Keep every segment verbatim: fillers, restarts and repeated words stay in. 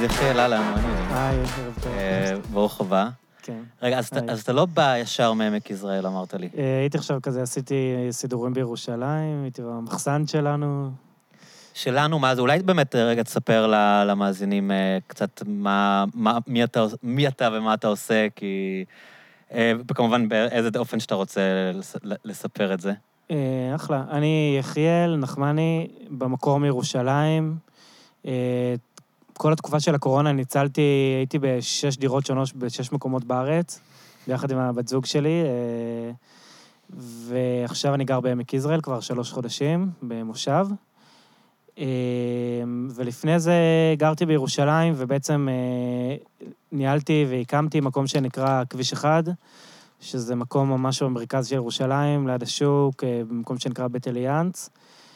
יחיאל, אהלן, מה העניינים? היי, ערב טוב. ברוך הבא. כן. רגע, אז אתה לא בא ישר מעמק יזרעאל, אמרת לי. הייתי עכשיו כזה, עשיתי סידורים בירושלים, הייתי במחסן שלנו. שלנו, מה זה? אולי באמת רגע תספר למאזינים קצת מי אתה ומה אתה עושה, כי... וכמובן באיזה אופן שאתה רוצה לספר את זה. אחלה. אני יחיאל נחמני, במקור מירושלים. כל התקופה של הקורונה ניצלתי, הייתי בשש דירות שונות, בשש מקומות בארץ, ביחד עם הבת זוג שלי, ועכשיו אני גר בעמק יזרעאל כבר שלוש חודשים, במושב. ולפני זה גרתי בירושלים, ובעצם ניהלתי והקמתי מקום שנקרא כביש אחד, שזה מקום ממש במרכז של ירושלים, ליד השוק, במקום שנקרא בית אליאנס.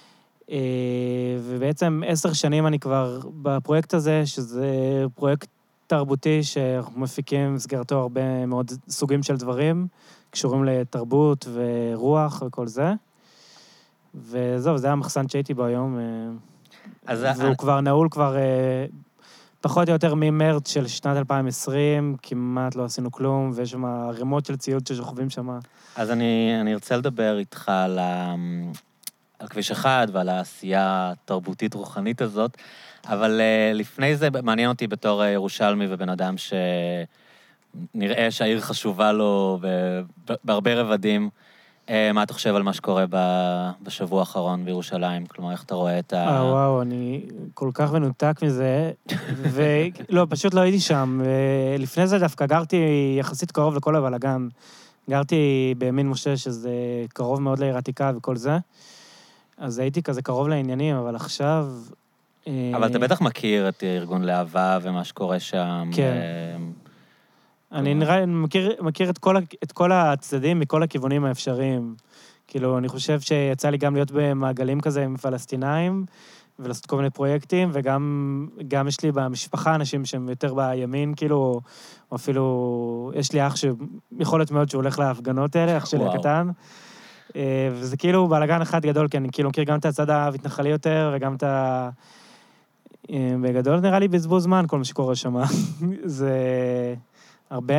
ובעצם עשר שנים אני כבר בפרויקט הזה, שזה פרויקט תרבותי שאנחנו מפיקים במסגרתו הרבה מאוד סוגים של דברים, קשורים לתרבות ורוח וכל זה. וזהו, זה המחסן שהייתי בו היום, והוא כבר נעול כבר פחות או יותר ממרץ של שנת אלפיים ועשרים, כמעט לא עשינו כלום, ויש שם ערימות של ציוד ששוכבים שם. אז אני, אני ארצה לדבר איתך על, ה, על כביש אחד ועל העשייה התרבותית רוחנית הזאת, אבל לפני זה מעניין אותי בתור ירושלמי ובן אדם שנראה שהעיר חשובה לו בהרבה רבדים. מה אתה חושב על מה שקורה בשבוע האחרון בירושלים? כלומר, איך אתה רואה את ה... אה, וואו, אני כל כך מנותק מזה, ולא, פשוט לא הייתי שם. לפני זה דווקא גרתי יחסית קרוב לכל הבלגן. גרתי בימין משה, שזה קרוב מאוד לעיר עתיקה וכל זה. אז הייתי כזה קרוב לעניינים, אבל עכשיו... אבל אתה בטח מכיר את ארגון להבה ומה שקורה שם. כן. אני נראה, מכיר, מכיר את כל, את כל הצדדים מכל הכיוונים האפשריים. כאילו, אני חושב שיצא לי גם להיות במעגלים כזה עם פלסטינאים, ולעשות כל מיני פרויקטים, וגם גם יש לי במשפחה אנשים שהם יותר בימין, כאילו, או אפילו, יש לי אח שיכול להיות מאוד שהוא הולך להפגנות האלה, אח שלי הקטן. וזה כאילו בלגן אחד גדול, כי אני כאילו מכיר גם את הצד המתנחלי יותר, וגם את ה... בגדול נראה לי בזבוז זמן, כל מה שקורה שם. זה... הרבה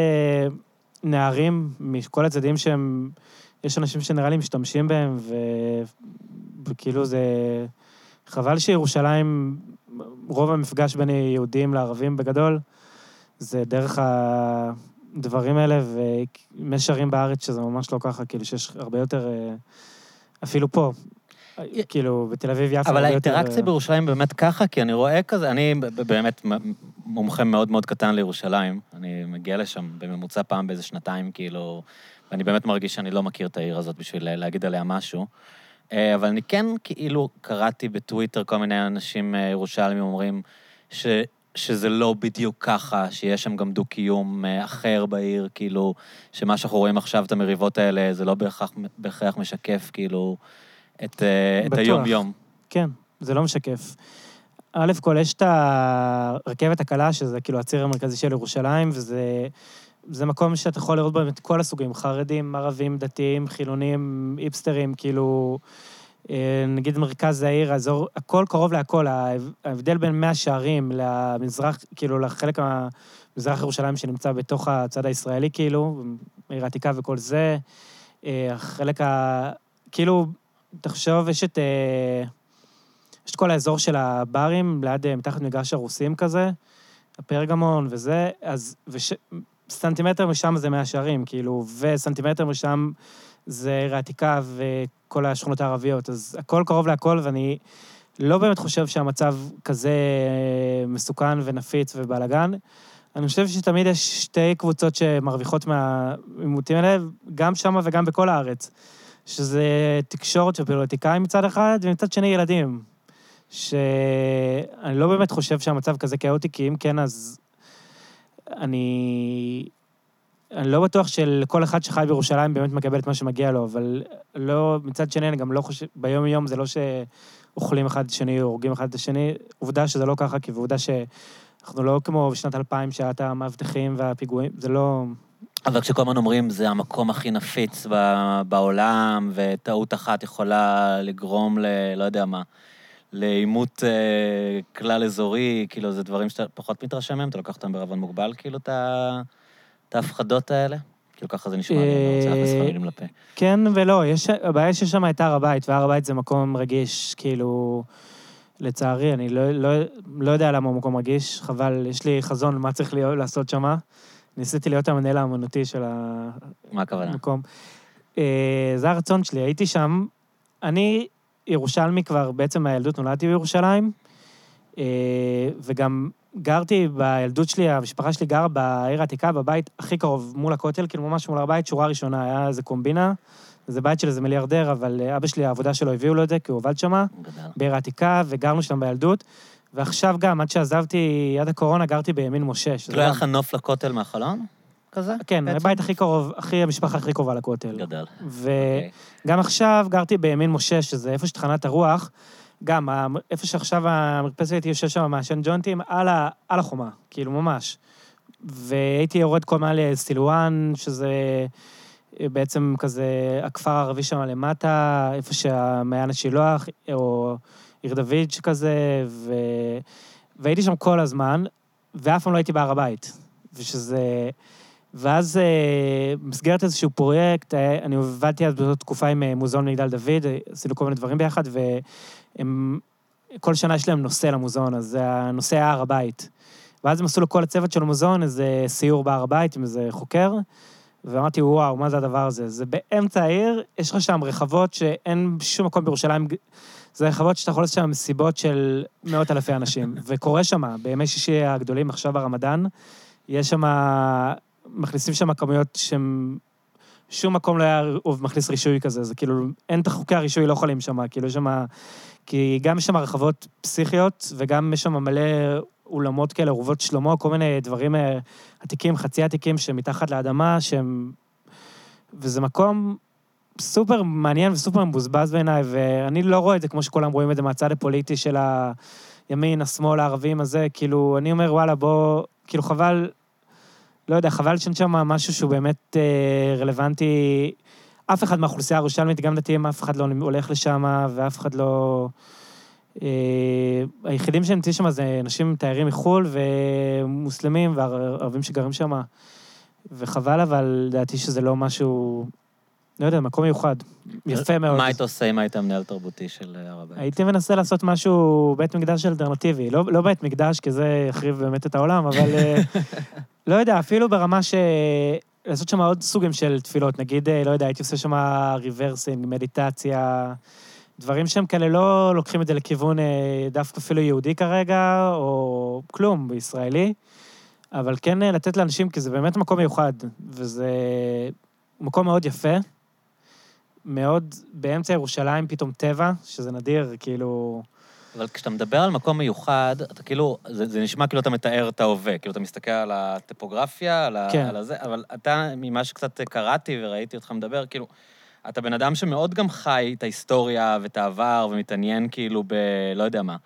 נערים מכל הצדדים שהם, יש אנשים שנראה לי משתמשים בהם, ו... וכאילו זה חבל שירושלים, רוב המפגש בין יהודים לערבים בגדול, זה דרך הדברים האלה, ויש ערים בארץ שזה ממש לא ככה, כאילו שיש הרבה יותר, אפילו פה, כאילו, בתל אביב יפו. אבל האינטראקציה בירושלים באמת ככה, כי אני רואה כזה, אני באמת מומחה מאוד מאוד קטן לירושלים, אני מגיע לשם בממוצע פעם באיזה שנתיים, כאילו, ואני באמת מרגיש שאני לא מכיר את העיר הזאת בשביל להגיד עליה משהו, אבל אני כן כאילו קראתי בטוויטר כל מיני אנשים ירושלמים אומרים ש... שזה לא בדיוק ככה, שיש שם גם דו-קיום אחר בעיר, כאילו, שמה שאנחנו רואים עכשיו, את המריבות האלה, זה לא בהכרח, בהכרח משקף, כאילו, את, את היום-יום. כן, זה לא משקף. א' כל, יש את הרכבת הקלה, שזה כאילו הציר המרכזי של ירושלים, וזה זה מקום שאתה יכול לראות בהם את כל הסוגים, חרדים, ערבים, דתיים, חילונים, איפסטרים, כאילו, נגיד מרכז העיר, האזור, הכל קרוב להכל, ההבדל בין מאה שערים למזרח, כאילו לחלק המזרח ירושלים שנמצא בתוך הצד הישראלי, כאילו, עיר העתיקה וכל זה, החלק ה... כאילו, תחשוב, יש את, יש את כל האזור של הברים, ליד מתחת מגרש הרוסים כזה, הפרגמון וזה, אז, וש... סנטימטר משם זה מאה שערים, כאילו, וסנטימטר משם זה עיר העתיקה וכל השכונות הערביות, אז הכל קרוב להכל, ואני לא באמת חושב שהמצב כזה מסוכן ונפיץ ובלגן. אני חושב שתמיד יש שתי קבוצות שמרוויחות מהמימותים האלה, גם שם וגם בכל הארץ, שזה תקשורת ופוליטיקאים מצד אחד, ומצד שני ילדים, שאני לא באמת חושב שהמצב כזה כאוטי, כי אם כן, אז אני... אני לא בטוח שלכל אחד שחי בירושלים באמת מקבל את מה שמגיע לו, אבל לא, מצד שני, אני גם לא חושב, ביום יום זה לא שאוכלים אחד את השני, או הורגים אחד את השני, עובדה שזה לא ככה, כי עובדה שאנחנו לא כמו בשנת אלפיים, שעת המאבטחים והפיגועים, זה לא... אבל כשכל הזמן אומרים, זה המקום הכי נפיץ בעולם, וטעות אחת יכולה לגרום ל... לא יודע מה, לאימות אה, כלל אזורי, כאילו, זה דברים שאתה פחות מתרשם מהם, אתה לוקח אותם בערבון מוגבל, כאילו, את ה- את ההפחדות האלה? כאילו, ככה זה נשמע לי, אני לא רוצה להכניס לך מילים לפה. כן ולא, יש, הבעיה שיש שם את הר הבית, והר הבית זה מקום רגיש, כאילו, לצערי, אני לא, לא, לא יודע למה הוא מקום רגיש, חבל, יש לי חזון מה צריך להיות, לעשות שם. ניסיתי להיות המנהל האמנותי של מה הכוונה? המקום. אה, זה הרצון שלי, הייתי שם, אני ירושלמי כבר, בעצם מהילדות נולדתי בירושלים, אה, וגם גרתי בילדות שלי, המשפחה שלי גרה בעיר העתיקה, בבית הכי קרוב מול הכותל, כאילו ממש מול הבית, שורה ראשונה, היה איזה קומבינה, זה בית של איזה מיליארדר, אבל אבא שלי, העבודה שלו הביאו לו את זה, כי הוא עובד שמה, בעיר העתיקה, וגרנו שם בילדות, ועכשיו גם, עד שעזבתי, עד הקורונה, גרתי בימין משה. לא היה לך נוף לכותל מהחלון? כזה? כן, הבית הכי קרוב, הכי, המשפחה הכי קרובה לכותל. גדל. וגם עכשיו גרתי בימין משה, שזה איפה שתחנת הרוח, גם, איפה שעכשיו המרפסת הייתי יושב שם מעשן ג'ונטים, על, ה, על החומה, כאילו ממש. והייתי יורד כל מעל סילואן, שזה בעצם כזה הכפר הערבי שם למטה, איפה שהמעיין השילוח, או עיר דוד שכזה, ו... והייתי שם כל הזמן, ואף פעם לא הייתי בהר הבית. ושזה... ואז במסגרת איזשהו פרויקט, אני עבדתי אז באותה תקופה עם מוזיאון מגדל דוד, עשינו כל מיני דברים ביחד, והם, כל שנה יש להם נושא למוזיאון, אז זה הנושא הר הבית. ואז הם עשו לכל הצוות של המוזיאון איזה סיור בהר הבית עם איזה חוקר, ואמרתי, וואו, מה זה הדבר הזה? זה באמצע העיר, יש לך שם רחבות שאין שום מקום בירושלים, זה רחבות שאתה יכול לעשות שם מסיבות של מאות אלפי אנשים, וקורה שם, בימי שישי הגדולים, עכשיו הרמדאן, יש שם... מכניסים שם כמויות שהם... שום מקום לא היה מכניס רישוי כזה, זה כאילו, אין את החוקי הרישוי, לא יכולים שם, כאילו יש שם... כי גם יש שם רחבות פסיכיות, וגם יש שם מלא אולמות כאלה, אורוות שלמה, כל מיני דברים עתיקים, חצי עתיקים, שמתחת לאדמה, שהם... וזה מקום סופר מעניין וסופר מבוזבז בעיניי, ואני לא רואה את זה כמו שכולם רואים את זה מהצד הפוליטי של הימין, השמאל, הערבים הזה, כאילו, אני אומר, וואלה, בוא... כאילו, חבל... לא יודע, חבל שאין שם משהו שהוא באמת אה, רלוונטי, אף אחד מהאוכלוסייה הירושלמית, גם דתיים, אף אחד לא הולך לשם, ואף אחד לא... אה, היחידים שנמצאים שם זה אנשים תיירים מחול, ומוסלמים, וערבים שגרים שם, וחבל, אבל דעתי שזה לא משהו... לא יודע, מקום מיוחד, יפה מאוד. מה היית עושה אם היית מנהל תרבותי של הר הבית? הייתי מנסה לעשות משהו, בית מקדש אלטרנטיבי, לא, לא בית מקדש, כי זה יחריב באמת את העולם, אבל לא יודע, אפילו ברמה ש... לעשות שם עוד סוגים של תפילות, נגיד, לא יודע, הייתי עושה שם ריברסינג, מדיטציה, דברים שהם כאלה לא לוקחים את זה לכיוון דווקא אפילו יהודי כרגע, או כלום, בישראלי, אבל כן לתת לאנשים, כי זה באמת מקום מיוחד, וזה מקום מאוד יפה, מאוד באמצע ירושלים, פתאום טבע, שזה נדיר, כאילו... אבל כשאתה מדבר על מקום מיוחד, אתה כאילו, זה, זה נשמע כאילו אתה מתאר את ההווה, כאילו אתה מסתכל על הטופוגרפיה, על, כן. ה, על הזה, אבל אתה, ממה שקצת קראתי וראיתי אותך מדבר, כאילו, אתה בן אדם שמאוד גם חי את ההיסטוריה ואת העבר, ומתעניין כאילו ב... לא יודע מה,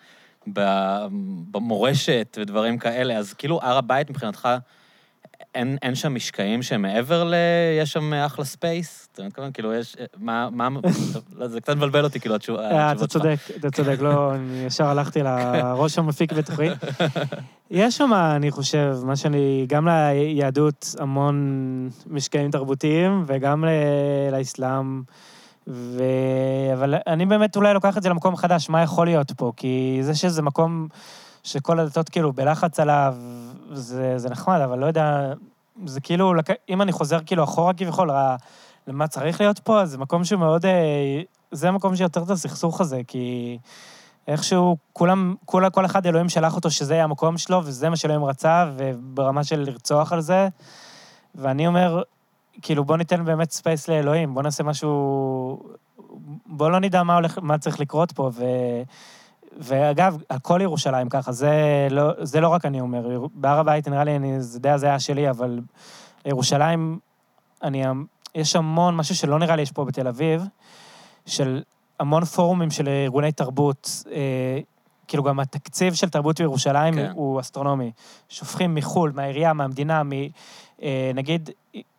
במורשת ודברים כאלה, אז כאילו הר הבית מבחינתך, אין, אין שם משקעים שמעבר ל... יש שם אחלה ספייס? אתה מתכוון, כאילו, יש... מה... מה... זה קצת מבלבל אותי, כאילו, התשובות שלך. אתה צודק, אתה צודק, לא, אני ישר הלכתי לראש המפיק בתוכי. יש שם, אני חושב, מה שאני... גם ליהדות המון משקעים תרבותיים, וגם לאסלאם, ו... אבל אני באמת אולי לוקח את זה למקום חדש, מה יכול להיות פה? כי זה שזה מקום שכל הדתות כאילו בלחץ עליו, זה, זה נחמד, אבל לא יודע, זה כאילו, אם אני חוזר כאילו אחורה כביכול, למה צריך להיות פה, זה מקום שמאוד, זה מקום שיותר את הסכסוך הזה, כי איכשהו כולם, כל, כל אחד אלוהים שלח אותו שזה יהיה המקום שלו, וזה מה שאלוהים רצה, וברמה של לרצוח על זה, ואני אומר, כאילו בוא ניתן באמת ספייס לאלוהים, בוא נעשה משהו, בוא לא נדע מה הולך, מה צריך לקרות פה, ו... ואגב, הכל ירושלים ככה, זה לא, זה לא רק אני אומר, בהר הבית נראה לי, אני, זה די הזיה שלי, אבל ירושלים, אני, יש המון, משהו שלא נראה לי יש פה בתל אביב, של המון פורומים של ארגוני תרבות, אה, כאילו גם התקציב של תרבות בירושלים כן. הוא אסטרונומי, שופכים מחול, מהעירייה, מהמדינה, מ, אה, נגיד,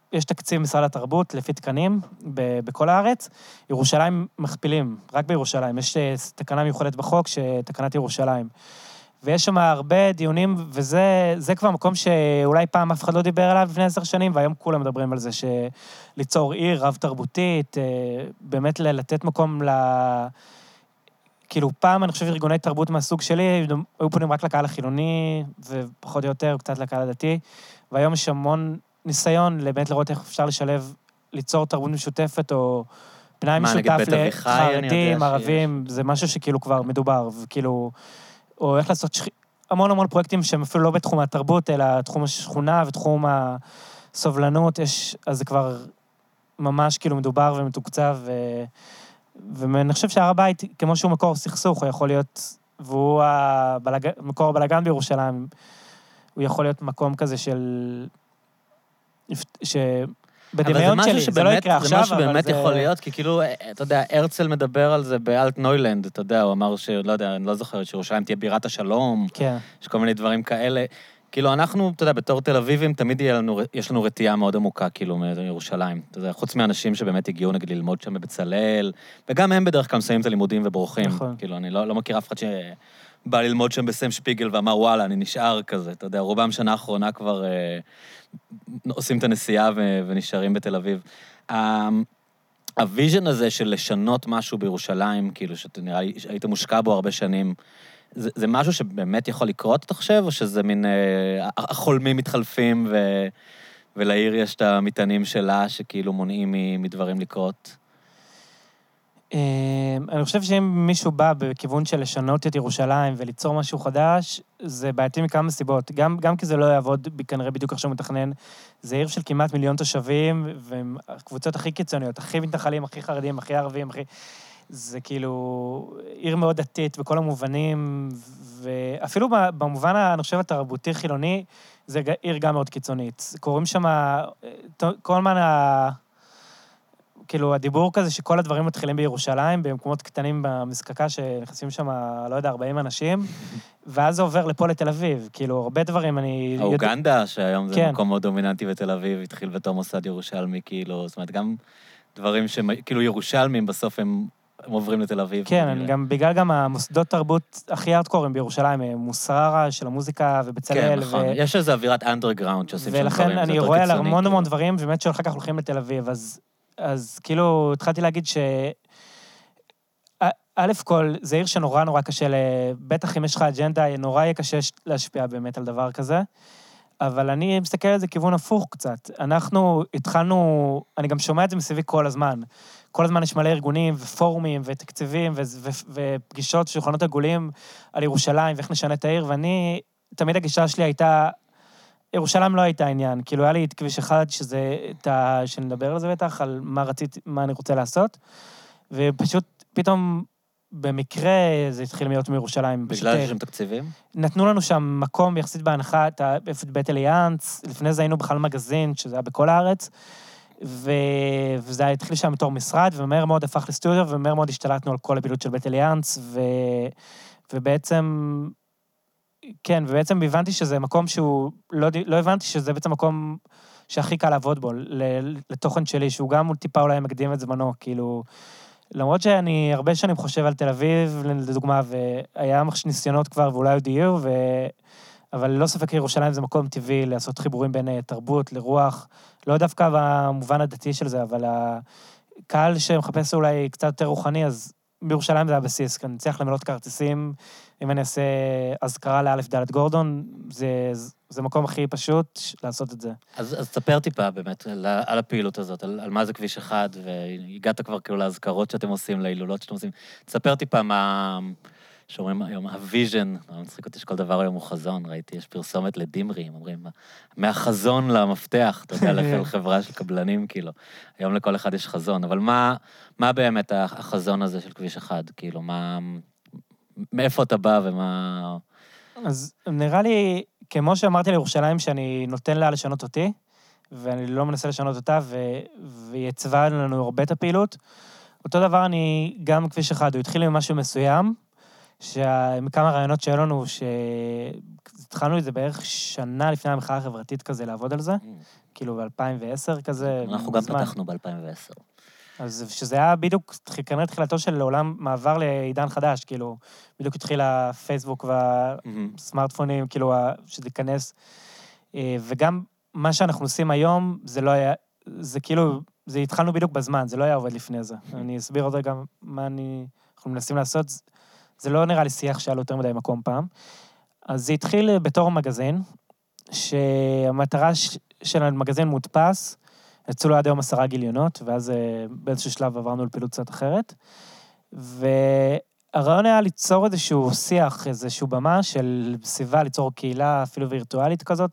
יש תקציב משרד התרבות לפי תקנים ב- בכל הארץ, ירושלים מכפילים, רק בירושלים. יש תקנה מיוחדת בחוק, שתקנת ירושלים. ויש שם הרבה דיונים, וזה זה כבר מקום שאולי פעם אף אחד לא דיבר עליו לפני עשר שנים, והיום כולם מדברים על זה, שליצור עיר רב-תרבותית, באמת לתת מקום ל... כאילו, פעם, אני חושב, ארגוני תרבות מהסוג שלי, היו פונים רק לקהל החילוני, ופחות או יותר, קצת לקהל הדתי, והיום יש המון ניסיון, באמת לראות איך אפשר לשלב, ליצור תרבות משותפת, או פנאי משותף לחרדים, ערבים, זה משהו שכאילו כבר מדובר, וכאילו, או איך לעשות שכ... המון המון פרויקטים שהם אפילו לא בתחום התרבות, אלא תחום השכונה ותחום הסובלנות, יש, אז זה כבר ממש כאילו מדובר ומתוקצב, ו... ואני חושב שהר הבית, כמו שהוא מקור סכסוך, הוא יכול להיות, והוא הבלג... מקור הבלגן בירושלים, הוא יכול להיות מקום כזה של... ש... בדמיון שלי, זה לא יקרה עכשיו, אבל זה... זה משהו שבאמת יכול להיות, כי כאילו, אתה יודע, הרצל מדבר על זה באלט נוילנד, אתה יודע, הוא אמר שלא יודע, אני לא זוכר, שירושלים תהיה בירת השלום, כן. יש כל מיני דברים כאלה. כאילו, אנחנו, אתה יודע, בתור תל אביבים, תמיד לנו, יש לנו רתיעה מאוד עמוקה, כאילו, מירושלים. אתה יודע, חוץ מאנשים שבאמת הגיעו, נגיד, ללמוד שם בבצלאל, וגם הם בדרך כלל מסיימים את הלימודים ובורחים. נכון. כאילו, אני לא, לא מכיר אף אחד שבא ללמוד שם בסם שפיגל ואמר, וואלה, אני נשאר כזה. אתה יודע, רובם שנה האחרונה כבר אה, עושים את הנסיעה ו- ונשארים בתל אביב. הוויז'ן הזה של לשנות משהו בירושלים, כאילו, שאתה נראה לי, היית מושקע בו הרבה שנים, זה, זה משהו שבאמת יכול לקרות, אתה חושב, או שזה מין, אה, החולמים מתחלפים, ו, ולעיר יש את המטענים שלה, שכאילו מונעים מדברים לקרות? אני חושב שאם מישהו בא בכיוון של לשנות את ירושלים וליצור משהו חדש, זה בעייתי מכמה סיבות. גם, גם כי זה לא יעבוד כנראה בדיוק עכשיו מתכנן. זה עיר של כמעט מיליון תושבים, והקבוצות הכי קיצוניות, הכי מתנחלים, הכי חרדים, הכי ערבים, הכי... זה כאילו עיר מאוד דתית בכל המובנים, ואפילו במובן, אני חושב, התרבותי חילוני, זה עיר גם מאוד קיצונית. קוראים שם, כל הזמן ה... כאילו, הדיבור כזה שכל הדברים מתחילים בירושלים, במקומות קטנים במזקקה שנכנסים שם, לא יודע, ארבעים אנשים, ואז זה עובר לפה לתל אביב. כאילו, הרבה דברים אני... האוגנדה, שהיום זה מקום מאוד דומיננטי בתל אביב, התחיל בתור מוסד ירושלמי, כאילו, זאת אומרת, גם דברים שהם, כאילו, ירושלמים, בסוף הם עוברים לתל אביב. כן, גם בגלל גם המוסדות תרבות הכי ארטקורים בירושלים, מוסררה של המוזיקה ובצלאל. כן, נכון. יש איזו אווירת אנדרגראונד שעושים שם דברים. ולכן אני רואה על המון המון דברים, באמת שאחר כך הולכים לתל אביב, אז אז כאילו, התחלתי להגיד ש... א' כל, זה עיר שנורא נורא קשה, בטח אם יש לך אג'נדה, נורא יהיה קשה להשפיע באמת על דבר כזה, אבל אני מסתכל על זה כיוון הפוך קצת. אנחנו התחלנו, אני גם שומע את זה מסביבי כל הזמן. כל הזמן יש מלא ארגונים ופורומים ותקציבים ו- ו- ופגישות שולחנות עגולים על ירושלים ואיך נשנה את העיר, ואני, תמיד הגישה שלי הייתה, ירושלים לא הייתה עניין, כאילו היה לי את כביש אחד, שזה, ה... שנדבר על זה בטח, על מה רציתי, מה אני רוצה לעשות, ופשוט פתאום במקרה זה התחיל להיות מירושלים. בגלל שיש שם תקציבים? נתנו לנו שם מקום יחסית בהנחה, את בית אליאנס, לפני זה היינו בכלל מגזין, שזה היה בכל הארץ, ו... וזה התחיל שם בתור משרד, ומהר מאוד הפך לסטודיו, ומהר מאוד השתלטנו על כל הפעילות של בית אליאנס, ו... ובעצם... כן, ובעצם הבנתי שזה מקום שהוא, לא, לא הבנתי שזה בעצם מקום שהכי קל לעבוד בו, לתוכן שלי, שהוא גם טיפה אולי מקדים את זמנו, כאילו, למרות שאני הרבה שנים חושב על תל אביב, לדוגמה, והיה ניסיונות כבר, ואולי עוד יהיו, ו... אבל לא ספק ירושלים זה מקום טבעי לעשות חיבורים בין תרבות לרוח, לא דווקא במובן הדתי של זה, אבל הקהל שמחפש אולי קצת יותר רוחני, אז בירושלים זה הבסיס, כי אני צריך למלות כרטיסים, אם אני אעשה אזכרה לאלף ד' גורדון, זה, זה מקום הכי פשוט לעשות את זה. אז, אז תספר טיפה באמת על, על הפעילות הזאת, על, על מה זה כביש אחד, והגעת כבר כאילו להזכרות שאתם עושים, להילולות שאתם עושים. תספר טיפה מה, שאומרים היום, הוויז'ן, מצחיק אותי שכל דבר היום הוא חזון, ראיתי, יש פרסומת לדימרי, הם אומרים, מהחזון למפתח, אתה יודע, לכל חברה של קבלנים, כאילו, היום לכל אחד יש חזון, אבל מה, מה באמת החזון הזה של כביש אחד, כאילו, מה... מאיפה אתה בא ומה... אז נראה לי, כמו שאמרתי לירושלים, שאני נותן לה לשנות אותי, ואני לא מנסה לשנות אותה, ו... ויצבה לנו הרבה את הפעילות. אותו דבר אני, גם כביש אחד, הוא התחיל ממשהו מסוים, שמכמה רעיונות שהיו לנו, שהתחלנו את זה בערך שנה לפני המחאה החברתית כזה, לעבוד על זה, כאילו ב-אלפיים ועשר כזה. אנחנו גם פתחנו ב-אלפיים ועשר. אז שזה היה בדיוק, כנראה תחילתו של עולם מעבר לעידן חדש, כאילו, בדיוק התחיל הפייסבוק והסמארטפונים, כאילו, שזה ייכנס. וגם מה שאנחנו עושים היום, זה לא היה, זה כאילו, זה התחלנו בדיוק בזמן, זה לא היה עובד לפני זה. אני אסביר עוד רגע מה אני, אנחנו מנסים לעשות, זה לא נראה לי שיח שהיה לו יותר מדי מקום פעם. אז זה התחיל בתור מגזין, שהמטרה של המגזין מודפס, יצאו לו עד היום עשרה גיליונות, ואז באיזשהו שלב עברנו לפעילות קצת אחרת, והרעיון היה ליצור איזשהו שיח, איזשהו במה של סביבה, ליצור קהילה אפילו וירטואלית כזאת,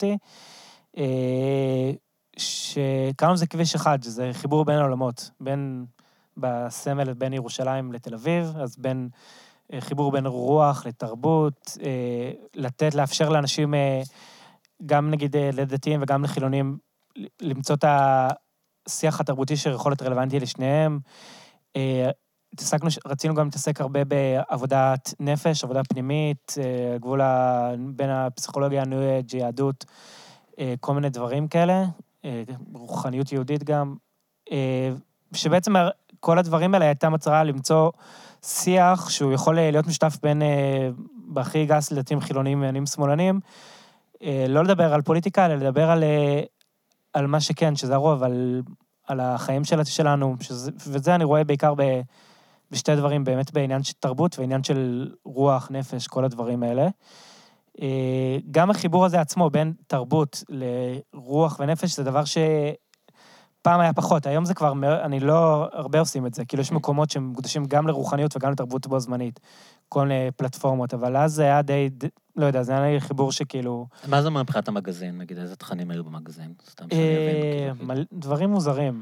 שקראנו זה כביש אחד, זה חיבור בין העולמות, בין בסמל בין ירושלים לתל אביב, אז בין חיבור בין רוח לתרבות, לתת, לאפשר לאנשים, גם נגיד לדתיים וגם לחילונים, למצוא את השיח התרבותי שיכול להיות רלוונטי לשניהם. התעסקנו, רצינו גם להתעסק הרבה בעבודת נפש, עבודה פנימית, גבול בין הפסיכולוגיה, הניו-אייג', יהדות, כל מיני דברים כאלה, רוחניות יהודית גם, שבעצם כל הדברים האלה הייתה מטרה למצוא שיח שהוא יכול להיות משותף בין, בהכי גס לדתיים חילונים, עניינים שמאלנים, לא לדבר על פוליטיקה, אלא לדבר על, על מה שכן, שזה הרוב, על, על החיים שלנו, שזה, וזה אני רואה בעיקר ב, בשתי דברים, באמת בעניין של תרבות ועניין של רוח, נפש, כל הדברים האלה. גם החיבור הזה עצמו בין תרבות לרוח ונפש, זה דבר שפעם היה פחות, היום זה כבר, אני לא הרבה עושים את זה, כאילו יש מקומות שמקודשים גם לרוחניות וגם לתרבות בו זמנית, כל מיני פלטפורמות, אבל אז זה היה די, לא יודע, זה היה חיבור שכאילו... מה זה מבחינת המגזין? נגיד, איזה תכנים היו במגזין? סתם שאני אבין. דברים מוזרים.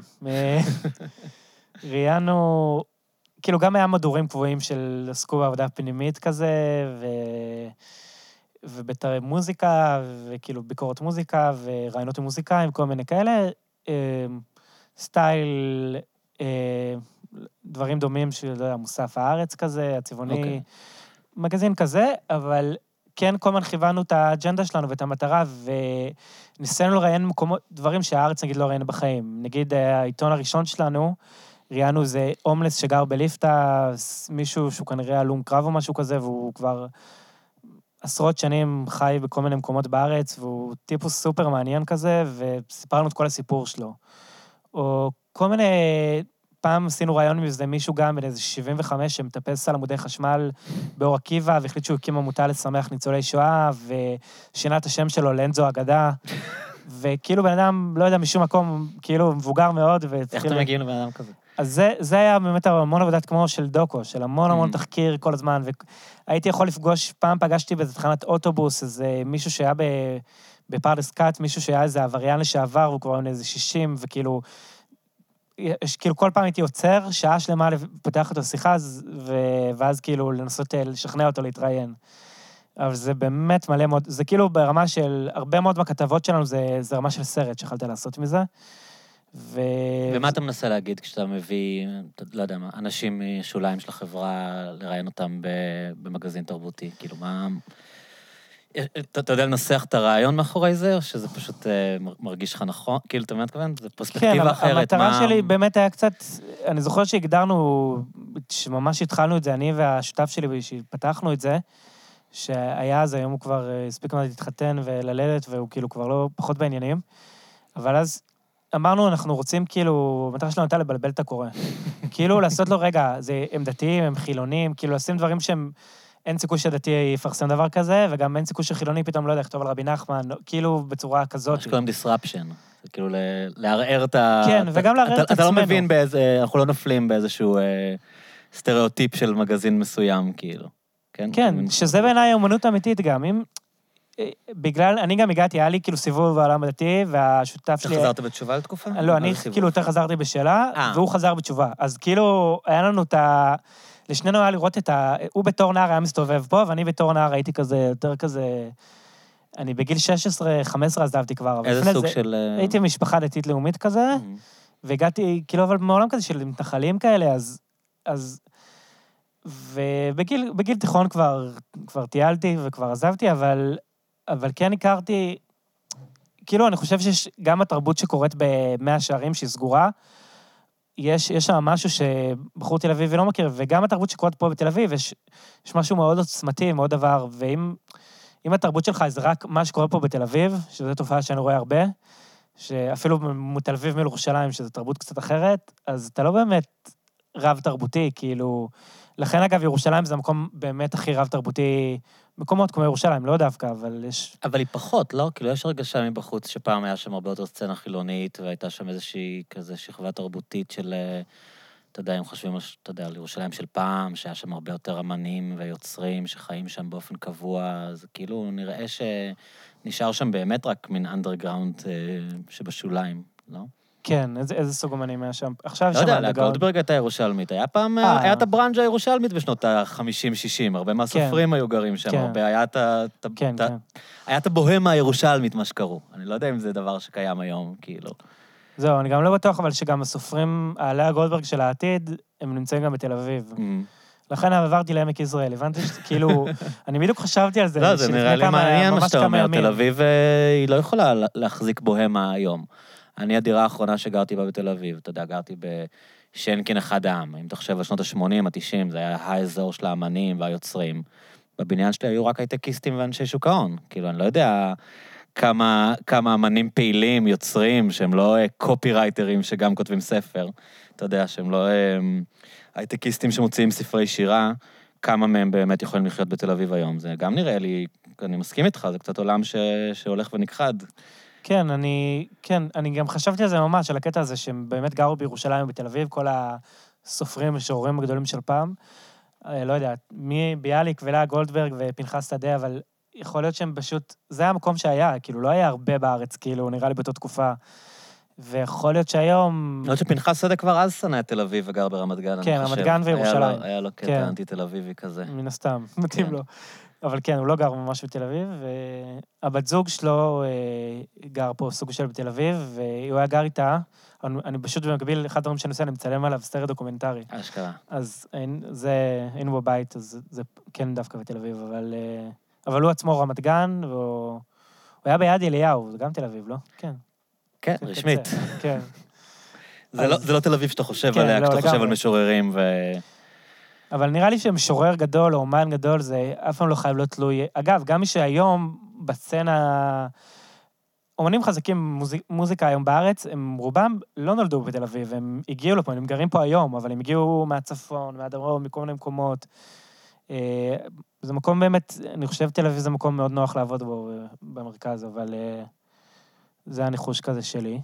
ראיינו, כאילו גם היה מדורים קבועים של עסקו בעבודה פנימית כזה, ו... ובתרי מוזיקה, וכאילו ביקורת מוזיקה, ורעיונות מוזיקאים, כל מיני כאלה, סטייל, דברים דומים של מוסף הארץ כזה, הצבעוני, מגזין כזה, אבל כן, כל הזמן כיוונו את האג'נדה שלנו ואת המטרה, וניסינו לראיין מקומות, דברים שהארץ נגיד לא ראינו בחיים. נגיד, העיתון הראשון שלנו, ראיינו זה הומלס שגר בליפטה, מישהו שהוא כנראה הלום קרב או משהו כזה, והוא כבר עשרות שנים חי בכל מיני מקומות בארץ, והוא טיפוס סופר מעניין כזה, וסיפרנו את כל הסיפור שלו. או כל מיני, פעם עשינו רעיון מזה מישהו גם בין איזה שבעים וחמש, שמטפס על עמודי חשמל באור עקיבא, והחליט שהוא הקים עמותה לשמח ניצולי שואה, ושינה את השם שלו לאנזו אגדה, וכאילו בן אדם, לא יודע, משום מקום, כאילו מבוגר מאוד, איך אתם מגיעים לבן אדם כזה? אז זה, זה היה באמת המון עבודת כמו של דוקו, של המון המון תחקיר כל הזמן, והייתי יכול לפגוש, פעם פגשתי באיזה תחנת אוטובוס, איזה מישהו שהיה בפרדס קאט, מישהו שהיה איזה עבריין לשעבר, והוא כבר איזה שישים, וכאילו, כאילו כל פעם הייתי עוצר, שעה שלמה לפתח אותו שיחה, ואז כאילו לנסות לשכנע אותו להתראיין. אבל זה באמת מלא מאוד, זה כאילו ברמה של, הרבה מאוד מהכתבות שלנו, זה, זה רמה של סרט שיכולת לעשות מזה. ו... ומה אתה מנסה להגיד כשאתה מביא, לא יודע מה, אנשים משוליים של החברה, לראיין אותם במגזין תרבותי? כאילו, מה... אתה, אתה יודע לנסח את הרעיון מאחורי זה, או שזה פשוט מרגיש לך נכון? כאילו, אתה מתכוון? זה פרספקטיבה אחרת. כן, המטרה מה... שלי באמת היה קצת, אני זוכר שהגדרנו, שממש התחלנו את זה, אני והשותף שלי, שפתחנו את זה, שהיה אז, היום הוא כבר הספיק מאוד להתחתן וללדת, והוא כאילו כבר לא פחות בעניינים, אבל אז אמרנו, אנחנו רוצים כאילו, המטרה שלנו הייתה לבלבל את הקורא. כאילו לעשות לו, רגע, זה, הם דתיים, הם חילונים, כאילו לשים דברים שהם, אין סיכוי שדתי יפרסם דבר כזה, וגם אין סיכוי שחילוני פתאום, לא יודע, לכתוב על רבי נחמן, כאילו בצורה כזאת. יש קוראים disruption, זה כאילו לערער את ה... כן, וגם לערער את עצמנו. אתה לא מבין באיזה, אנחנו לא נופלים באיזשהו סטריאוטיפ של מגזין מסוים, כאילו. כן, שזה בעיניי האמנות האמיתית גם, אם... בגלל, אני גם הגעתי, היה לי כאילו סיבוב בעולם הדתי, והשותף שלי... אתה חזרת בתשובה לתקופה? לא, אני כאילו יותר חזרתי בשאלה, והוא חזר בתשובה. אז כאילו, היה לנו את ה... לשנינו היה לראות את ה... הוא בתור נער היה מסתובב פה, ואני בתור נער הייתי כזה, יותר כזה... אני בגיל שש עשרה חמש עשרה עזבתי כבר. איזה סוג של... הייתי משפחה דתית לאומית כזה, והגעתי, כאילו, אבל מעולם כזה של מתנחלים כאלה, אז... אז... ובגיל בגיל תיכון כבר, כבר טיילתי וכבר עזבתי, אבל, אבל כן הכרתי, כאילו אני חושב שיש גם התרבות שקורית במאה שערים שהיא סגורה, יש, יש שם משהו שבחור תל אביב ולא מכיר, וגם התרבות שקורית פה בתל אביב, יש, יש משהו מאוד עוצמתי, מאוד דבר, ואם אם התרבות שלך זה רק מה שקורה פה בתל אביב, שזו תופעה שאני רואה הרבה, שאפילו מתל אביב מירושלים, שזו תרבות קצת אחרת, אז אתה לא באמת רב תרבותי, כאילו, לכן אגב ירושלים זה המקום באמת הכי רב תרבותי, מקומות כמו ירושלים, לא דווקא, אבל יש... אבל היא פחות, לא? כאילו, יש הרגשה מבחוץ שפעם היה שם הרבה יותר סצנה חילונית, והייתה שם איזושהי כזה שכבה תרבותית של, אתה יודע, אם חושבים, אתה יודע, על ירושלים של פעם, שהיה שם הרבה יותר אמנים ויוצרים שחיים שם באופן קבוע, אז כאילו נראה שנשאר שם באמת רק מין אנדרגראונד שבשוליים, לא? כן, איזה, איזה סוג אמנים היה שם? עכשיו לא יודע, גולדברג הייתה ירושלמית. היה פעם, היה את הברנג'ה הירושלמית בשנות ה-חמישים שישים, הרבה מהסופרים היו גרים שם, הרבה היה את ה... כן, כן. היה את הבוהמה הירושלמית, מה שקראו. אני לא יודע אם זה דבר שקיים היום, כאילו. זהו, אני גם לא בטוח, אבל שגם הסופרים, העלי הגולדברג של העתיד, הם נמצאים גם בתל אביב. לכן עברתי לעמק ישראל, הבנתי שכאילו, אני בדיוק חשבתי על זה. לא, זה נראה לי מעניין מה שאתה אומר, תל אביב היא לא יכולה להחזיק בוהמה היום. אני הדירה האחרונה שגרתי בה בתל אביב, אתה יודע, גרתי בשנקין אחד העם, אם אתה חושב על שנות ה-שמונים, ה-תשעים, זה היה האזור של האמנים והיוצרים. בבניין שלי היו רק הייטקיסטים ואנשי שוק ההון, כאילו, אני לא יודע כמה, כמה אמנים פעילים, יוצרים, שהם לא קופירייטרים שגם כותבים ספר, אתה יודע, שהם לא הייטקיסטים שמוציאים ספרי שירה, כמה מהם באמת יכולים לחיות בתל אביב היום. זה גם נראה לי, אני מסכים איתך, זה קצת עולם ש... שהולך ונכחד. כן, אני, כן, אני גם חשבתי על זה ממש, על הקטע הזה שהם באמת גרו בירושלים ובתל אביב, כל הסופרים ומשוררים הגדולים של פעם. לא יודע, מי ביאליק ולאה גולדברג ופנחס שדה, אבל יכול להיות שהם פשוט, זה המקום שהיה, כאילו לא היה הרבה בארץ, כאילו נראה לי באותה תקופה. ויכול להיות שהיום... לא שפנחס שדה כבר אז שנא את תל אביב וגר ברמת גן, כן, רמת גן וירושלים. היה לו קטע אנטי תל אביבי כזה. מן הסתם, מתאים לו. אבל כן, הוא לא גר ממש בתל אביב, והבת זוג שלו גר פה סוג של בתל אביב, והוא היה גר איתה, אני פשוט במקביל, אחד הדברים שאני עושה, אני מצלם עליו סרט דוקומנטרי. אשכרה. אז זה, היינו בבית, אז זה כן דווקא בתל אביב, אבל, אבל הוא עצמו רמת גן, והוא היה ביד אליהו, זה גם תל אביב, לא? כן. כן, רשמית. כן. זה לא תל אביב שאתה חושב עליה, כשאתה חושב על משוררים ו... אבל נראה לי שמשורר גדול או אומן גדול, זה אף פעם לא חייב להיות תלוי. אגב, גם מי שהיום בסצנה, אומנים חזקים מוזיק, מוזיקה היום בארץ, הם רובם לא נולדו בתל אביב, הם הגיעו לפה, הם גרים פה היום, אבל הם הגיעו מהצפון, מהדרום, מכל מיני מקומות. זה מקום באמת, אני חושב תל אביב זה מקום מאוד נוח לעבוד בו במרכז, אבל זה הניחוש כזה שלי.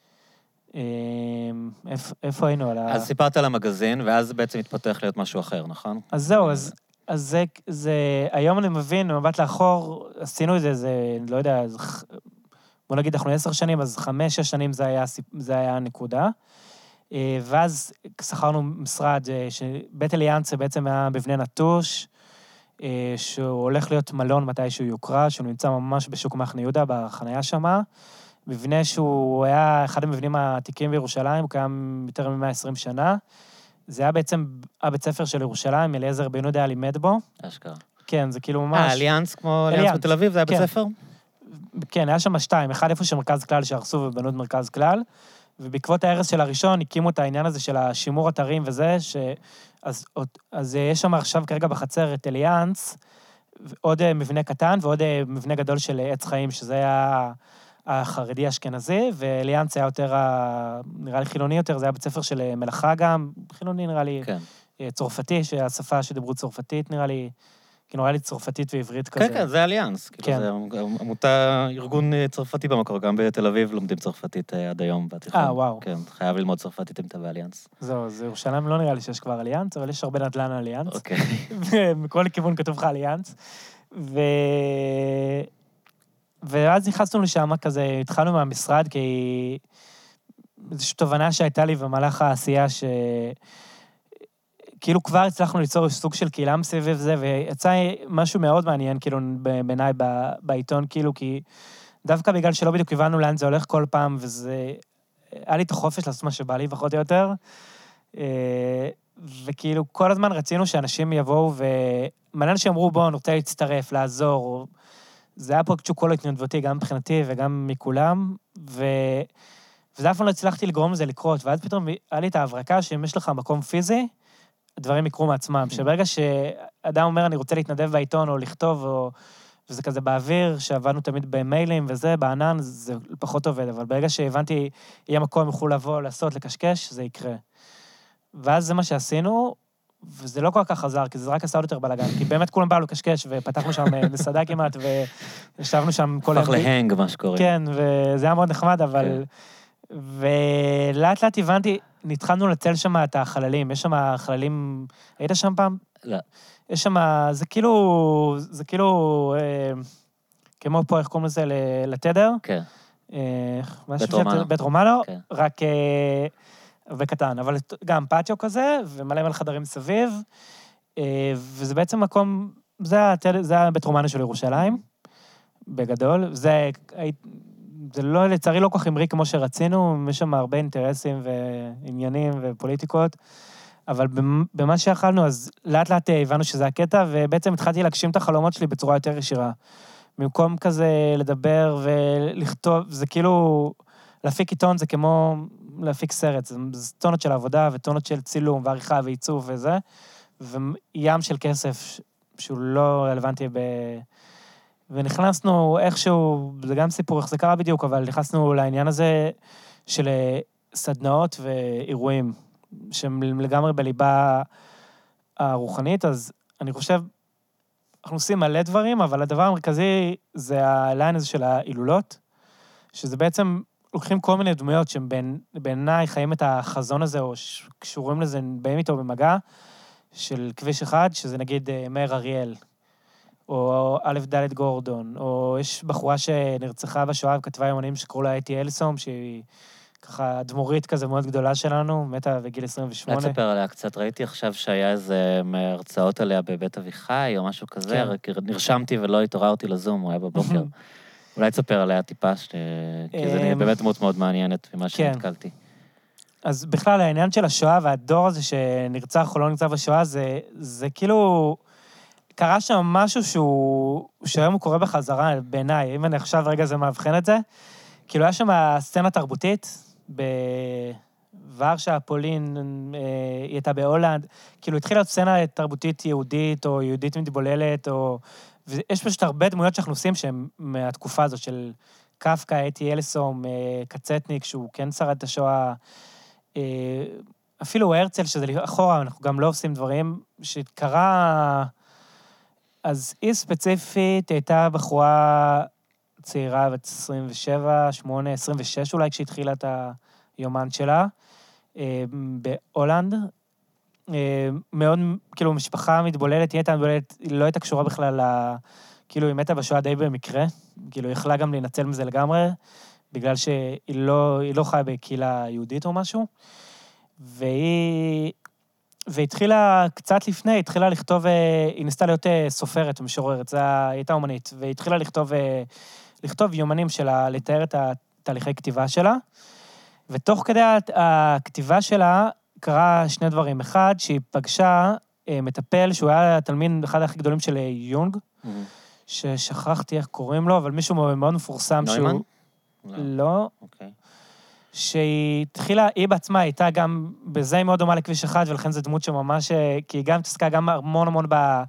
איפה, איפה היינו על ה... אז סיפרת על המגזין, ואז בעצם התפתח להיות משהו אחר, נכון? אז זהו, אז, אז זה, זה, היום אני מבין, במבט לאחור, עשינו את זה, זה, לא יודע, זה, בוא נגיד, אנחנו עשר שנים, אז חמש, שש שנים זה היה, זה היה הנקודה, ואז שכרנו משרד, שבית אליאנס זה בעצם היה מבנה נטוש, שהוא הולך להיות מלון מתי שהוא יוקרא, שהוא נמצא ממש בשוק מחנה יהודה, בחנייה שמה, מבנה שהוא היה אחד המבנים העתיקים בירושלים, הוא קיים יותר מ-מאה ועשרים שנה. זה היה בעצם הבית ספר של ירושלים, אליעזר בן יהודה לימד בו. אשכרה. כן, זה כאילו ממש... אה, אליאנס כמו אליאנס בתל אביב, זה היה בית ספר? כן, היה שם שתיים, אחד איפה שמרכז כלל שהרסו ובנו את מרכז כלל, ובעקבות ההרס של הראשון הקימו את העניין הזה של השימור אתרים וזה, ש... אז, אז יש שם עכשיו כרגע בחצר את אליאנס, עוד מבנה קטן ועוד מבנה גדול של עץ חיים, שזה היה... החרדי האשכנזי, ואליאנס היה יותר, נראה לי חילוני יותר, זה היה בית ספר של מלאכה גם, חילוני נראה לי, כן. צורפתי, שהשפה שדיברו צורפתית נראה לי, כי נראה לי צרפתית ועברית כזה. כן, כן, זה אליאנס. כן. זה עמותה, ארגון צרפתי במקור, גם בתל אביב לומדים צרפתית עד היום בתיכון. אה, וואו. כן, חייב ללמוד צרפתית אם אתה באליאנס. זהו, זה ירושלים לא נראה לי שיש כבר אליאנס, אבל יש הרבה נדל"ן אליאנס. אוקיי. ומכל כיוון כתוב לך אליאנס. ו... ואז נכנסנו לשם כזה, התחלנו מהמשרד, כי איזושהי תובנה שהייתה לי במהלך העשייה, שכאילו כבר הצלחנו ליצור סוג של קהילה מסביב זה, ויצא משהו מאוד מעניין, כאילו, בעיניי בעיתון, כאילו, כי דווקא בגלל שלא בדיוק הבנו לאן זה הולך כל פעם, וזה... היה לי את החופש לעשות מה שבא לי, פחות או יותר. וכאילו כל הזמן רצינו שאנשים יבואו, ומלא אנשים אמרו, בואו, אני רוצה להצטרף, לעזור. זה היה פרויקט שהוא כל התנדבותי, גם מבחינתי וגם מכולם, ו... וזה אף פעם לא הצלחתי לגרום לזה לקרות, ואז פתאום היה לי את ההברקה שאם יש לך מקום פיזי, הדברים יקרו מעצמם, שברגע שאדם אומר, אני רוצה להתנדב בעיתון או לכתוב, או... וזה כזה באוויר, שעבדנו תמיד במיילים וזה, בענן, זה פחות עובד, אבל ברגע שהבנתי, יהיה מקום, יוכלו לבוא, לעשות, לקשקש, זה יקרה. ואז זה מה שעשינו, וזה לא כל כך חזר, כי זה רק עשה עוד יותר בלגן, כי באמת כולם באו לקשקש, ופתחנו שם מסעדה כמעט, וישבנו שם כל... הפך להנג, מה שקוראים. כן, וזה היה מאוד נחמד, אבל... ולאט לאט הבנתי, נתחלנו לצל שם את החללים, יש שם חללים... היית שם פעם? לא. יש שם, זה כאילו, זה כאילו, אה, כמו פה, איך קוראים לזה, לתדר? כן. אה, בית רומנו. בית רומנו, כן. רק אה, וקטן, אבל גם פאצ'ו כזה, ומלא מלא חדרים סביב, אה, וזה בעצם מקום, זה, זה הבית רומנו של ירושלים, בגדול, זה, זה לא, לצערי לא כל כך אמרי כמו שרצינו, יש שם הרבה אינטרסים ועניינים ופוליטיקות, אבל במה שאכלנו, אז לאט לאט הבנו שזה הקטע, ובעצם התחלתי להגשים את החלומות שלי בצורה יותר ישירה. במקום כזה לדבר ולכתוב, זה כאילו, להפיק עיתון זה כמו להפיק סרט, זה, זה טונות של עבודה וטונות של צילום ועריכה ועיצוב וזה, וים של כסף שהוא לא רלוונטי ב... ונכנסנו איכשהו, זה גם סיפור איך זה קרה בדיוק, אבל נכנסנו לעניין הזה של סדנאות ואירועים, שהם לגמרי בליבה הרוחנית, אז אני חושב, אנחנו עושים מלא דברים, אבל הדבר המרכזי זה הליין הזה של ההילולות, שזה בעצם לוקחים כל מיני דמויות שהם בעיניי חיים את החזון הזה, או קשורים לזה, באים איתו במגע, של כביש אחד, שזה נגיד מאיר אריאל, או א' ד' גורדון, או יש בחורה שנרצחה בשואה וכתבה יומנים שקראו לה אתי אלסום, שהיא ככה דמורית כזה מאוד גדולה שלנו, מתה בגיל עשרים ושמונה. אולי תספר עליה קצת, ראיתי עכשיו שהיה איזה הרצאות עליה בבית אביחי, או משהו כזה, רק נרשמתי ולא התעוררתי לזום, הוא היה בבוקר. אולי תספר עליה טיפה, כי זה באמת דמות מאוד מעניינת ממה שנתקלתי. אז בכלל, העניין של השואה והדור הזה שנרצח או לא נרצח בשואה, זה כאילו... קרה שם משהו שהוא... שהיום הוא קורה בחזרה בעיניי, אם אני עכשיו רגע זה מאבחן את זה, כאילו היה שם סצנה תרבותית, בוורשה, פולין, היא הייתה בהולנד, כאילו התחילה להיות סצנה תרבותית יהודית, או יהודית מתבוללת, או... ויש פשוט הרבה דמויות שאנחנו עושים שהן מהתקופה הזאת של קפקא, אתי אלסום, קצטניק, שהוא כן שרד את השואה, אפילו הרצל, שזה אחורה, אנחנו גם לא עושים דברים, שקרה... אז היא ספציפית הייתה בחורה צעירה בת עשרים ושבע, שמונה, עשרים ושש אולי, כשהתחילה את היומן שלה, בהולנד. מאוד, כאילו, משפחה מתבוללת, היא הייתה מתבוללת, היא לא הייתה קשורה בכלל, כאילו, היא מתה בשואה די במקרה, כאילו, היא יכלה גם להינצל מזה לגמרי, בגלל שהיא לא, היא לא חיה בקהילה יהודית או משהו, והיא... והתחילה קצת לפני, התחילה לכתוב, היא ניסתה להיות סופרת ומשוררת, זו הייתה אומנית, והיא התחילה לכתוב, לכתוב יומנים שלה, לתאר את התהליכי כתיבה שלה, ותוך כדי הכתיבה שלה קרה שני דברים. אחד, שהיא פגשה מטפל, שהוא היה תלמיד אחד הכי גדולים של יונג, ששכחתי איך קוראים לו, אבל מישהו מאוד מפורסם שהוא... נוימן? לא. אוקיי. שהיא התחילה, היא בעצמה הייתה גם, בזה היא מאוד דומה לכביש אחד, ולכן זו דמות שממש, כי היא גם תעסקה גם המון המון ב...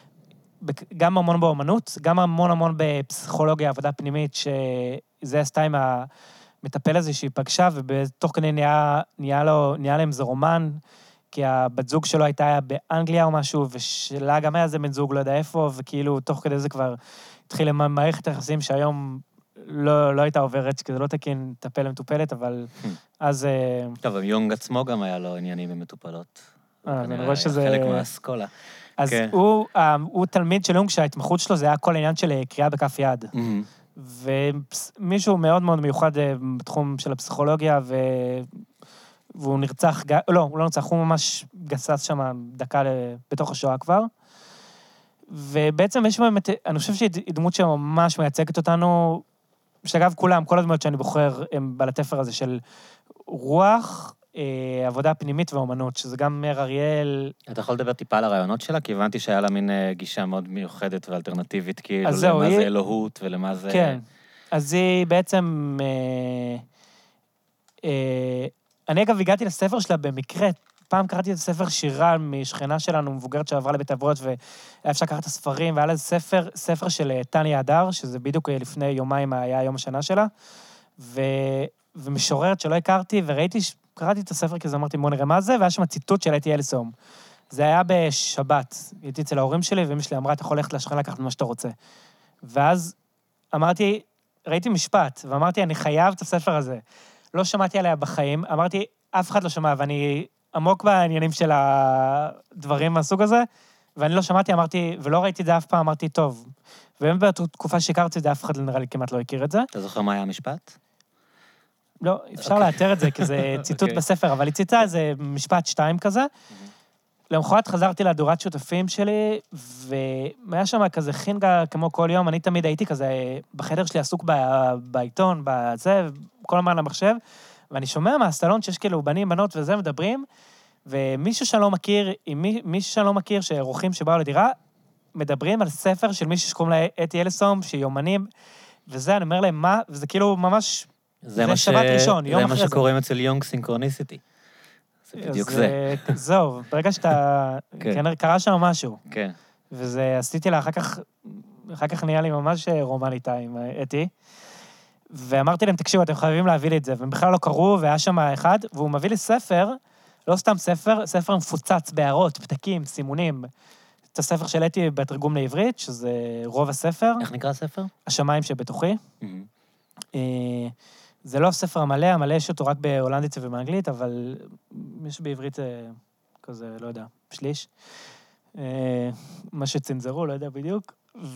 גם המון באומנות, גם המון המון בפסיכולוגיה, עבודה פנימית, שזה עשתה עם המטפל הזה שהיא פגשה, ובתוך כדי נהיה, נהיה לו, נהיה להם זה רומן, כי הבת זוג שלו הייתה באנגליה או משהו, ושלה גם היה זה בן זוג, לא יודע איפה, וכאילו תוך כדי זה כבר התחיל למערכת היחסים שהיום... לא, לא הייתה עוברת, כי זה לא תקין, טפל למטופלת, אבל אז... טוב, יונג עצמו גם היה לו עניינים עם מטופלות. אה, אני רואה שזה... חלק מהאסכולה. אז הוא, הוא תלמיד של יונג, שההתמחות שלו זה היה כל העניין של קריאה בכף יד. ומישהו מאוד מאוד מיוחד בתחום של הפסיכולוגיה, והוא נרצח, לא, הוא לא נרצח, הוא ממש גסס שם דקה בתוך השואה כבר. ובעצם יש באמת, אני חושב שהיא דמות שממש מייצגת אותנו, שאגב, כולם, כל הדמות שאני בוחר, הם בעל התפר הזה של רוח, אה, עבודה פנימית ואומנות, שזה גם מאיר אריאל. אתה יכול לדבר טיפה על הרעיונות שלה? כי הבנתי שהיה לה מין אה, גישה מאוד מיוחדת ואלטרנטיבית, כאילו, זהו, למה היא... זה אלוהות ולמה זה... כן, אז היא בעצם... אה, אה, אני אגב הגעתי לספר שלה במקרה, פעם קראתי את הספר שירה משכנה שלנו, מבוגרת שעברה לבית אבות, והיה אפשר לקחת את הספרים, והיה לה ספר, ספר של טניה הדר, שזה בדיוק לפני יומיים היה יום השנה שלה, ו... ומשוררת שלא הכרתי, וראיתי, קראתי את הספר כזה, אמרתי, בוא נראה מה זה, והיה שם ציטוט של אתי אלסום. זה היה בשבת, הייתי אצל ההורים שלי, ואמא שלי אמרה, אתה יכול ללכת לשכנה לקחת מה שאתה רוצה. ואז אמרתי, ראיתי משפט, ואמרתי, אני חייב את הספר הזה. לא שמעתי עליה בחיים, אמרתי, אף אחד לא שמע, ואני עמוק בעניינים של הדברים מהסוג הזה, ואני לא שמעתי, אמרתי, ולא ראיתי את זה אף פעם, אמרתי, טוב. ובאמת בתקופה שהכרתי את זה, אף אחד נראה לי כמעט לא הכיר את זה. אתה זוכר מה היה המשפט? לא, אפשר לאתר את זה, כי זה ציטוט בספר, אבל היא ציטה איזה משפט שתיים כזה. למחרת חזרתי לדורת שותפים שלי, והיה שם כזה חינגה כמו כל יום, אני תמיד הייתי כזה בחדר שלי עסוק בעיתון, בזה, כל הזמן למחשב, ואני שומע מהסלון שיש כאילו בנים, בנות וזה מדברים, ומישהו שאני לא מכיר, מישהו שאני לא מכיר, שרוחים שבאו לדירה, מדברים על ספר של מישהו שקוראים לה אתי אלסום, שהיא אומנים, וזה, אני אומר להם, מה? וזה כאילו ממש... זה, זה שבת ש... ראשון, יום אחרי זה. זה מה שקוראים אצל יונג סינכרוניסיטי. זה בדיוק זה. זהו, ברגע שאתה... כן, קרה שם משהו. כן. וזה, עשיתי לה, אחר כך, אחר כך נהיה לי ממש רומניתה עם אתי, ואמרתי להם, תקשיבו, אתם חייבים להביא לי את זה, והם בכלל לא קראו, והיה שם אחד, והוא מביא לי ספר, לא סתם ספר, ספר מפוצץ בהערות, פתקים, סימונים, את הספר של אתי בתרגום לעברית, שזה רוב הספר. איך נקרא הספר? השמיים שבתוכי. זה לא הספר המלא, המלא יש אותו רק בהולנדית ובאנגלית, אבל יש בעברית כזה, לא יודע, שליש. מה שצנזרו, לא יודע בדיוק.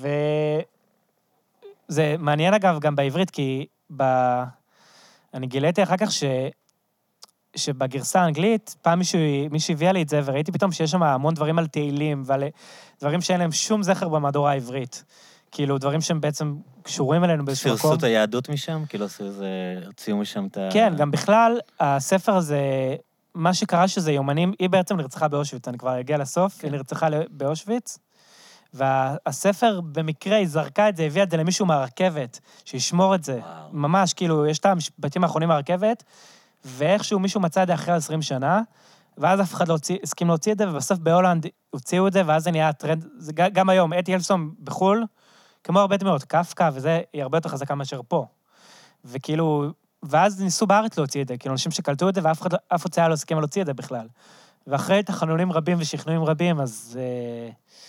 וזה מעניין אגב גם בעברית, כי ב... אני גיליתי אחר כך ש... שבגרסה האנגלית, פעם מישהו, מישהו הביאה לי את זה, וראיתי פתאום שיש שם המון דברים על תהילים, ועל דברים שאין להם שום זכר במהדורה העברית. כאילו, דברים שהם בעצם קשורים אלינו באיזשהו מקום. סירסו את היהדות משם? כאילו, הוציאו משם את ה... כן, גם בכלל, הספר הזה, מה שקרה שזה יומנים, היא בעצם נרצחה באושוויץ, אני כבר אגיע לסוף, היא נרצחה באושוויץ, והספר במקרה, היא זרקה את זה, הביאה את זה למישהו מהרכבת, שישמור את זה. ממש, כאילו, יש את המשפטים האחרונים מהרכבת, ואיכשהו מישהו מצא את זה אחרי עשרים שנה, ואז אף אחד לא הסכים להוציא את זה, ובסוף בהולנד הוציאו את זה, ואז זה נהיה הטרנד, גם היום, אתי אלסום בחול, כמו הרבה דמיות, קפקא, וזה, היא הרבה יותר חזקה מאשר פה. וכאילו, ואז ניסו בארץ להוציא את זה, כאילו, אנשים שקלטו את זה, ואף אחד, אף הוצאה לא הסכים להוציא את זה בכלל. ואחרי תחנונים רבים ושכנועים רבים, אז אה,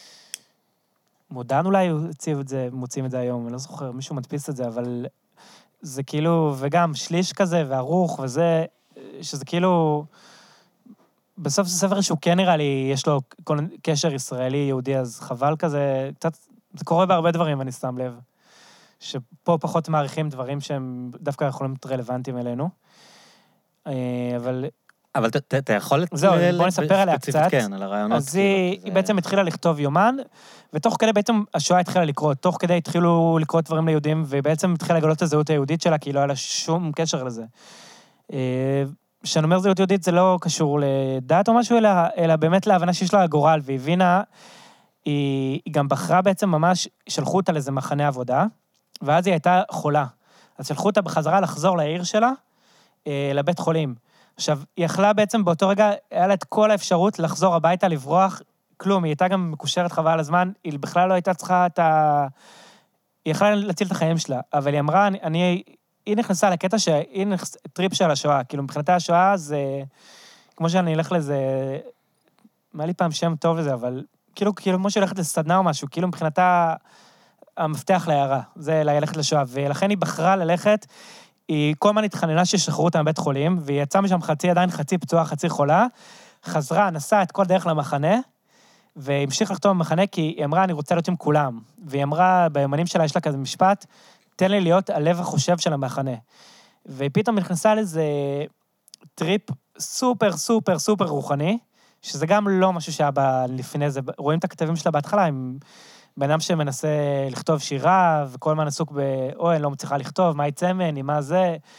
מודען אולי הוציאו את זה, מוצאים את זה היום, אני לא זוכר, מישהו מדפיס את זה, אבל זה כאילו, וגם שליש כזה, וערוך, וזה, שזה כאילו, בסוף זה ספר שהוא כן נראה לי, יש לו קשר ישראלי-יהודי, אז חבל כזה, קצת, זה קורה בהרבה דברים, אני שם לב, שפה פחות מעריכים דברים שהם דווקא יכולים להיות רלוונטיים אלינו. אבל... אבל אתה יכול... זהו, בוא נספר עליה קצת. כן, על הרעיונות. אז היא בעצם התחילה לכתוב יומן, ותוך כדי בעצם השואה התחילה לקרות, תוך כדי התחילו לקרות דברים ליהודים, ובעצם התחילה לגלות את הזהות היהודית שלה, כי לא היה לה שום קשר לזה. כשאני אומר זהות יהודית, זה לא קשור לדת או משהו, אלא, אלא באמת להבנה שיש לה גורל, והיא הבינה, היא, היא גם בחרה בעצם ממש, שלחו אותה לאיזה מחנה עבודה, ואז היא הייתה חולה. אז שלחו אותה בחזרה לחזור לעיר שלה, לבית חולים. עכשיו, היא יכלה בעצם באותו רגע, היה לה את כל האפשרות לחזור הביתה, לברוח, כלום, היא הייתה גם מקושרת חבל על הזמן, היא בכלל לא הייתה צריכה את ה... היא יכלה להציל את החיים שלה, אבל היא אמרה, אני, אני היא נכנסה לקטע שהיא נכנס, טריפ של השואה, כאילו מבחינתה השואה זה, כמו שאני אלך לזה, מה לי פעם שם טוב לזה, אבל כאילו, כאילו כמו שהיא הולכת לסדנה או משהו, כאילו מבחינתה המפתח להערה, זה ללכת לשואה, ולכן היא בחרה ללכת, היא כל הזמן התחננה ששחררו אותה מבית חולים, והיא יצאה משם חצי עדיין, חצי פצועה, חצי חולה, חזרה, נסעה את כל דרך למחנה, והמשיך לכתוב במחנה, כי היא אמרה, אני רוצה להיות עם כולם. והיא אמרה, ביומנים שלה יש לה כזה משפט, תן לי להיות הלב החושב של המחנה. והיא פתאום נכנסה לזה טריפ סופר, סופר, סופר רוחני, שזה גם לא משהו שהיה בה לפני זה. רואים את הכתבים שלה בהתחלה, עם בן אדם שמנסה לכתוב שירה, וכל הזמן עסוק באוהן, לא מצליחה לכתוב, מה יצא ממני, מה זה.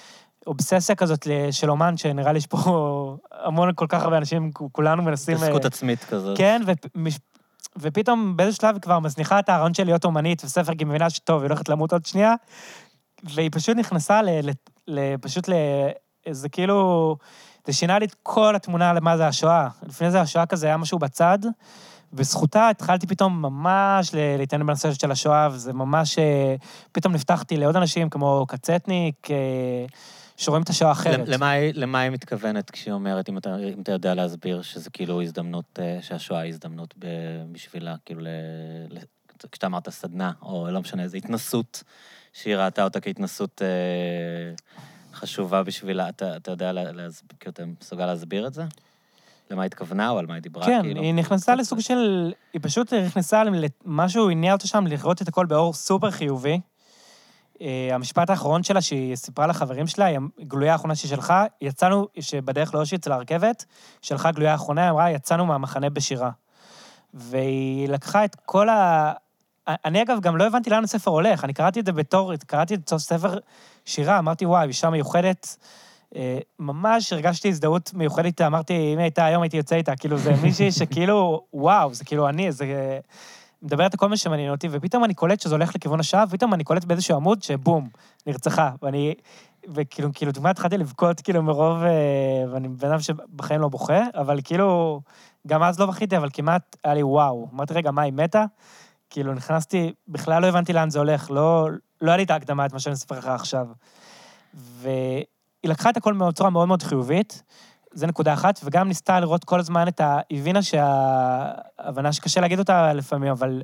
אובססיה כזאת של אומן, שנראה לי יש פה המון כל כך הרבה אנשים, כולנו מנסים... התעסקות עצמית כזאת. כן, ופתאום באיזה שלב היא כבר מזניחה את הרעיון של להיות אומנית, וספר כי מבינה שטוב, היא הולכת למות עוד שנייה, והיא פשוט נכנסה פשוט לאיזה כאילו... זה שינה לי את כל התמונה למה זה השואה. לפני זה השואה כזה היה משהו בצד, בזכותה התחלתי פתאום ממש להתעניין בנושא של השואה, וזה ממש... פתאום נפתחתי לעוד אנשים כמו קצטניק, שרואים את השואה אחרת. למה, למה היא מתכוונת כשהיא אומרת, אם אתה, אם אתה יודע להסביר, שזה כאילו הזדמנות, שהשואה היא הזדמנות בשבילה, כאילו, ל, ל, כשאתה אמרת סדנה, או לא משנה, איזו התנסות, שהיא ראתה אותה כהתנסות חשובה בשבילה, אתה, אתה יודע להסביר, כאילו, אתה מסוגל להסביר את זה? למה היא התכוונה, או על מה היא דיברה? כן, כאילו? היא נכנסה לסוג של... היא פשוט נכנסה למשהו, הניעה אותה שם, לראות את הכל באור סופר חיובי. המשפט האחרון שלה, שהיא סיפרה לחברים שלה, היא גלויה האחרונה שהיא שלחה, יצאנו, שבדרך לאושיץ לרכבת, שלחה גלויה האחרונה, היא אמרה, יצאנו מהמחנה בשירה. והיא לקחה את כל ה... אני אגב גם לא הבנתי לאן הספר הולך, אני קראתי את זה בתור, קראתי את ספר שירה, אמרתי, וואי, אישה מיוחדת, ממש הרגשתי הזדהות מיוחדת איתה, אמרתי, אם הייתה היום הייתי יוצא איתה, כאילו זה מישהי שכאילו, וואו, זה כאילו אני, זה... מדברת על כל מה שמעניין אותי, ופתאום אני קולט שזה הולך לכיוון השעה, ופתאום אני קולט באיזשהו עמוד שבום, נרצחה, ואני, וכאילו, כאילו, דוגמה התחלתי לבכות, כאילו, מרוב, ואני בן אדם שבחיים לא בוכה, אבל כאילו, גם אז לא בכיתי, אבל כמעט היה לי וואו, אמרתי, רגע, מה, היא מתה? כאילו, נכנסתי, בכלל לא הבנתי לאן זה הולך, לא, לא היה לי את ההקדמה, את מה שאני אספר לך עכשיו. והיא לקחה את הכל בצורה מאוד מאוד חיובית, זה נקודה אחת, וגם ניסתה לראות כל הזמן את ה... הבינה שההבנה שקשה להגיד אותה לפעמים, אבל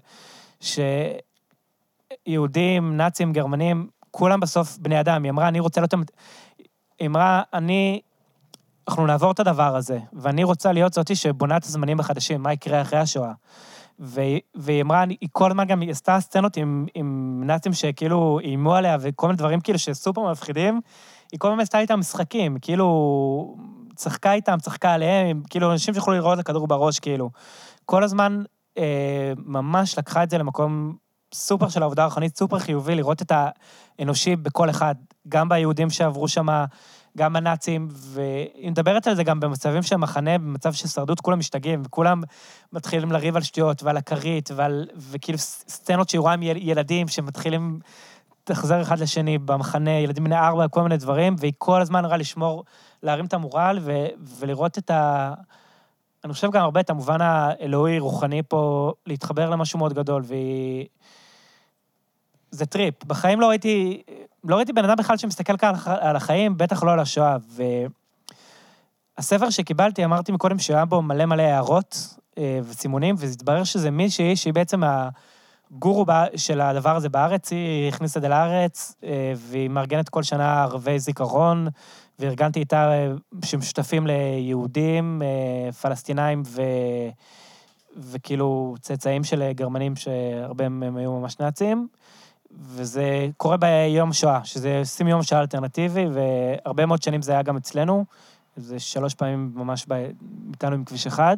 שיהודים, נאצים, גרמנים, כולם בסוף בני אדם. היא אמרה, אני רוצה להיות... היא אמרה, אני... אנחנו נעבור את הדבר הזה, ואני רוצה להיות זאתי שבונה את הזמנים החדשים, מה יקרה אחרי השואה. והיא אמרה, היא כל הזמן גם עשתה סצנות עם, עם נאצים שכאילו איימו עליה, וכל מיני דברים כאילו שסופר מפחידים, היא כל הזמן עשתה איתם משחקים, כאילו... צחקה איתם, צחקה עליהם, כאילו אנשים שיכולו לראות את הכדור בראש, כאילו. כל הזמן אה, ממש לקחה את זה למקום סופר של העבודה הרוחנית, סופר חיובי, לראות את האנושי בכל אחד, גם ביהודים שעברו שם, גם בנאצים, והיא מדברת על זה גם במצבים של מחנה, במצב של שרדות, כולם משתגעים, וכולם מתחילים לריב על שטויות, ועל הכרית, ועל, וכאילו סצנות שהיא רואה עם ילדים שמתחילים תחזר אחד לשני במחנה, ילדים בני ארבע, כל מיני דברים, והיא כל הזמן ראה לשמור, להרים את המורל, ו- ולראות את ה... אני חושב גם הרבה את המובן האלוהי, רוחני פה, להתחבר למשהו מאוד גדול, והיא... זה טריפ. בחיים לא ראיתי, לא ראיתי בן אדם בכלל שמסתכל כאן על החיים, בטח לא על השואה, והספר שקיבלתי, אמרתי מקודם שהיה בו מלא מלא הערות וסימונים, וזה התברר שזה מישהי, שהיא בעצם ה... גורו של הדבר הזה בארץ, היא הכניסה את זה לארץ, והיא מארגנת כל שנה ערבי זיכרון, וארגנתי איתה שמשותפים ליהודים, פלסטינאים, ו... וכאילו צאצאים של גרמנים, שהרבה מהם היו ממש נאצים, וזה קורה ביום שואה, שזה שים יום שואה אלטרנטיבי, והרבה מאוד שנים זה היה גם אצלנו, זה שלוש פעמים ממש איתנו עם כביש אחד,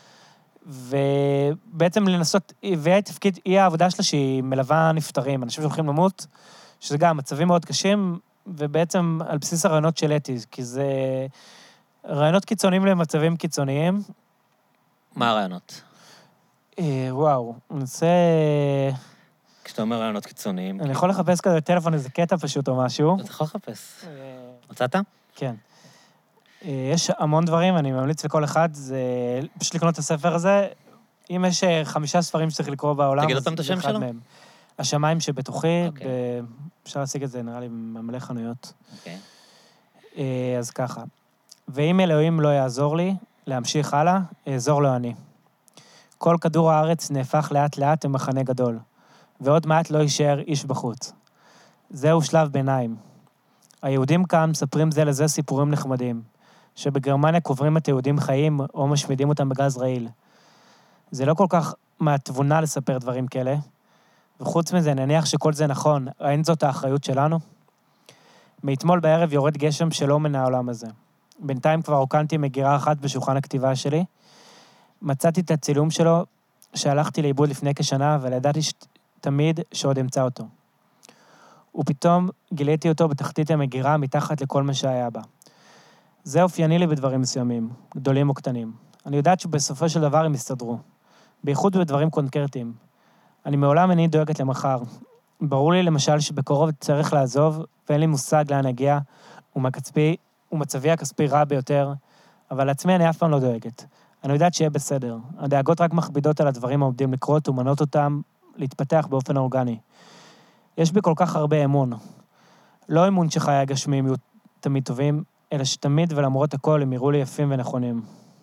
ובעצם לנסות, והיא תפקיד, היא העבודה שלה שהיא מלווה נפטרים, אנשים שהולכים למות, שזה גם מצבים מאוד קשים, ובעצם על בסיס הרעיונות של אתי, כי זה רעיונות קיצוניים למצבים קיצוניים. מה הרעיונות? וואו, אני רוצה... כשאתה אומר רעיונות קיצוניים... אני יכול לחפש כזה טלפון, איזה קטע פשוט או משהו. אתה יכול לחפש. מצאת? כן. יש המון דברים, אני ממליץ לכל אחד, זה פשוט לקנות את הספר הזה. אם יש חמישה ספרים שצריך לקרוא בעולם, תגיד אותם את השם שלו? מהם. השמיים שבתוכי, אפשר להשיג את זה, נראה לי, ממלא חנויות. אוקיי. אז ככה. ואם אלוהים לא יעזור לי, להמשיך הלאה, אעזור לו אני. כל כדור הארץ נהפך לאט לאט למחנה גדול, ועוד מעט לא יישאר איש בחוץ. זהו שלב ביניים. היהודים כאן מספרים זה לזה סיפורים נחמדים, שבגרמניה קוברים את היהודים חיים או משמידים אותם בגז רעיל. זה לא כל כך מהתבונה לספר דברים כאלה, וחוץ מזה נניח שכל זה נכון, האין זאת האחריות שלנו? מאתמול בערב יורד גשם שלא מן העולם הזה. בינתיים כבר רוקנתי מגירה אחת בשולחן הכתיבה שלי, מצאתי את הצילום שלו שהלכתי לאיבוד לפני כשנה, אבל ידעתי תמיד שעוד אמצא אותו. ופתאום גיליתי אותו בתחתית המגירה מתחת לכל מה שהיה בה. זה אופייני לי בדברים מסוימים, גדולים או קטנים. אני יודעת שבסופו של דבר הם יסתדרו, בייחוד בדברים קונקרטיים. אני מעולם איני דואגת למחר. ברור לי למשל שבקרוב צריך לעזוב, ואין לי מושג לאן הגיע, ומקצפי, ומצבי הכספי רע ביותר, אבל לעצמי אני אף פעם לא דואגת. אני יודעת שיהיה בסדר. הדאגות רק מכבידות על הדברים העומדים לקרות, ומנות אותם להתפתח באופן אורגני. יש בי כל כך הרבה אמון. לא אמון שחיי הגשמיים יהיו תמיד טובים, אלא שתמיד ולמרות הכל הם יראו לי יפים ונכונים.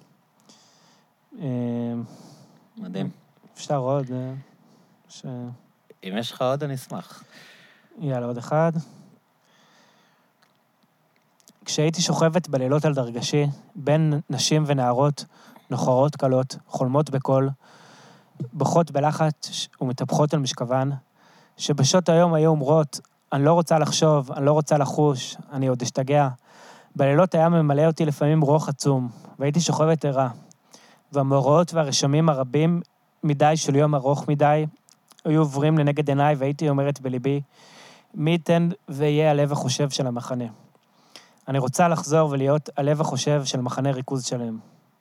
מדהים. אפשר עוד... ש... אם יש לך עוד, אני אשמח. יאללה, עוד אחד. כשהייתי שוכבת בלילות על דרגשי, בין נשים ונערות, נוחרות קלות, חולמות בקול, בוכות בלחץ ומתהפכות על משכבן, שבשעות היום היו אומרות, אני לא רוצה לחשוב, אני לא רוצה לחוש, אני עוד אשתגע. בלילות היה ממלא אותי לפעמים רוח עצום, והייתי שוכבת ערה. והמאורעות והרשמים הרבים מדי של יום ארוך מדי, היו עוברים לנגד עיניי, והייתי אומרת בליבי, מי ייתן ויהיה הלב החושב של המחנה. אני רוצה לחזור ולהיות הלב החושב של מחנה ריכוז שלהם.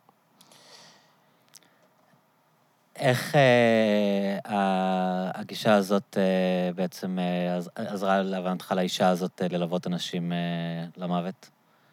איך אה, הגישה הזאת אה, בעצם אה, עזרה להבנתך לאישה הזאת אה, ללוות אנשים אה, למוות?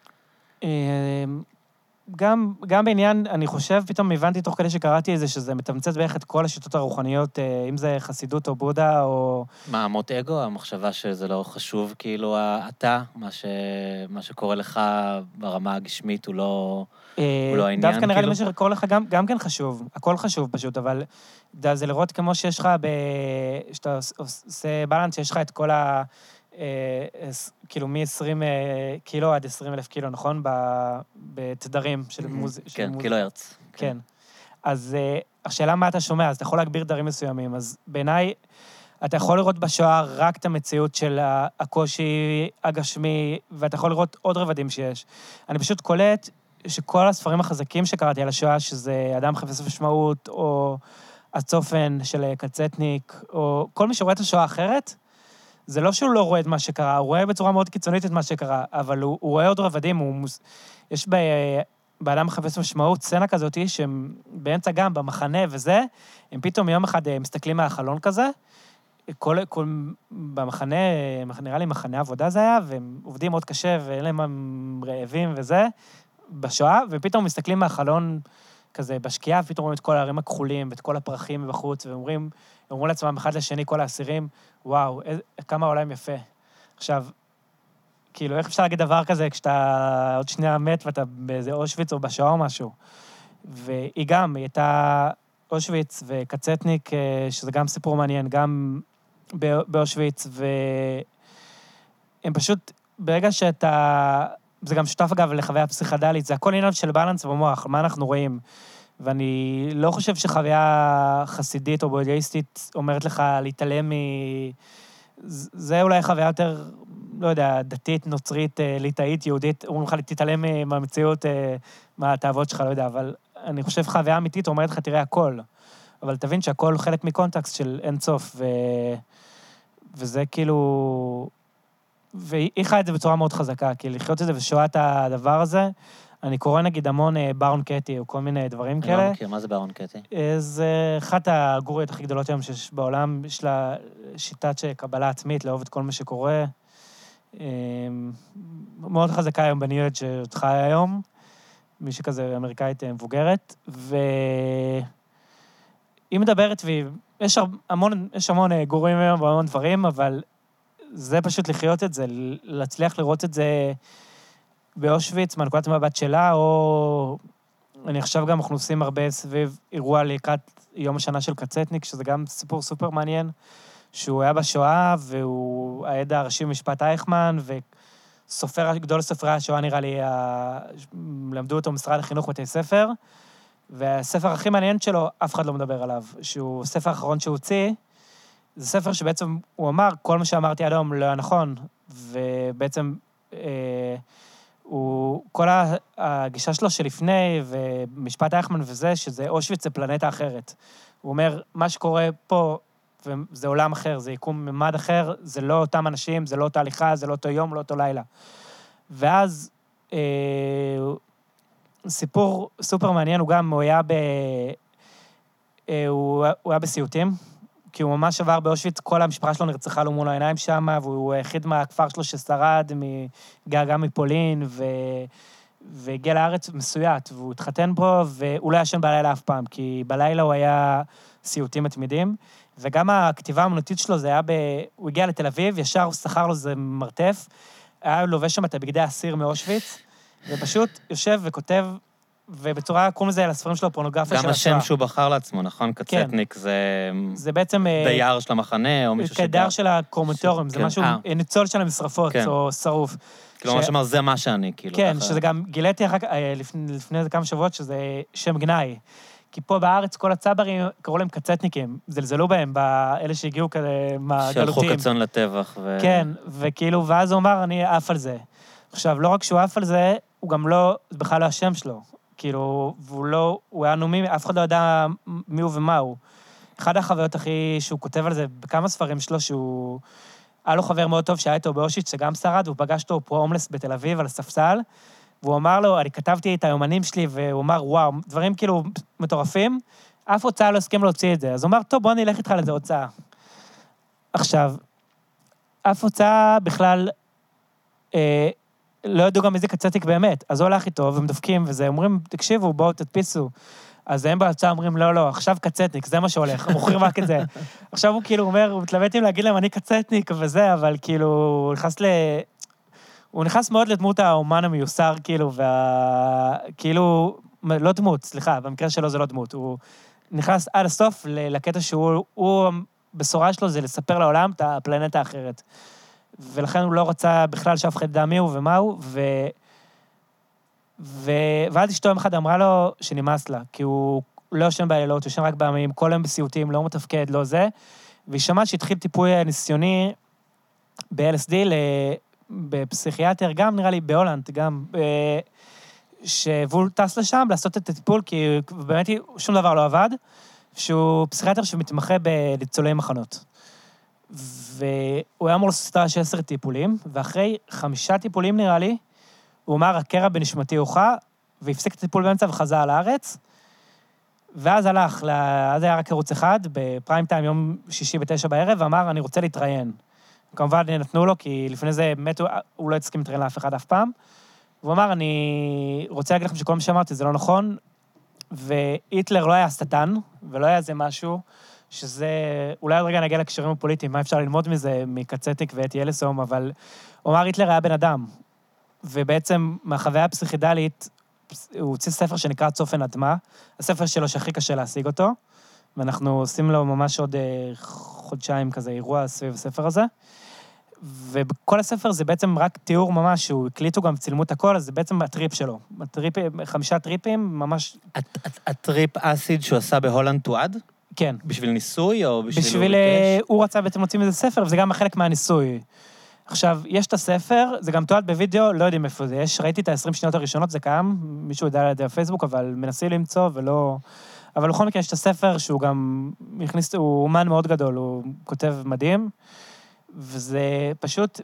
גם, גם בעניין, אני חושב, פתאום הבנתי תוך כדי שקראתי את זה, שזה מתמצת בערך את כל השיטות הרוחניות, אם זה חסידות או בודה או... מה, אמות אגו? המחשבה שזה לא חשוב, כאילו, אתה, מה, ש... מה שקורה לך ברמה הגשמית הוא לא, הוא לא העניין, דווקא נראה לי כאילו? מה שקורה לך גם, גם כן חשוב, הכל חשוב פשוט, אבל זה לראות כמו שיש לך, ב... שאתה עושה בלנס, שיש לך את כל ה... כאילו מ-עשרים קילו עד עשרים אלף קילו, נכון? בתדרים של מוזיקה. כן, קילו הרץ. כן. אז השאלה מה אתה שומע, אז אתה יכול להגביר דברים מסוימים. אז בעיניי, אתה יכול לראות בשואה רק את המציאות של הקושי הגשמי, ואתה יכול לראות עוד רבדים שיש. אני פשוט קולט שכל הספרים החזקים שקראתי על השואה, שזה אדם חפץ משמעות, או הצופן של קצטניק, או כל מי שרואה את השואה אחרת, זה לא שהוא לא רואה את מה שקרה, הוא רואה בצורה מאוד קיצונית את מה שקרה, אבל הוא, הוא רואה עוד רבדים, הוא מוס... יש ב... באדם מחפש משמעות, סצנה כזאת, שהם באמצע גם, במחנה וזה, הם פתאום יום אחד מסתכלים מהחלון כזה, כל, כל, במחנה, נראה לי מחנה עבודה זה היה, והם עובדים מאוד קשה, ואין להם רעבים וזה, בשואה, ופתאום מסתכלים מהחלון כזה בשקיעה, ופתאום רואים את כל הערים הכחולים, ואת כל הפרחים בחוץ, ואומרים, אומרים לעצמם אחד לשני, כל האסירים, וואו, איזה, כמה העולם יפה. עכשיו, כאילו, איך אפשר להגיד דבר כזה, כשאתה עוד שנייה מת, ואתה באיזה אושוויץ או בשואה או משהו. והיא גם, היא הייתה אושוויץ וקצטניק, שזה גם סיפור מעניין, גם באושוויץ, והם פשוט, ברגע שאתה, זה גם שותף אגב לחוויה פסיכדלית, זה הכל עניין של בלנס במוח, מה אנחנו רואים. ואני לא חושב שחוויה חסידית או בודהיסטית אומרת לך להתעלם מ... זה אולי חוויה יותר, לא יודע, דתית, נוצרית, ליטאית, יהודית, אומרים לך להתעלם מהמציאות, מהתאוות שלך, לא יודע, אבל אני חושב חוויה אמיתית אומרת לך, תראה הכל. אבל תבין שהכל חלק מקונטקסט של אין סוף, ו... וזה כאילו... והיא חיה את זה בצורה מאוד חזקה, כי לחיות את זה ושואה את הדבר הזה, אני קורא נגיד המון ברון קטי, או כל מיני דברים כאלה. אני לא מכיר, מה זה ברון קטי? זה אחת הגוריות הכי גדולות היום שיש בעולם, יש לה שיטת קבלה עצמית, לאהוב את כל מה שקורה. מאוד חזקה היום בניו-יורק שאת חיה היום, מי שכזה אמריקאית מבוגרת, והיא מדברת, ויש המון, יש המון גורים היום והמון דברים, אבל זה פשוט לחיות את זה, להצליח לראות את זה באושוויץ, מנקודת המבט שלה, או אני חושב גם אנחנו עושים הרבה סביב אירוע לקראת יום השנה של קצטניק, שזה גם סיפור סופר מעניין, שהוא היה בשואה, והוא העד הראשי במשפט אייכמן, וסופר, גדול סופרי השואה נראה לי, למדו אותו משרד החינוך בתי ספר, והספר הכי מעניין שלו, אף אחד לא מדבר עליו, שהוא ספר האחרון שהוא הוציא, זה ספר שבעצם הוא אמר, כל מה שאמרתי עד היום לא היה נכון, ובעצם אה, הוא, כל הגישה שלו שלפני, ומשפט אייכמן וזה, שזה אושוויץ זה פלנטה אחרת. הוא אומר, מה שקורה פה וזה עולם אחר, זה יקום ממד אחר, זה לא אותם אנשים, זה לא אותה הליכה, זה לא אותו יום, לא אותו לילה. ואז, אה, סיפור סופר מעניין, הוא גם, הוא היה ב... אה, הוא, הוא היה בסיוטים, כי הוא ממש עבר באושוויץ, כל המשפחה שלו נרצחה לו מול העיניים שם, והוא היחיד מהכפר שלו ששרד, געגע מפולין, ו... והגיע לארץ מסויט, והוא התחתן פה, והוא לא ישן בלילה אף פעם, כי בלילה הוא היה סיוטים מתמידים, וגם הכתיבה האמנותית שלו, זה היה ב... הוא הגיע לתל אביב, ישר הוא שכר לו זה מרתף, היה לובש שם את הבגדי האסיר מאושוויץ, ופשוט יושב וכותב, ובצורה, קוראים לזה לספרים שלו, פורנוגרפיה של השואה. גם השם שהוא בחר לעצמו, נכון? קצטניק זה... זה בעצם... דייר של המחנה, או מישהו שגר... כדייר של הקורמטורים, זה משהו, ניצול של המשרפות, או שרוף. כאילו, מה שאומר, זה מה שאני, כאילו. כן, שזה גם, גיליתי אחר כך, לפני כמה שבועות, שזה שם גנאי. כי פה בארץ, כל הצברים, קראו להם קצטניקים, זלזלו בהם, באלה שהגיעו כזה מהגלותיים. שלחו כצאן לטבח. כן, וכאילו, ואז הוא אמר, אני עף על זה. עכשיו, לא רק שהוא עף על זה, הוא גם לא, זה בכלל לא השם שלו. כאילו, והוא לא, הוא היה נומי, אף אחד לא ידע מי הוא ומה הוא. אחד החוויות הכי, שהוא כותב על זה בכמה ספרים שלו, שהוא, היה לו חבר מאוד טוב שהיה איתו באושוויץ, שגם שרד, והוא פגש אותו פרו-הומלס בתל אביב על הספסל, והוא אמר לו, אני כתבתי את היומנים שלי, והוא אמר, וואו, דברים כאילו מטורפים, אף הוצאה לא הסכים להוציא את זה. אז הוא אמר, טוב, בוא נלך איתך לזה הוצאה. עכשיו, אף הוצאה בכלל, אה, לא ידעו גם איזה קצטיק באמת, אז הוא הולך איתו, והם דופקים, וזה, אומרים, תקשיבו, בואו, תדפיסו. אז הם בהוצאה אומרים, לא, לא, עכשיו קצטניק, זה מה שהולך, הם מוכרים רק את זה. עכשיו הוא כאילו אומר, הוא מתלבט עם להגיד להם, אני קצטניק וזה, אבל כאילו, הוא נכנס ל... הוא נכנס מאוד לדמות האומן המיוסר, כאילו, וה... כאילו, לא דמות, סליחה, במקרה שלו זה לא דמות, הוא נכנס עד הסוף לקטע שהוא, הוא, בשורה שלו זה לספר לעולם את הפלנטה האחרת. ולכן הוא לא רצה בכלל שאף אחד ידע מי הוא ומה הוא, ו... ו... ואז אשתו יום אחד אמרה לו שנמאס לה, כי הוא לא יושן בלילות, הוא יושן רק בימים, כל היום בסיוטים, לא מתפקד, לא זה, והיא שמעה שהתחיל טיפוי ניסיוני ב-אל אס די, בפסיכיאטר, גם נראה לי בהולנד, גם, שהוא טס לשם לעשות את הטיפול, כי באמת שום דבר לא עבד, שהוא פסיכיאטר שמתמחה בניצולי מחנות. והוא היה אמור לעשות סדרה של עשר טיפולים, ואחרי חמישה טיפולים נראה לי, הוא אמר, הקרע בנשמתי הוכה, והפסיק את הטיפול באמצע וחזר לארץ, ואז הלך, אז היה רק ערוץ אחד, בפריים טיים, יום שישי בתשע בערב, ואמר, אני רוצה להתראיין. כמובן נתנו לו, כי לפני זה באמת הוא לא הסכים להתראיין לאף אחד אף פעם, והוא אמר, אני רוצה להגיד לכם שכל מה שאמרתי זה לא נכון, והיטלר לא היה השטן, ולא היה זה משהו, שזה, אולי עוד רגע נגיע לקשרים הפוליטיים, מה אפשר ללמוד מזה, מקצטיק ואתי אלסום, אבל הוא אמר, היטלר היה בן אדם, ובעצם מהחוויה הפסיכידלית, הוא הוציא ספר שנקרא צופן אדמה, הספר שלו שהכי קשה להשיג אותו, ואנחנו עושים לו ממש עוד חודשיים כזה אירוע סביב הספר הזה, ובכל הספר זה בעצם רק תיאור ממש, שהוא הקליטו גם, צילמו את הכל, אז זה בעצם הטריפ שלו, הטריפ, חמישה טריפים, ממש... הטריפ אסיד שהוא עשה בהולנד תועד? כן. בשביל ניסוי או בשביל... בשביל... הוא רצה בעצם להוציא מזה ספר, וזה גם חלק מהניסוי. עכשיו, יש את הספר, זה גם תועד בווידאו, לא יודעים איפה זה יש, ראיתי את ה-עשרים שניות הראשונות, זה קיים, מישהו יודע על ידי הפייסבוק, אבל מנסים למצוא ולא... אבל בכל מקרה יש את הספר שהוא גם מכניס, הוא אומן מאוד גדול, הוא כותב מדהים, וזה פשוט,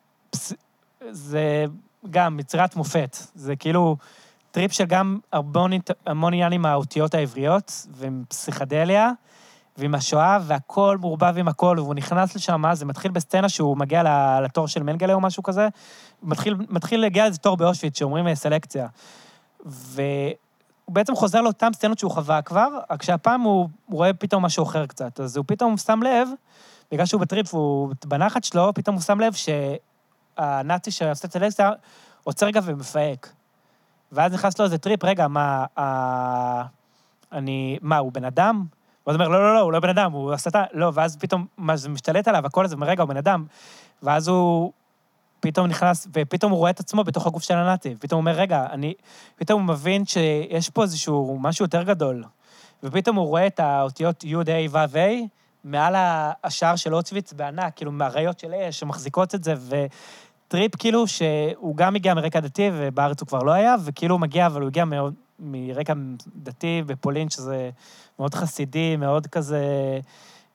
זה גם יצירת מופת, זה כאילו טריפ של גם המון עניין עם האותיות העבריות, ועם פסיכדליה, ועם השואה, והכל מעורבב עם הכל, והוא נכנס לשם, זה מתחיל בסצנה שהוא מגיע לתור של מנגלה או משהו כזה, מתחיל, מתחיל להגיע לזה תור באושוויץ, שאומרים סלקציה, והוא בעצם חוזר לאותם סצנות שהוא חווה כבר, רק שהפעם הוא, הוא רואה פתאום משהו אחר קצת, אז הוא פתאום שם לב, בגלל שהוא בטריפ, הוא בנחת שלו, פתאום הוא שם לב שהנאצי שעושה את סלקציה, עוצר רגע ומפהק. ואז נכנס לו איזה טריפ, רגע, מה, אה, אני, מה, הוא בן אדם? ואז הוא אומר, לא, לא, לא, הוא לא בן אדם, הוא עשתה, לא, ואז פתאום, מה, זה משתלט עליו, הכל הזה, רגע, הוא בן אדם, ואז הוא פתאום נכנס, ופתאום הוא רואה את עצמו בתוך הגוף של הנאצי, פתאום הוא אומר, רגע, אני, פתאום הוא מבין שיש פה איזשהו משהו יותר גדול, ופתאום הוא רואה את האותיות י' ה' ו' ה', מעל השער של אושוויץ בענק, כאילו מהראיות של אש, שמחזיקות את זה, וטריפ כאילו שהוא גם הגיע מרקע דתי, ובארץ הוא כבר לא היה, וכאילו הוא מגיע, אבל הוא הגיע מאוד, מרקע דתי בפולין, שזה מאוד חסידי, מאוד כזה,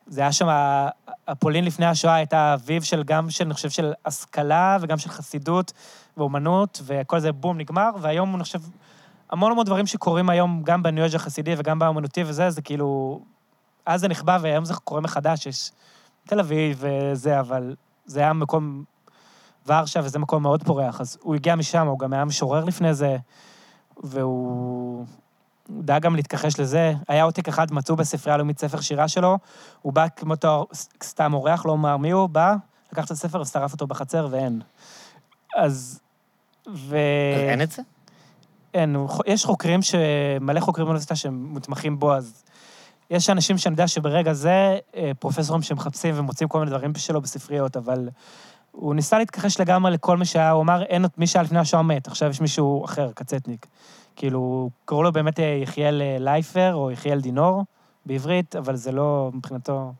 זה היה שם, הפולין לפני השואה הייתה אביב של גם של, אני חושב, של השכלה וגם של חסידות ואומנות, וכל זה בום נגמר, והיום אני חושב, המון המון דברים שקורים היום, גם בניו-אג' החסידי וגם באומנותי וזה, זה כאילו, אז זה נכבה, והיום זה קורה מחדש, יש תל אביב וזה, אבל זה היה מקום ורשה, וזה מקום מאוד פורח, אז הוא הגיע משם, הוא גם היה משורר לפני זה, והוא דאג גם להתכחש לזה. היה עותק אחד, מצאו בספרייה הלאומית ספר שירה שלו, הוא בא כמו תואר, סתם אורח, לא אומר מי הוא, בא, לקח את הספר ושרף אותו בחצר, ואין. אז... ו... אז אין את זה? אין, יש חוקרים, ש... מלא חוקרים באוניברסיטה שמותמחים בו, אז יש אנשים שאני יודע שברגע זה, פרופסורים שמחפשים ומוצאים כל מיני דברים שלו בספריות, אבל הוא ניסה להתכחש לגמרי לכל מי שהיה, הוא אמר, אין מי שהיה לפני השואה מת, עכשיו יש מישהו אחר, קצטניק. כאילו, קראו לו באמת יחיאל לייפר, או יחיאל דינור, בעברית, אבל זה לא מבחינתו...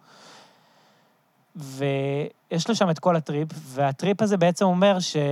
ויש לו שם את כל הטריפ, והטריפ הזה בעצם אומר ש...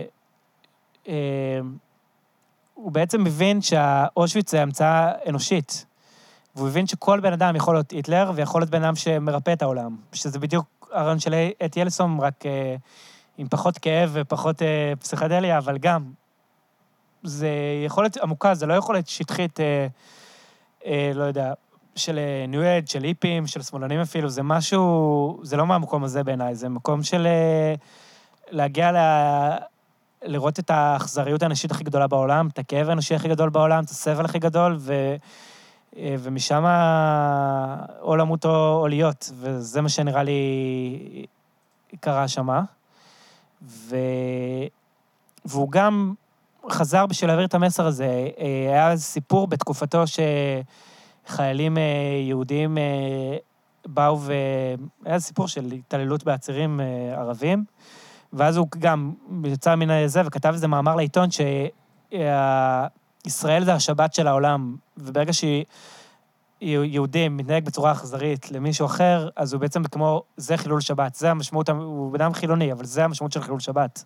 הוא בעצם מבין שהאושוויץ זה המצאה אנושית, והוא מבין שכל בן אדם יכול להיות היטלר, ויכול להיות בן אדם שמרפא את העולם, שזה בדיוק הרעיון של את ילסום, רק עם פחות כאב ופחות פסיכדליה, אבל גם זה יכולת עמוקה, זה לא יכולת שטחית, אה, אה, לא יודע, של ניו-אג', של היפים, של שמאלנים אפילו, זה משהו, זה לא מהמקום הזה בעיניי, זה מקום של אה, להגיע ל... לראות את האכזריות האנושית הכי גדולה בעולם, את הכאב האנושי הכי גדול בעולם, את הסבל הכי גדול, ו... ומשם או למות או להיות, וזה מה שנראה לי קרה שמה. ו... והוא גם חזר בשביל להעביר את המסר הזה. היה סיפור בתקופתו שחיילים יהודים באו, והיה סיפור של התעללות בעצירים ערבים, ואז הוא גם יצא מן הזה וכתב איזה מאמר לעיתון שישראל זה השבת של העולם, וברגע שיהודי מתנהג בצורה אכזרית למישהו אחר, אז הוא בעצם כמו, זה חילול שבת, זה המשמעות, הוא בן חילוני, אבל זה המשמעות של חילול שבת.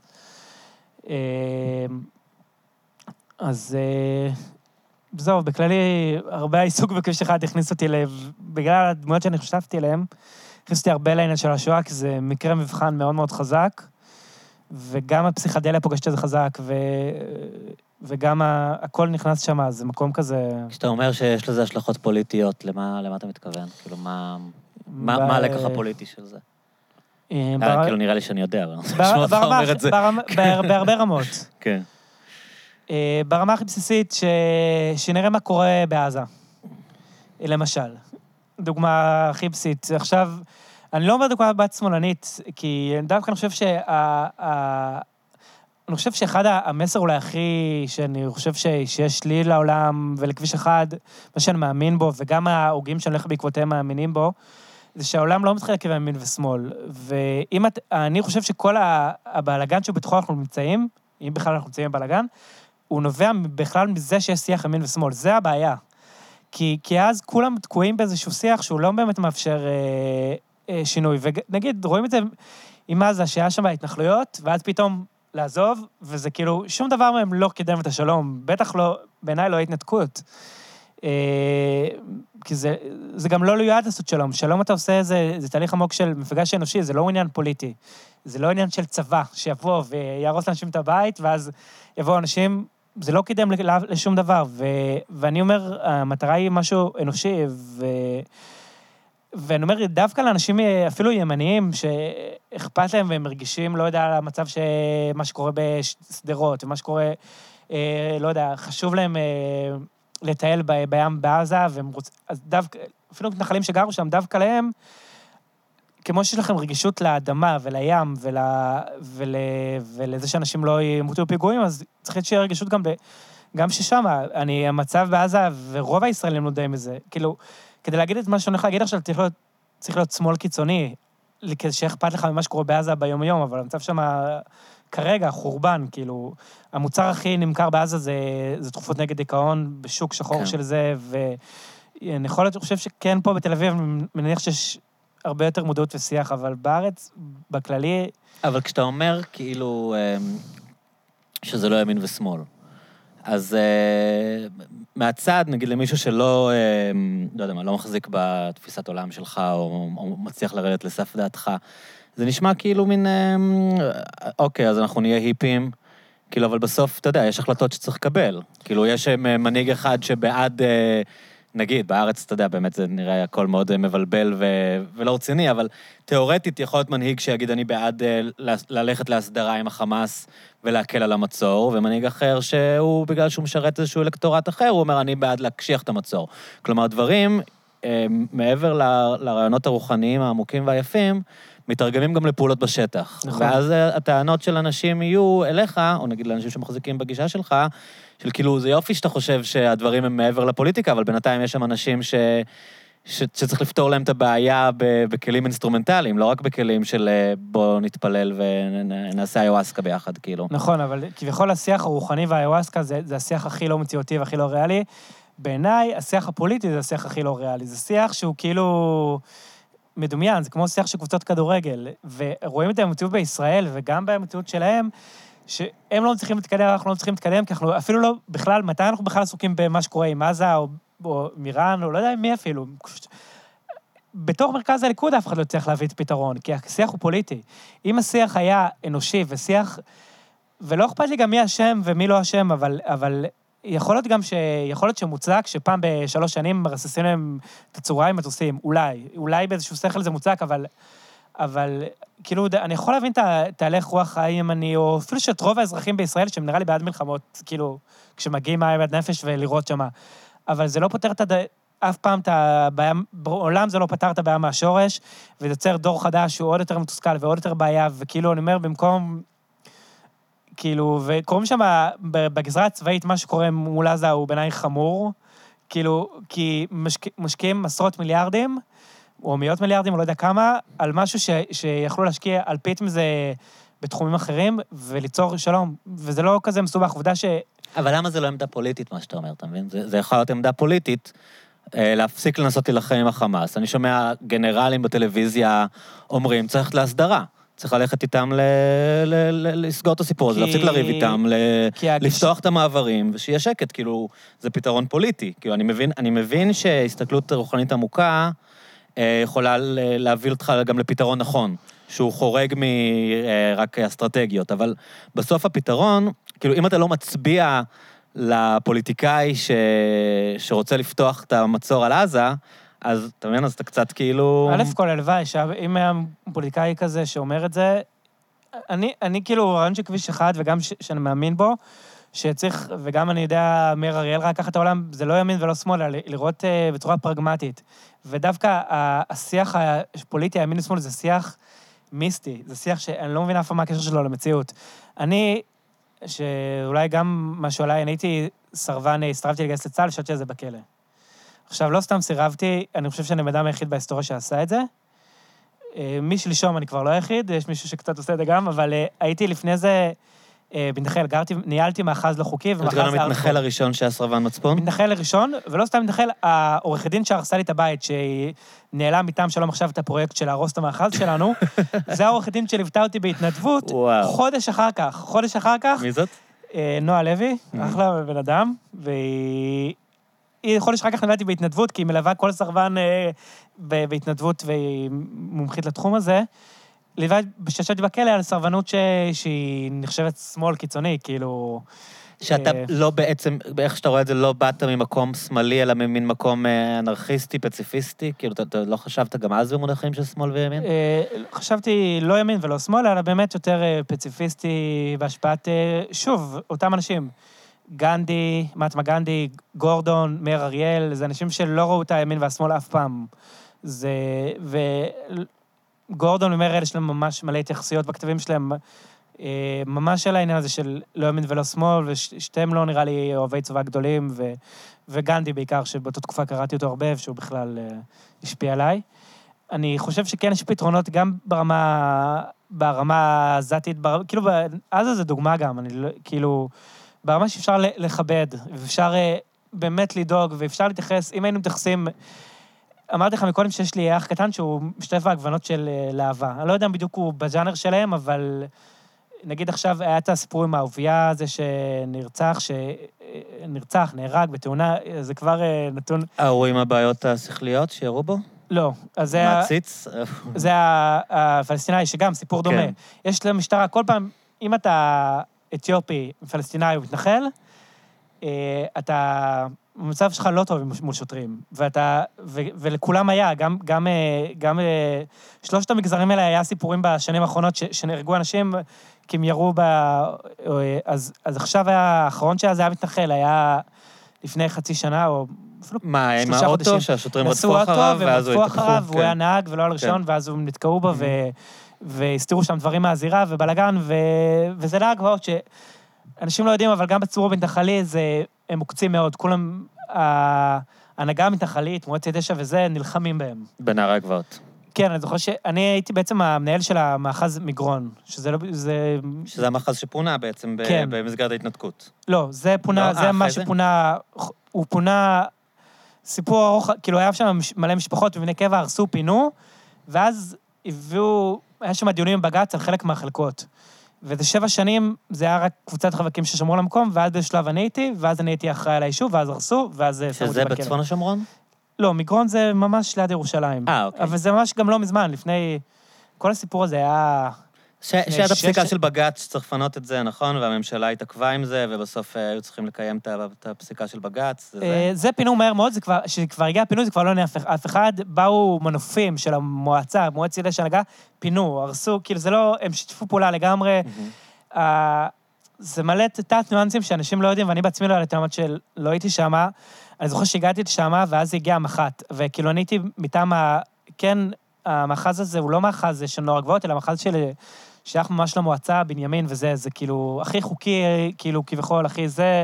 אז זהו, בכללי, הרבה העיסוק בכביש אחד הכניס אותי לב, בגלל הדמויות שאני חשבתי עליהן, הכניס אותי הרבה לעניין של השואה, כי זה מקרה מבחן מאוד מאוד חזק, וגם הפסיכדליה פוגשת את זה חזק, ו... וגם הכל נכנס שם, אז זה מקום כזה... כשאתה אומר שיש לזה השלכות פוליטיות, למה, למה אתה מתכוון? כאילו, מה, מה, מה הלקח הפוליטי של זה? אה, כאילו, נראה לי שאני יודע, אבל נשמע אותך אומר את זה. בהרבה רמות. כן. ברמה הכי בסיסית, שנראה מה קורה בעזה. למשל. דוגמה הכי בסיסית. עכשיו, אני לא אומר דוגמה בת שמאלנית, כי דווקא אני חושב שה... אני חושב שאחד המסר אולי הכי, שאני חושב שיש לי לעולם ולכביש אחד, מה שאני מאמין בו, וגם ההוגים שאני הולך בעקבותיהם מאמינים בו, זה שהעולם לא מתחיל להקים ימין ושמאל. ואם את, אני חושב שכל הבלגן שבתוכו אנחנו נמצאים, אם בכלל אנחנו נמצאים בבלגן, הוא נובע בכלל מזה שיש שיח ימין ושמאל. זה הבעיה. כי, כי אז כולם תקועים באיזשהו שיח שהוא לא באמת מאפשר אה, אה, שינוי. ונגיד, רואים את זה עם עזה, שהיה שם בהתנחלויות, ואז פתאום לעזוב, וזה כאילו, שום דבר מהם לא קידם את השלום. בטח לא, בעיניי לא התנתקות. אה, כי זה, זה גם לא ליועד לעשות שלום. שלום אתה עושה איזה, זה תהליך עמוק של מפגש אנושי, זה לא עניין פוליטי. זה לא עניין של צבא, שיבוא וירוס לאנשים את הבית, ואז יבואו אנשים, זה לא קידם לשום דבר. ו, ואני אומר, המטרה היא משהו אנושי, ו, ואני אומר, דווקא לאנשים אפילו ימניים, שאכפת להם והם מרגישים, לא יודע, על המצב שמה שקורה בסדרות, ומה שקורה, לא יודע, חשוב להם לטייל בים בעזה, והם רוצים, אז דווקא, אפילו מתנחלים שגרו שם, דווקא להם, כמו שיש לכם רגישות לאדמה ולים ול, ול, ולזה שאנשים לא ימותו בפיגועים, אז צריך שיהיה רגישות גם, ב, גם ששם, אני, המצב בעזה, ורוב הישראלים לא יודעים מזה, כאילו, כדי להגיד את מה שאני הולך להגיד עכשיו, צריך להיות, צריך להיות שמאל קיצוני, כדי שאכפת לך ממה שקורה בעזה ביום-יום, אבל המצב שם כרגע, חורבן, כאילו, המוצר הכי נמכר בעזה זה, זה תרופות נגד דיכאון, בשוק שחור כן. של זה, ואני יכול להיות, אני חושב שכן פה בתל אביב, אני מניח שיש הרבה יותר מודעות ושיח, אבל בארץ, בכללי... אבל כשאתה אומר, כאילו, שזה לא ימין ושמאל, אז uh, מהצד, נגיד למישהו שלא, uh, לא יודע מה, לא מחזיק בתפיסת עולם שלך, או, או מצליח לרדת לסף דעתך, זה נשמע כאילו מין, uh, אוקיי, אז אנחנו נהיה היפים, כאילו, אבל בסוף, אתה יודע, יש החלטות שצריך לקבל. כאילו, יש מנהיג אחד שבעד, נגיד, בארץ, אתה יודע, באמת זה נראה הכל מאוד מבלבל ו- ולא רציני, אבל תיאורטית יכול להיות מנהיג שיגיד, אני בעד ללכת להסדרה עם החמאס ולהקל על המצור, ומנהיג אחר שהוא, בגלל שהוא משרת איזשהו אלקטורט אחר, הוא אומר, אני בעד להקשיח את המצור. כלומר, דברים, מעבר ל- לרעיונות הרוחניים העמוקים והיפים, מתרגמים גם לפעולות בשטח. נכון. ואז הטענות של אנשים יהיו אליך, או נגיד לאנשים שמחזיקים בגישה שלך, של כאילו, זה יופי שאתה חושב שהדברים הם מעבר לפוליטיקה, אבל בינתיים יש שם אנשים ש... ש... שצריך לפתור להם את הבעיה ב... בכלים אינסטרומנטליים, לא רק בכלים של בוא נתפלל ונעשה איואסקה ביחד, כאילו. נכון, אבל כביכול השיח הרוחני והאיואסקה זה, זה השיח הכי לא מציאותי והכי לא ריאלי. בעיניי, השיח הפוליטי זה השיח הכי לא ריאלי. זה שיח שהוא כאילו... מדומיין, זה כמו שיח של קבוצות כדורגל, ורואים את המציאות בישראל, וגם במציאות שלהם, שהם לא צריכים להתקדם, אנחנו לא צריכים להתקדם, כי אנחנו אפילו לא, בכלל, מתי אנחנו בכלל עסוקים במה שקורה עם עזה, או, או מירן, או לא יודע מי אפילו. בתוך מרכז הליכוד אף אחד לא צריך להביא את פתרון, כי השיח הוא פוליטי. אם השיח היה אנושי, ושיח, ולא אכפת לי גם מי אשם ומי לא אשם, אבל, אבל יכול להיות גם ש... יכול להיות שמוצק, שפעם בשלוש שנים מרססים להם את הצורה עם מטוסים, אולי, אולי באיזשהו שכל זה מוצק, אבל, אבל, כאילו, אני יכול להבין את תהלך רוח הימני, או אפילו שאת רוב האזרחים בישראל, שהם נראה לי בעד מלחמות, כאילו, כשמגיעים מים עד נפש ולראות שמה. אבל זה לא פותר את הד... אף פעם את הבעיה, בעולם זה לא פתר את הבעיה מהשורש, וזה יוצר דור חדש שהוא עוד יותר מתוסכל ועוד יותר בעיה, וכאילו, אני אומר, במקום... כאילו, וקוראים שם בגזרה הצבאית, מה שקורה מול עזה הוא בעיניי חמור, כאילו, כי משק, משקיעים עשרות מיליארדים, או מאות מיליארדים, או לא יודע כמה, על משהו ש, שיכלו להשקיע על פתאום זה בתחומים אחרים, וליצור שלום, וזה לא כזה מסובך, עובדה ש... אבל למה זה לא עמדה פוליטית, מה שאתה אומר, אתה מבין? זה, זה יכול להיות עמדה פוליטית, להפסיק לנסות להילחם עם החמאס. אני שומע גנרלים בטלוויזיה אומרים, צריך להסדרה. צריך ללכת איתם ל... ל... ל... לסגור את הסיפור הזה, כי... להפסיק לריב איתם, ל... לפתוח את המעברים, ושיהיה שקט, כאילו, זה פתרון פוליטי. כאילו, אני מבין, אני מבין שהסתכלות רוחנית עמוקה יכולה להביא אותך גם לפתרון נכון, שהוא חורג מרק אסטרטגיות, אבל בסוף הפתרון, כאילו, אם אתה לא מצביע לפוליטיקאי ש... שרוצה לפתוח את המצור על עזה, אז אתה מבין, אז אתה קצת כאילו... א' כל הלוואי, שאם היה פוליטיקאי כזה שאומר את זה, אני, אני כאילו, רעיון של כביש אחד, וגם ש, שאני מאמין בו, שצריך, וגם אני יודע, מאיר אריאל רק ככה את העולם, זה לא ימין ולא שמאל, אלא לראות uh, בצורה פרגמטית. ודווקא השיח הפוליטי, הימין ושמאל, זה שיח מיסטי, זה שיח שאני לא מבין אף פעם מה הקשר שלו למציאות. אני, שאולי גם משהו עליי, אני הייתי סרבן, הסתרבתי לגייס לצה"ל, שאת שזה בכלא. עכשיו, לא סתם סירבתי, אני חושב שאני אדם היחיד בהיסטוריה שעשה את זה. מי שלשום אני כבר לא היחיד, יש מישהו שקצת עושה את זה גם, אבל הייתי לפני זה מתנחל, גרתי, ניהלתי מאחז לא חוקי, ומאחז לארץ. אתה גם מתנחל הראשון שהיה סרבן מצפון? מתנחל הראשון, ולא סתם מתנחל, העורך דין שהרסה לי את הבית, שהיא נעלה מטעם שלום עכשיו את הפרויקט של להרוס את המאחז שלנו, זה העורך דין שליוותה אותי בהתנדבות, חודש אחר כך, חודש אחר כך. מי זאת? נועה לוי, אחלה בן אדם, והיא... היא חודש אחר כך נבדתי בהתנדבות, כי היא מלווה כל סרבן בהתנדבות והיא מומחית לתחום הזה. ליווה בששתי בכלא על סרבנות שהיא נחשבת שמאל קיצוני, כאילו... שאתה לא בעצם, איך שאתה רואה את זה, לא באת ממקום שמאלי, אלא ממין מקום אנרכיסטי, פציפיסטי? כאילו, אתה לא חשבת גם אז במונחים של שמאל וימין? חשבתי לא ימין ולא שמאל, אלא באמת יותר פציפיסטי בהשפעת, שוב, אותם אנשים. גנדי, מאטמה גנדי, גורדון, מאיר אריאל, זה אנשים שלא ראו את הימין והשמאל אף פעם. זה, וגורדון ומאיר אריאל יש להם ממש מלא התייחסויות בכתבים שלהם, ממש על העניין הזה של לא ימין ולא שמאל, ושתיהם לא נראה לי אוהבי צבא גדולים, ו, וגנדי בעיקר, שבאותה תקופה קראתי אותו הרבה, שהוא בכלל השפיע עליי. אני חושב שכן יש פתרונות גם ברמה, ברמה הזאתית, בר, כאילו, אז זה דוגמה גם, אני לא, כאילו, ברמה שאפשר לכבד, ואפשר באמת לדאוג, ואפשר להתייחס, אם היינו מתייחסים, אמרתי לך מקודם שיש לי אח קטן שהוא משתף בהגוונות של להבה. אני לא יודע בדיוק הוא בז'אנר שלהם, אבל נגיד עכשיו היה את הסיפור עם האהוביה הזה שנרצח, נרצח, נהרג בתאונה, זה כבר נתון... הוא עם הבעיות השכליות שירו בו? לא, אז זה... מעציץ? זה הפלסטיני, שגם סיפור דומה. יש למשטרה, כל פעם, אם אתה אתיופי, פלסטיני או מתנחל, אתה... המצב שלך לא טוב מול שוטרים, ואתה, ו, ולכולם היה, גם, גם, גם שלושת המגזרים האלה היה סיפורים בשנים האחרונות ש, שנהרגו אנשים, כי הם ירו ב... אז, אז עכשיו האחרון שהיה, זה היה מתנחל, היה לפני חצי שנה, או אפילו מה, עם האוטו שהשוטרים רדפו אחריו, ואז הוא התהפכו? אחריו, והוא היה נהג ולא על ראשון, ואז הם נתקעו בו, והסתירו שם דברים מהזירה, ובלגן, וזה נהג ועוד ש... אנשים לא יודעים, אבל גם בציבור המתנחלי זה, הם מוקצים מאוד. כולם, ההנהגה המתנחלית, מועצת יש"ע וזה, נלחמים בהם. בנערי הגבעות. כן, אני זוכר שאני הייתי בעצם המנהל של המאחז מגרון, שזה לא... זה... שזה המאחז שפונה בעצם כן. במסגרת ההתנתקות. לא, זה פונה, לא, זה 아, מה שפונה, הוא פונה, סיפור ארוך, כאילו היה שם מלא משפחות, ובני קבע הרסו, פינו, ואז הביאו, היה שם דיונים בבג"ץ על חלק מהחלקות. וזה שבע שנים, זה היה רק קבוצת חווקים ששמרו למקום, ואז בשלב אני הייתי, ואז אני הייתי אחראי על היישוב, ואז הרסו, ואז... שזה בצפון השומרון? לא, מגרון זה ממש ליד ירושלים. אה, אוקיי. אבל זה ממש גם לא מזמן, לפני... כל הסיפור הזה היה... שעד הפסיקה של בג"ץ שצריך לפנות את זה, נכון? והממשלה התעכבה עם זה, ובסוף היו צריכים לקיים את הפסיקה של בג"ץ. זה פינו מהר מאוד, שכבר הגיע הפינוי, זה כבר לא נהיה אף אחד. באו מנופים של המועצה, מועצת יש"ע הנהגה, פינו, הרסו, כאילו זה לא... הם שיתפו פעולה לגמרי. זה מלא תת ניואנסים שאנשים לא יודעים, ואני בעצמי לא יודעת לטעמת של לא הייתי שמה. אני זוכר שהגעתי לשמה, ואז הגיע המח"ט, וכאילו אני הייתי מטעם ה... כן, המאחז הזה הוא לא מאחז של נוער גבעות, אלא מאחז של... שייך ממש למועצה, בנימין וזה, זה כאילו הכי חוקי, כאילו כביכול, הכי זה,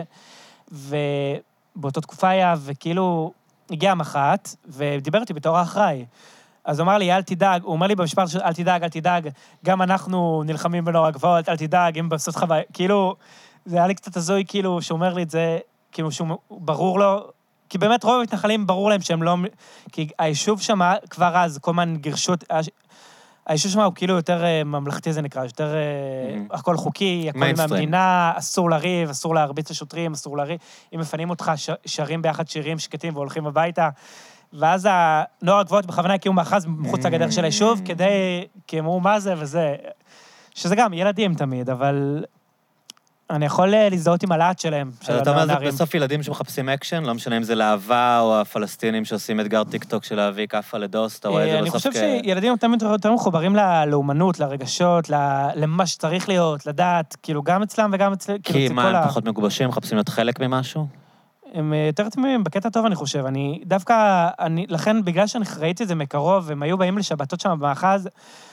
ובאותה תקופה היה, וכאילו הגיע המח"ט, ודיבר אותי בתור האחראי. אז הוא אמר לי, אל תדאג, הוא אומר לי במשפט, אל תדאג, אל תדאג, גם אנחנו נלחמים בנוער הגבעות, אל תדאג, אם בסוף חווה, כאילו, זה היה לי קצת הזוי, כאילו, שהוא אומר לי את זה, כאילו, שהוא ברור לו, כי באמת רוב המתנחלים ברור להם שהם לא, כי היישוב שם כבר אז, כל מיני גירשות, היישוב שם הוא כאילו יותר ממלכתי, זה נקרא, יותר הכל חוקי, הכל מהמדינה, אסור לריב, אסור להרביץ לשוטרים, אסור לריב, אם מפנים אותך, שרים ביחד שירים שקטים והולכים הביתה, ואז הנוער הגבעות בכוונה הקימו מאחז מחוץ לגדר של היישוב, כדי, כי אמרו מה זה וזה, שזה גם ילדים תמיד, אבל אני יכול להזדהות עם הלהט שלהם. אתה אומר, זה בסוף ילדים שמחפשים אקשן, לא משנה אם זה להבה, או הפלסטינים שעושים אתגר טיקטוק של להביא כאפה לדוס, אתה רואה את זה בסוף כ... אני חושב שילדים תמיד יותר מחוברים ללאומנות, לרגשות, למה שצריך להיות, לדעת, כאילו גם אצלם וגם אצלם, כי מה, הם פחות מגובשים, מחפשים להיות חלק ממשהו? הם יותר תמימים, בקטע טוב אני חושב, אני דווקא, לכן בגלל שאני ראיתי את זה מקרוב, הם היו באים לשבתות שם במאחז,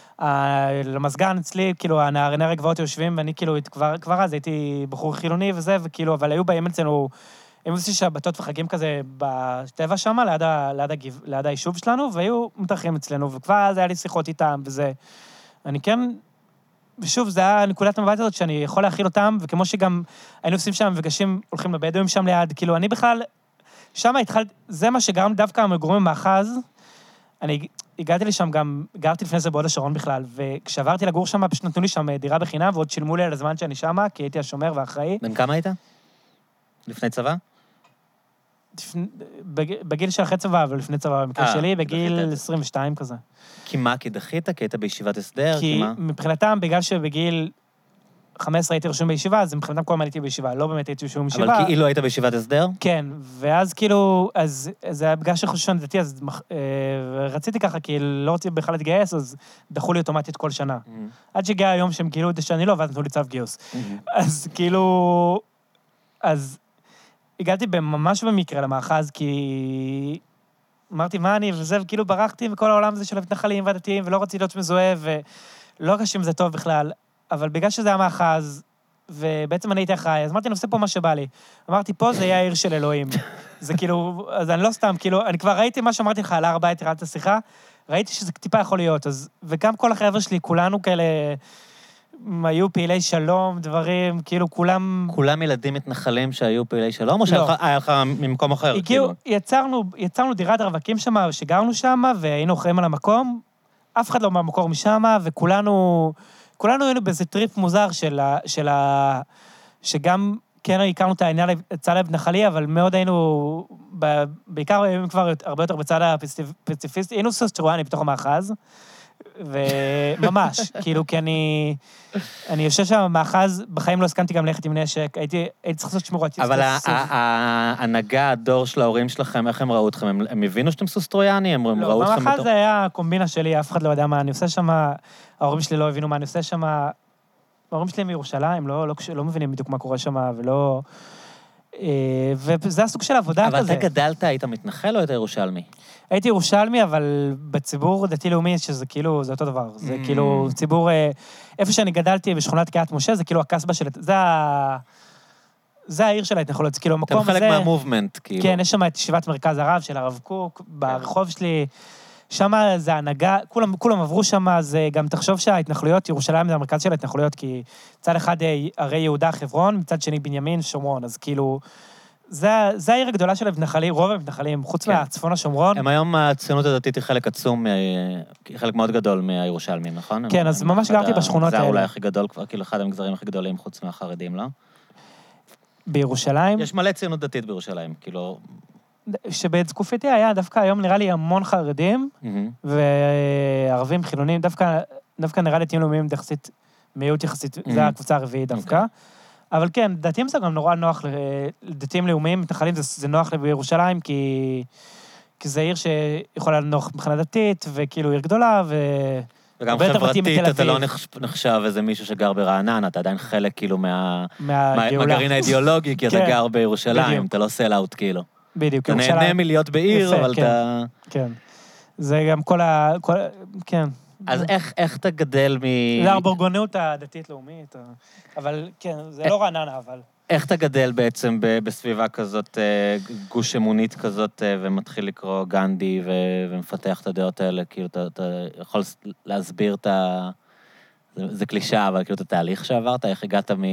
למסגן אצלי, כאילו, הנערי הגבעות יושבים, ואני כאילו, כבר, כבר אז הייתי בחור חילוני וזה, וכאילו, אבל היו באים אצלנו, הם עושים שבתות וחגים כזה בטבע שם, ליד, ה, ליד, הגיב, ליד היישוב שלנו, והיו מתארחים אצלנו, וכבר אז היה לי שיחות איתם, וזה, אני כן, ושוב, זה היה נקודת המבט הזאת, שאני יכול להכיל אותם, וכמו שגם היינו עושים שם, וגשים הולכים לבדואים שם ליד, כאילו, אני בכלל, שם התחלתי, זה מה שגרם דווקא מגורמים מאחז, אני הגעתי לשם גם, גרתי לפני זה בעוד השרון בכלל, וכשעברתי לגור שם, פשוט נתנו לי שם דירה בחינם, ועוד שילמו לי על הזמן שאני שמה, כי הייתי השומר והאחראי. בן כמה היית? לפני צבא? בגיל של אחרי צבא, אבל לפני צבא, במקרה שלי, בגיל עשרים ושתיים כזה. כי מה, כי דחית? כי היית בישיבת הסדר? כי מבחינתם, בגלל שבגיל חמש עשרה הייתי רשום בישיבה, אז מבחינתם כל מה הייתי בישיבה, לא באמת הייתי רשום בישיבה. אבל כאילו היית בישיבת הסדר? כן, ואז כאילו, אז זה היה בגלל שחוששון דתי, אז רציתי ככה, כי לא רציתי בכלל להתגייס, אז דחו לי אוטומטית כל שנה. עד שהגיע היום שהם גילו את זה שאני לא, ואז נתנו לי צו גיוס. אז כאילו, אז הגעתי ממש במקרה למאחז, כי אמרתי, מה אני, וזה, וכאילו ברחתי מכל העולם הזה של המתנחלים והדתיים, ולא רציתי להיות מזוהה, ולא קשי עם זה טוב בכלל. אבל בגלל שזה היה מאחז, ובעצם אני הייתי אחראי, אז אמרתי, אני עושה פה מה שבא לי. אמרתי, פה זה יהיה העיר של אלוהים. זה כאילו, אז אני לא סתם, כאילו, אני כבר ראיתי מה שאמרתי לך על הר הבית, ראיתי את השיחה, ראיתי שזה טיפה יכול להיות, אז, וגם כל החבר'ה שלי, כולנו כאלה, היו פעילי שלום, דברים, כאילו, כולם... כולם ילדים מתנחלים שהיו פעילי שלום, או שהיה לך ממקום אחר? הגיעו, יצרנו, יצרנו דירת רווקים שם, שגרנו שם, והיינו אחראים על המקום, אף אחד לא מהמקור משם, וכולנו... כולנו היינו באיזה טריפ מוזר של ה... של ה... שגם, כן, הכרנו את העניין לצד המתנחלי, אבל מאוד היינו, בעיקר היינו כבר הרבה יותר בצד הפציפיסטי, היינו סוסטרואני בתוך המאחז, וממש, כאילו, כי אני, אני יושב שם במאחז, בחיים לא הסכמתי גם ללכת עם נשק, הייתי, הייתי צריך לעשות שמורות. אבל ההנהגה, הדור של ההורים שלכם, איך הם ראו אתכם? הם הבינו שאתם סוסטרויאני? הם ראו אתכם? לא, במאחז זה היה קומבינה שלי, אף אחד לא יודע מה אני עושה שם, ההורים שלי לא הבינו מה אני עושה שם, ההורים שלי מירושלים, לא, לא, לא מבינים בדיוק מה קורה שם, ולא... וזה הסוג של עבודה אבל כזה. אבל אתה גדלת, היית מתנחל או היית ירושלמי? הייתי ירושלמי, אבל בציבור דתי-לאומי, שזה כאילו, זה אותו דבר. זה כאילו ציבור... איפה שאני גדלתי בשכונת קריית משה, זה כאילו הקסבה של... זה ה... זה העיר של ההתנחלות, זה כאילו המקום הזה... אתם חלק מהמובמנט, כאילו. כן, יש שם את ישיבת מרכז הרב של הרב קוק, ברחוב שלי... שם זה הנהגה, כולם, כולם עברו שם, זה גם תחשוב שההתנחלויות, ירושלים זה המרכז של ההתנחלויות, כי צד אחד הרי יהודה חברון, מצד שני בנימין שומרון, אז כאילו, זה, זה העיר הגדולה של המתנחלים, רוב המתנחלים, חוץ כן. מהצפון השומרון. הם היום הציונות הדתית היא חלק עצום, חלק מאוד גדול מהירושלמים, נכון? כן, אז ממש גרתי בשכונות האלה. זה אולי הכי גדול, כאילו אחד המגזרים הכי גדולים חוץ מהחרדים, לא? בירושלים? יש מלא ציונות דתית בירושלים, כאילו... שבתקופתי היה דווקא היום נראה לי המון חרדים, וערבים חילונים, דווקא, דווקא נראה לי תהיים לאומיים יחסית, מיעוט יחסית, זה הקבוצה הרביעית דווקא. אבל כן, דתיים זה גם נורא נוח, דתיים לאומיים, מתנחלים זה נוח בירושלים, כי, כי זה עיר שיכולה לנוח מבחינה דתית, וכאילו עיר גדולה, ו... וגם חברתית, אתה לא נחשב איזה מישהו שגר ברעננה, אתה עדיין חלק כאילו מהגרעין האידיאולוגי, כי אתה גר בירושלים, אתה לא סל אאוט כאילו. בדיוק. אתה נהנה מלהיות בעיר, אבל אתה... כן. זה גם כל ה... כן. אז איך אתה גדל מ... זה הבורגנות הדתית-לאומית, אבל כן, זה לא רעננה, אבל... איך אתה גדל בעצם בסביבה כזאת, גוש אמונית כזאת, ומתחיל לקרוא גנדי ומפתח את הדעות האלה, כאילו אתה יכול להסביר את ה... זה קלישה, אבל כאילו את התהליך שעברת, איך הגעת מ...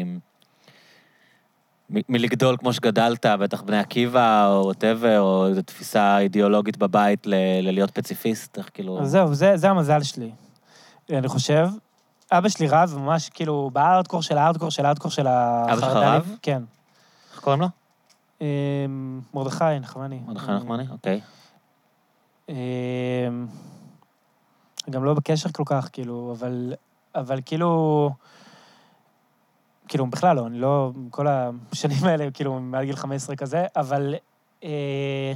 מלגדול כמו שגדלת, בטח בני עקיבא, או whatever, או איזו תפיסה אידיאולוגית בבית ללהיות פציפיסט, איך כאילו... אז זהו, זה, זה המזל שלי, אני חושב. אבא שלי רב, ממש כאילו, בארדקור של הארדקור של הארדקור של החרד"לים. אבא שלך רב? כן. איך קוראים לו? מרדכי נחמני. מרדכי נחמני, אוקיי. גם לא בקשר כל כך, כאילו, אבל, אבל כאילו... כאילו, בכלל לא, אני לא, כל השנים האלה, כאילו, מעל גיל חמש עשרה כזה, אבל, אה,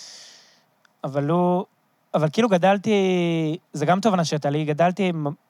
אבל לא, אבל כאילו גדלתי, זה גם תובנה שהייתה לי, גדלתי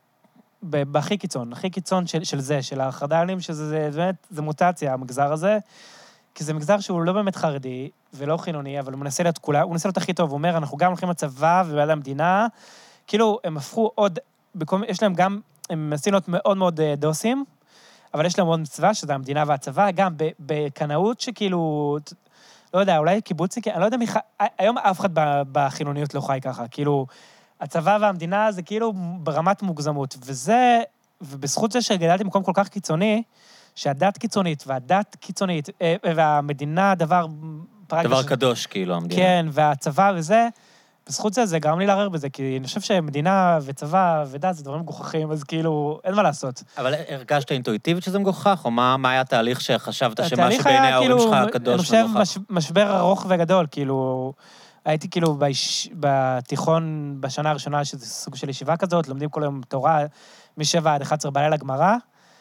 בהכי קיצון, הכי קיצון של, של זה, של החרד"לים, שזה זה, באמת, זה מוטציה, המגזר הזה, כי זה מגזר שהוא לא באמת חרדי, ולא חילוני, אבל הוא מנסה להיות כולה, הוא מנסה להיות הכי טוב, הוא אומר, אנחנו גם הולכים לצבא ובעד המדינה, כאילו, הם הפכו עוד, יש להם גם, הם מנסים להיות מאוד מאוד דוסים, אבל יש להם עוד מצווה, שזה המדינה והצבא, גם בקנאות שכאילו, לא יודע, אולי קיבוצניק, אני לא יודע מי חי, היום אף אחד בחילוניות לא חי ככה, כאילו, הצבא והמדינה זה כאילו ברמת מוגזמות, וזה, ובזכות זה שגדלתי במקום כל כך קיצוני, שהדת קיצונית, והדת קיצונית, והמדינה דבר... דבר קדוש, כאילו, המדינה. כן, והצבא וזה, בזכות זה, זה גרם לי לערער בזה, כי אני חושב שמדינה וצבא ודת זה דברים מגוחכים, אז כאילו, אין מה לעשות. אבל הרגשת אינטואיטיבית שזה מגוחך, או מה, מה היה התהליך שחשבת שמשהו בעיני ההורים שלך הקדוש מגוחך? אני חושב משבר ארוך וגדול, כאילו, הייתי כאילו ביש, בתיכון בשנה הראשונה, שזה סוג של ישיבה כזאת, לומדים כל יום תורה, משבע עד אחת עשרה בלילה גמרא,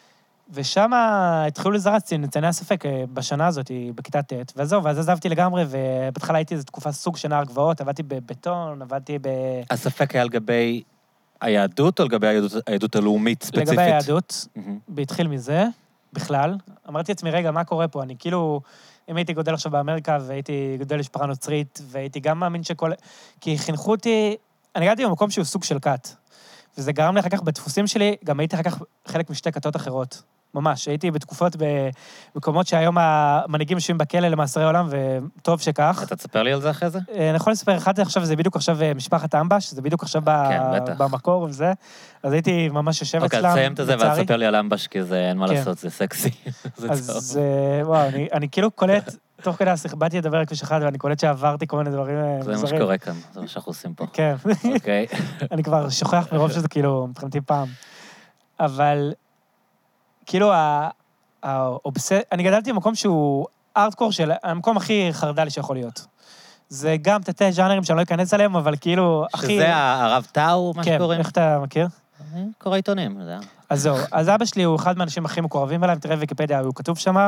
ושם התחילו לזרץ ניצני הספק בשנה הזאת, בכיתה ט', וזהו, ואז עזבתי לגמרי, ובהתחלה הייתי איזו תקופה סוג של נער גבעות, עבדתי בבטון, עבדתי ב... הספק היה לגבי היהדות, או לגבי היהדות, היהדות הלאומית ספציפית? לגבי היהדות, והתחיל מזה, בכלל. אמרתי לעצמי, רגע, מה קורה פה? אני כאילו, אם הייתי גודל עכשיו באמריקה, והייתי גודל לשפחה נוצרית, והייתי גם מאמין שכל... כי חינכו אותי, אני הגעתי במקום שהוא סוג של כת, וזה גרם לי אחר כך בדפוסים שלי, גם הייתי אחר כך חלק משתי כתות אחרות. ממש, הייתי בתקופות במקומות שהיום המנהיגים יושבים בכלא למאסרי עולם, וטוב שכך. אתה תספר לי על זה אחרי זה? אני יכול לספר, אחד עכשיו, זה בדיוק עכשיו משפחת אמבש, זה בדיוק עכשיו במקור וזה, אז הייתי ממש יושבת אצלם. אוקיי, תסיים את זה, ואז תספר לי על אמבש, כי זה אין מה לעשות, זה סקסי. אז וואו, אני כאילו קולט, תוך כדי השיחה, באתי לדבר על כביש אחד, ואני קולט שעברתי כל מיני דברים מוזרים. זה מה שקורה כאן, זה מה שאנחנו עושים פה. כן. אוקיי. אני כבר שוכח מרוב שזה כאילו, מבחינתי פעם. אבל כאילו, האובס... אני גדלתי במקום שהוא ארטקור של המקום הכי חרדלי שיכול להיות. זה גם תתי ז'אנרים שאני לא אכנס עליהם, אבל כאילו, הכי... שזה הרב טאו, מה שקוראים? כן, איך אתה מכיר? קורא עיתונים, זה... אז זהו, אז אבא שלי הוא אחד מהאנשים הכי מקורבים אליי, תראה ויקיפדיה, הוא כתוב שמה,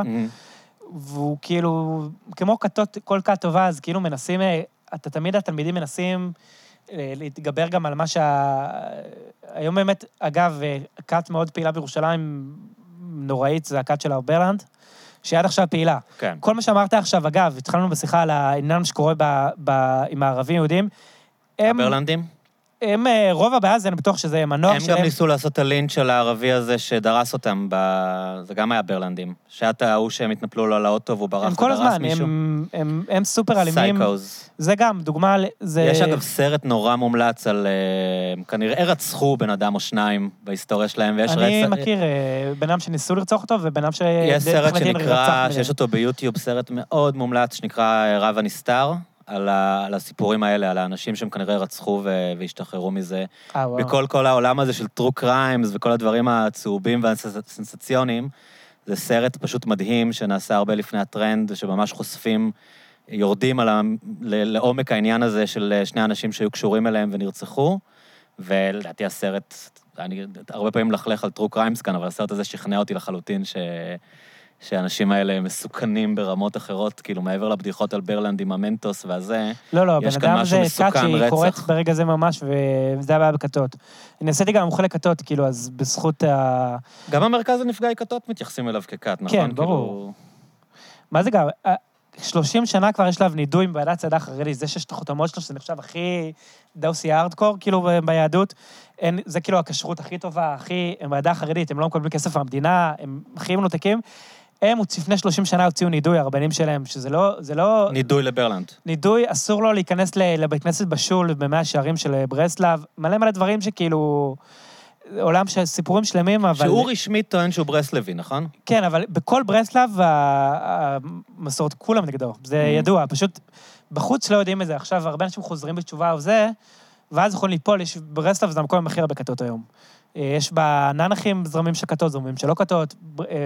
והוא כאילו, כמו כתות, כל כת טובה, אז כאילו מנסים, אתה תמיד התלמידים מנסים להתגבר גם על מה שה... היום באמת, אגב, כת מאוד פעילה בירושלים, נוראית, זה הכת של הרברלנד, שעד עכשיו פעילה. כן. כל מה שאמרת עכשיו, אגב, התחלנו בשיחה על העניין שקורה ב, ב, עם הערבים יהודים, הם... הברלנדים? הם, רוב הבעיה זה, אני בטוח שזה מנוע הם שלהם... גם ניסו לעשות את הלינץ' של הערבי הזה שדרס אותם, ב... זה גם היה ברלנדים. שאת ההוא שהם התנפלו לו על האוטו והוא ברח ודרס מישהו. הם כל הזמן, הם, הם, הם סופר אלימים. סייקוז. זה גם, דוגמה... זה... יש אגב סרט נורא מומלץ על... כנראה רצחו בן אדם או שניים בהיסטוריה שלהם, ויש אני רצח... מכיר בן אדם שניסו לרצוח אותו, ובן אדם ש... יש סרט שנקרא, שיש אותו ביוטיוב, סרט מאוד מומלץ, שנקרא רב הנסתר. על, ה, על הסיפורים האלה, על האנשים שהם כנראה רצחו ו, והשתחררו מזה. אה, וואו. בכל כל העולם הזה של טרו קריימס וכל הדברים הצהובים והסנסציוניים, זה סרט פשוט מדהים שנעשה הרבה לפני הטרנד, שממש חושפים, יורדים על ה, ל, לעומק העניין הזה של שני אנשים שהיו קשורים אליהם ונרצחו, ולדעתי הסרט, אני הרבה פעמים לחלך על טרו קריימס כאן, אבל הסרט הזה שכנע אותי לחלוטין ש... שהאנשים האלה מסוכנים ברמות אחרות, כאילו מעבר לבדיחות על ברלנד עם המנטוס והזה, לא, לא, יש בן כאן אדם משהו זה מסוכן, כת שהיא קורית רצח. ברגע זה ממש, וזה הבעיה בכתות. אני עשיתי גם מומחה לכתות, כאילו, אז בזכות ה... גם המרכז לנפגעי כתות מתייחסים אליו ככת, נכון? כן, ברור. מה זה גם? שלושים שנה כבר יש לה נידוי עם ועדת צעדה חרדית, זה שיש את החותמות שלו, שזה נחשב הכי דאוסי הארדקור, כאילו, ביהדות. אין, זה כאילו הכשרות הכי טובה, הכי, הם ועדה חרדית, הם לא מקבלים כסף מהמדינה, הם הכי מנותקים. הם לפני שלושים שנה הוציאו נידוי, הרבנים שלהם, שזה לא... זה לא... נידוי לברלנד. נידוי, אסור לו להיכנס לבית כנסת בשול, במאה השערים של ברסלב, מלא מלא דברים שכאילו... עולם של סיפורים שלמים, אבל... שהוא רשמית טוען שהוא ברסלבי, נכון? כן, אבל בכל ברסלב, המסורת כולם נגדו. זה ידוע, פשוט בחוץ לא יודעים את זה. עכשיו, הרבה אנשים חוזרים בתשובה או זה, ואז יכולים ליפול, יש ברסלב, זה המקום המחיר בכתות היום. יש בננחים זרמים של כתות, זרמים שלא כתות,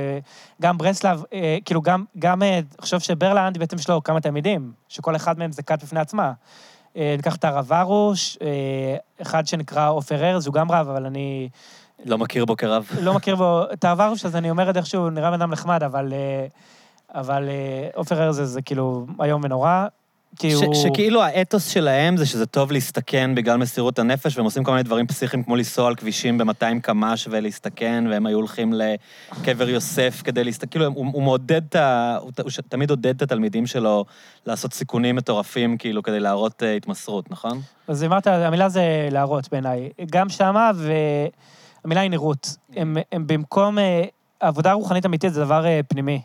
גם ברסלב, כאילו גם, גם, אני חושב שברלנד בעצם יש לו כמה תלמידים, שכל אחד מהם זה כת בפני עצמה. ניקח את הרב ארוש, אחד שנקרא עופר ארז, הוא גם רב, אבל אני... לא מכיר בו כרב. לא מכיר בו, את הרב ארוש, אז אני אומר את איך שהוא נראה בן אדם נחמד, אבל, אבל עופר ארז זה כאילו היום ונורא, כי הוא... שכאילו האתוס שלהם זה שזה טוב להסתכן בגלל מסירות הנפש, והם עושים כל מיני דברים פסיכיים, כמו לנסוע על כבישים ב-מאתיים קמ"ש ולהסתכן, והם היו הולכים לקבר יוסף כדי להסתכן, כאילו הוא, הוא מעודד את ה... הוא, הוא תמיד עודד את התלמידים שלו לעשות סיכונים מטורפים, כאילו, כדי להראות uh, התמסרות, נכון? אז אמרת, המילה זה להראות בעיניי. גם שמה, והמילה היא נראות. הם, הם במקום... העבודה הרוחנית אמיתית זה דבר uh, פנימי.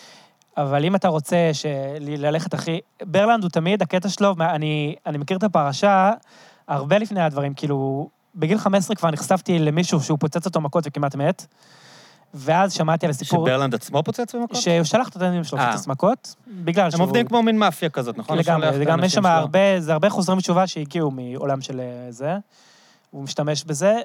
אבל אם אתה רוצה ללכת הכי... ברלנד הוא תמיד, הקטע שלו, אני, אני מכיר את הפרשה הרבה לפני הדברים, כאילו, בגיל חמש עשרה כבר נחשפתי למישהו שהוא פוצץ אותו מכות וכמעט מת, ואז שמעתי על הסיפור... שברלנד עצמו פוצץ במכות? שהוא שלח את התלמידים שלו פוצץ מכות, בגלל שהוא... הם עובדים כמו מין מאפיה כזאת, נכון? לגמרי, זה גם יש שם הרבה, זה הרבה חוזרים בתשובה שהגיעו מעולם של זה, הוא משתמש בזה,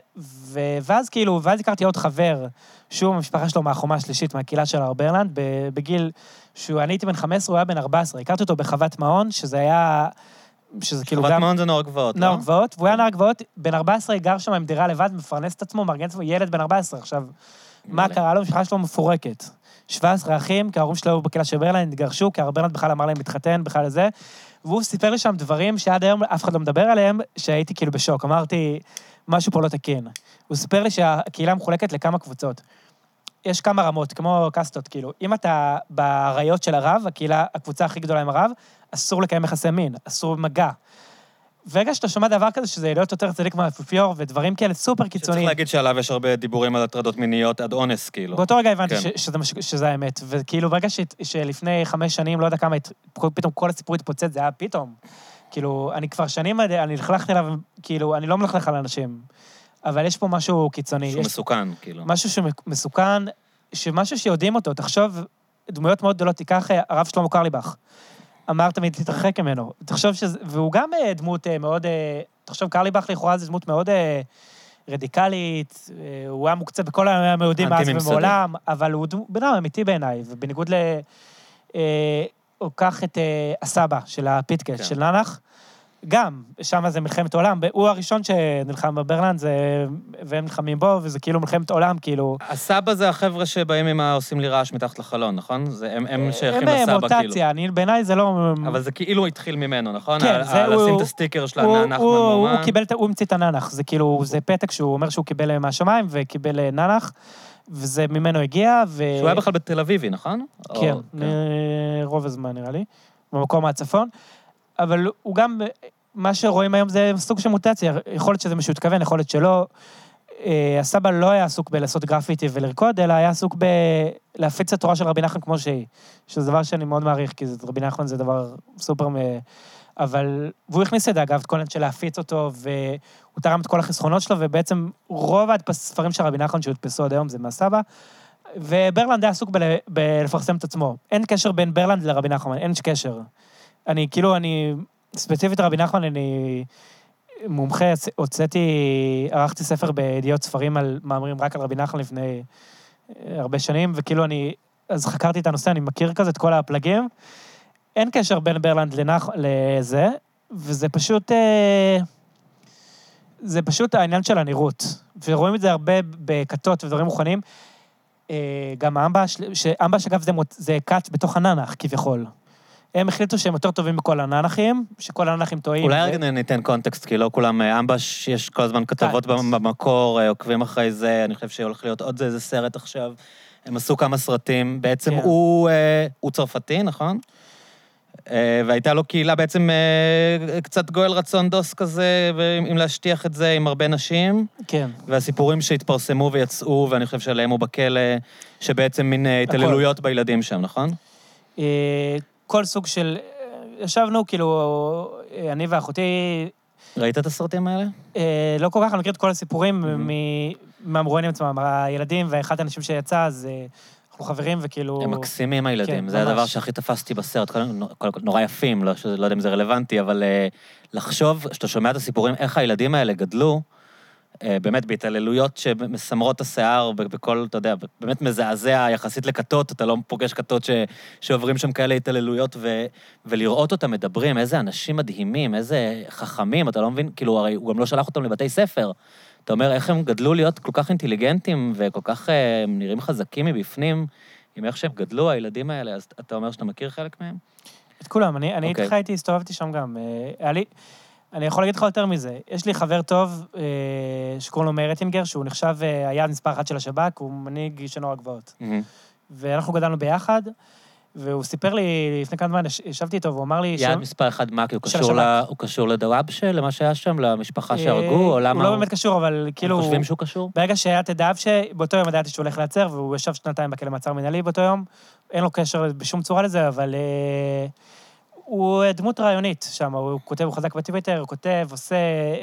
ואז כאילו, ואז הכרתי עוד חבר, שהוא המשפחה שלו מהחומה השלישית, מהקהילה של הרברלנד, בגיל, שהוא, אני הייתי בן חמש עשרה, הוא היה בן ארבע עשרה, הכרתי אותו בחוות מעון, שזה היה, שזה כאילו גם... חוות מעון זה נוער גבעות, לא? נוער גבעות, והוא היה נוער גבעות, בן ארבע עשרה גר שם עם דירה לבד, מפרנס את עצמו, מארגן את עצמו, ילד בן ארבע עשרה, עכשיו, מה קרה לו? המשפחה שלו מפורקת. שבעה עשרה אחים, כי ההורים שלו היו בקהילה של ברלנד, התגרשו, כי הרברלנד בכלל אמר להם להתחתן, בכלל זה, והוא סיפר לי שם דברים שעד היום אף אחד לא מדבר עליהם, שהייתי כאילו בשוק. אמרתי, משהו פה לא תקין. הוא סיפר לי שהקהילה מחולקת לכמה קבוצות. יש כמה רמות, כמו קסטות, כאילו. אם אתה בעריות של הרב, הקהילה, הקבוצה הכי גדולה עם הרב, אסור לקיים יחסי מין, אסור מגע. ורגע שאתה שומע דבר כזה, שזה להיות יותר צדיק מהאפיפיור, ודברים כאלה סופר קיצוניים. שצריך להגיד שעליו יש הרבה דיבורים על הטרדות מיניות עד אונס, כאילו. באותו רגע הבנתי שזה האמת, וכאילו ברגע שלפני חמש שנים, לא יודע כמה, פתאום כל הסיפור התפוצץ, זה היה פתאום. כאילו, אני כבר שנים, אני הלכלכתי אליו, כאילו, אני לא מלכלך על אנשים, אבל יש פה משהו קיצוני. שהוא מסוכן, כאילו. משהו שמסוכן, שמשהו שיודעים אותו, תחשוב, דמויות מאוד גדולות, תיקח הרב שלמה קרליבך. אמר תמיד, תתרחק ממנו. תחשוב שזה, והוא גם דמות מאוד, תחשוב, קרליבך לכאורה זה דמות מאוד רדיקלית, הוא היה מוקצה בכל היהודים מאז ומעולם, אבל הוא בן אדם אמיתי בעיניי, ובניגוד ל... הוא קח את הסבא של הפיטקה, של ננח, גם, שם זה מלחמת עולם, הוא הראשון שנלחם בברלנד, והם נלחמים בו, וזה כאילו מלחמת עולם, כאילו... הסבא זה החבר'ה שבאים עם העושים לי רעש מתחת לחלון, נכון? הם שייכים לסבא, כאילו. הם מוטציה, בעיניי זה לא... אבל זה כאילו התחיל ממנו, נכון? כן, זה... לשים את הסטיקר של הננח ממומן. הוא קיבל, הוא המציא את הננח, זה כאילו, זה פתק שהוא אומר שהוא קיבל מהשמיים, וקיבל ננח, וזה ממנו הגיע, ו... שהוא היה בכלל בתל אביבי, נכון? כן, רוב הזמן נראה לי, במקום מהצפון, אבל הוא גם, מה שרואים היום זה סוג של מוטציה, יכול להיות שזה משהו התכוון, יכול להיות שלא, הסבא לא היה עסוק בלעשות גרפיטי ולרקוד, אלא היה עסוק בלהפיץ את התורה של רבי נחמן כמו שהיא, שזה דבר שאני מאוד מעריך, כי רבי נחמן זה דבר סופר, אבל, והוא הכניס את זה אגב, את כל הנט של להפיץ אותו, והוא תרם את כל החסכונות שלו, ובעצם רוב הספרים של רבי נחמן שהודפסו עד היום זה מהסבא, וברלנד היה עסוק ב- בלפרסם את עצמו. אין קשר בין ברלנד לרבי נחמן, אין קשר. אני, כאילו, אני, ספציפית רבי נחמן, אני מומחה, הוצאתי, ערכתי ספר בידיעות ספרים על מאמרים רק על רבי נחמן לפני הרבה שנים, וכאילו אני, אז חקרתי את הנושא, אני מכיר כזה את כל הפלגים, אין קשר בין ברלנד לנח, לזה, וזה פשוט, זה פשוט העניין של הנראות, ורואים את זה הרבה בכתות ודברים מוכנים, גם האמבש, שאמבש אגב זה, זה קאט בתוך הננח כביכול. הם החליטו שהם יותר טובים מכל הננחים, שכל הננחים טועים. אולי רגע ניתן קונטקסט, כי לא כולם, אמבש, יש כל הזמן כתבות במקור, עוקבים אחרי זה, אני חושב שהולך להיות עוד איזה סרט עכשיו, הם עשו כמה סרטים, בעצם הוא, הוא צרפתי, נכון? והייתה לו קהילה בעצם קצת גואל רצון דוס כזה, אם להשטיח את זה עם הרבה נשים. כן. והסיפורים שהתפרסמו ויצאו, ואני חושב שעליהם הוא בכלא, שבעצם מין התעללויות בילדים שם, נכון? כל סוג של... ישבנו, כאילו, אני ואחותי... ראית את הסרטים האלה? לא כל כך, אני מכיר את כל הסיפורים מהמרואיינים עצמם, הילדים, ואחד האנשים שיצא, אז... אנחנו חברים וכאילו... הם מקסימים הילדים, זה הדבר שהכי תפסתי בסרט, נורא יפים, לא יודע אם זה רלוונטי, אבל לחשוב, שאתה שומע את הסיפורים, איך הילדים האלה גדלו, באמת בהתעללויות שמסמרות את השיער, בכל, אתה יודע, באמת מזעזע יחסית לכתות, אתה לא פוגש כתות שעוברים שם כאלה התעללויות, ולראות אותם מדברים, איזה אנשים מדהימים, איזה חכמים, אתה לא מבין, כאילו, הרי הוא גם לא שלח אותם לבתי ספר, אתה אומר, איך הם גדלו להיות כל כך אינטליגנטים, וכל כך הם נראים חזקים מבפנים, עם איך שהם גדלו, הילדים האלה, אז אתה אומר שאתה מכיר חלק מהם? את כולם, אני, אני איתך הייתי, הסתובבתי שם גם. היה לי, אני יכול להגיד לך יותר מזה. יש לי חבר טוב, שקוראים לו מאיר אטינגר, שהוא נחשב, היה מספר אחד של השב"כ, הוא מנהיג שנורא גבוהות. ואנחנו גדלנו ביחד, והוא סיפר לי, לפני כמה זמן, ישבתי איתו, והוא אמר לי... יעד מספר אחד, מה, כי הוא קשור לדוואבשה, למה שהיה שם, למשפחה שהרגו, או למה... הוא לא באמת קשור, אבל כאילו... הם חושבים שהוא קשור? ברגע שהיה תדאבשה, באותו יום ידעתי שהוא הולך לעצר, והוא ישב שנתיים בכלא מעצר מנהלי באותו יום, אין לו קשר בשום צורה לזה, אבל הוא דמות רעיונית שם, הוא כותב, הוא חזק בטוויטר, הוא כותב, עושה...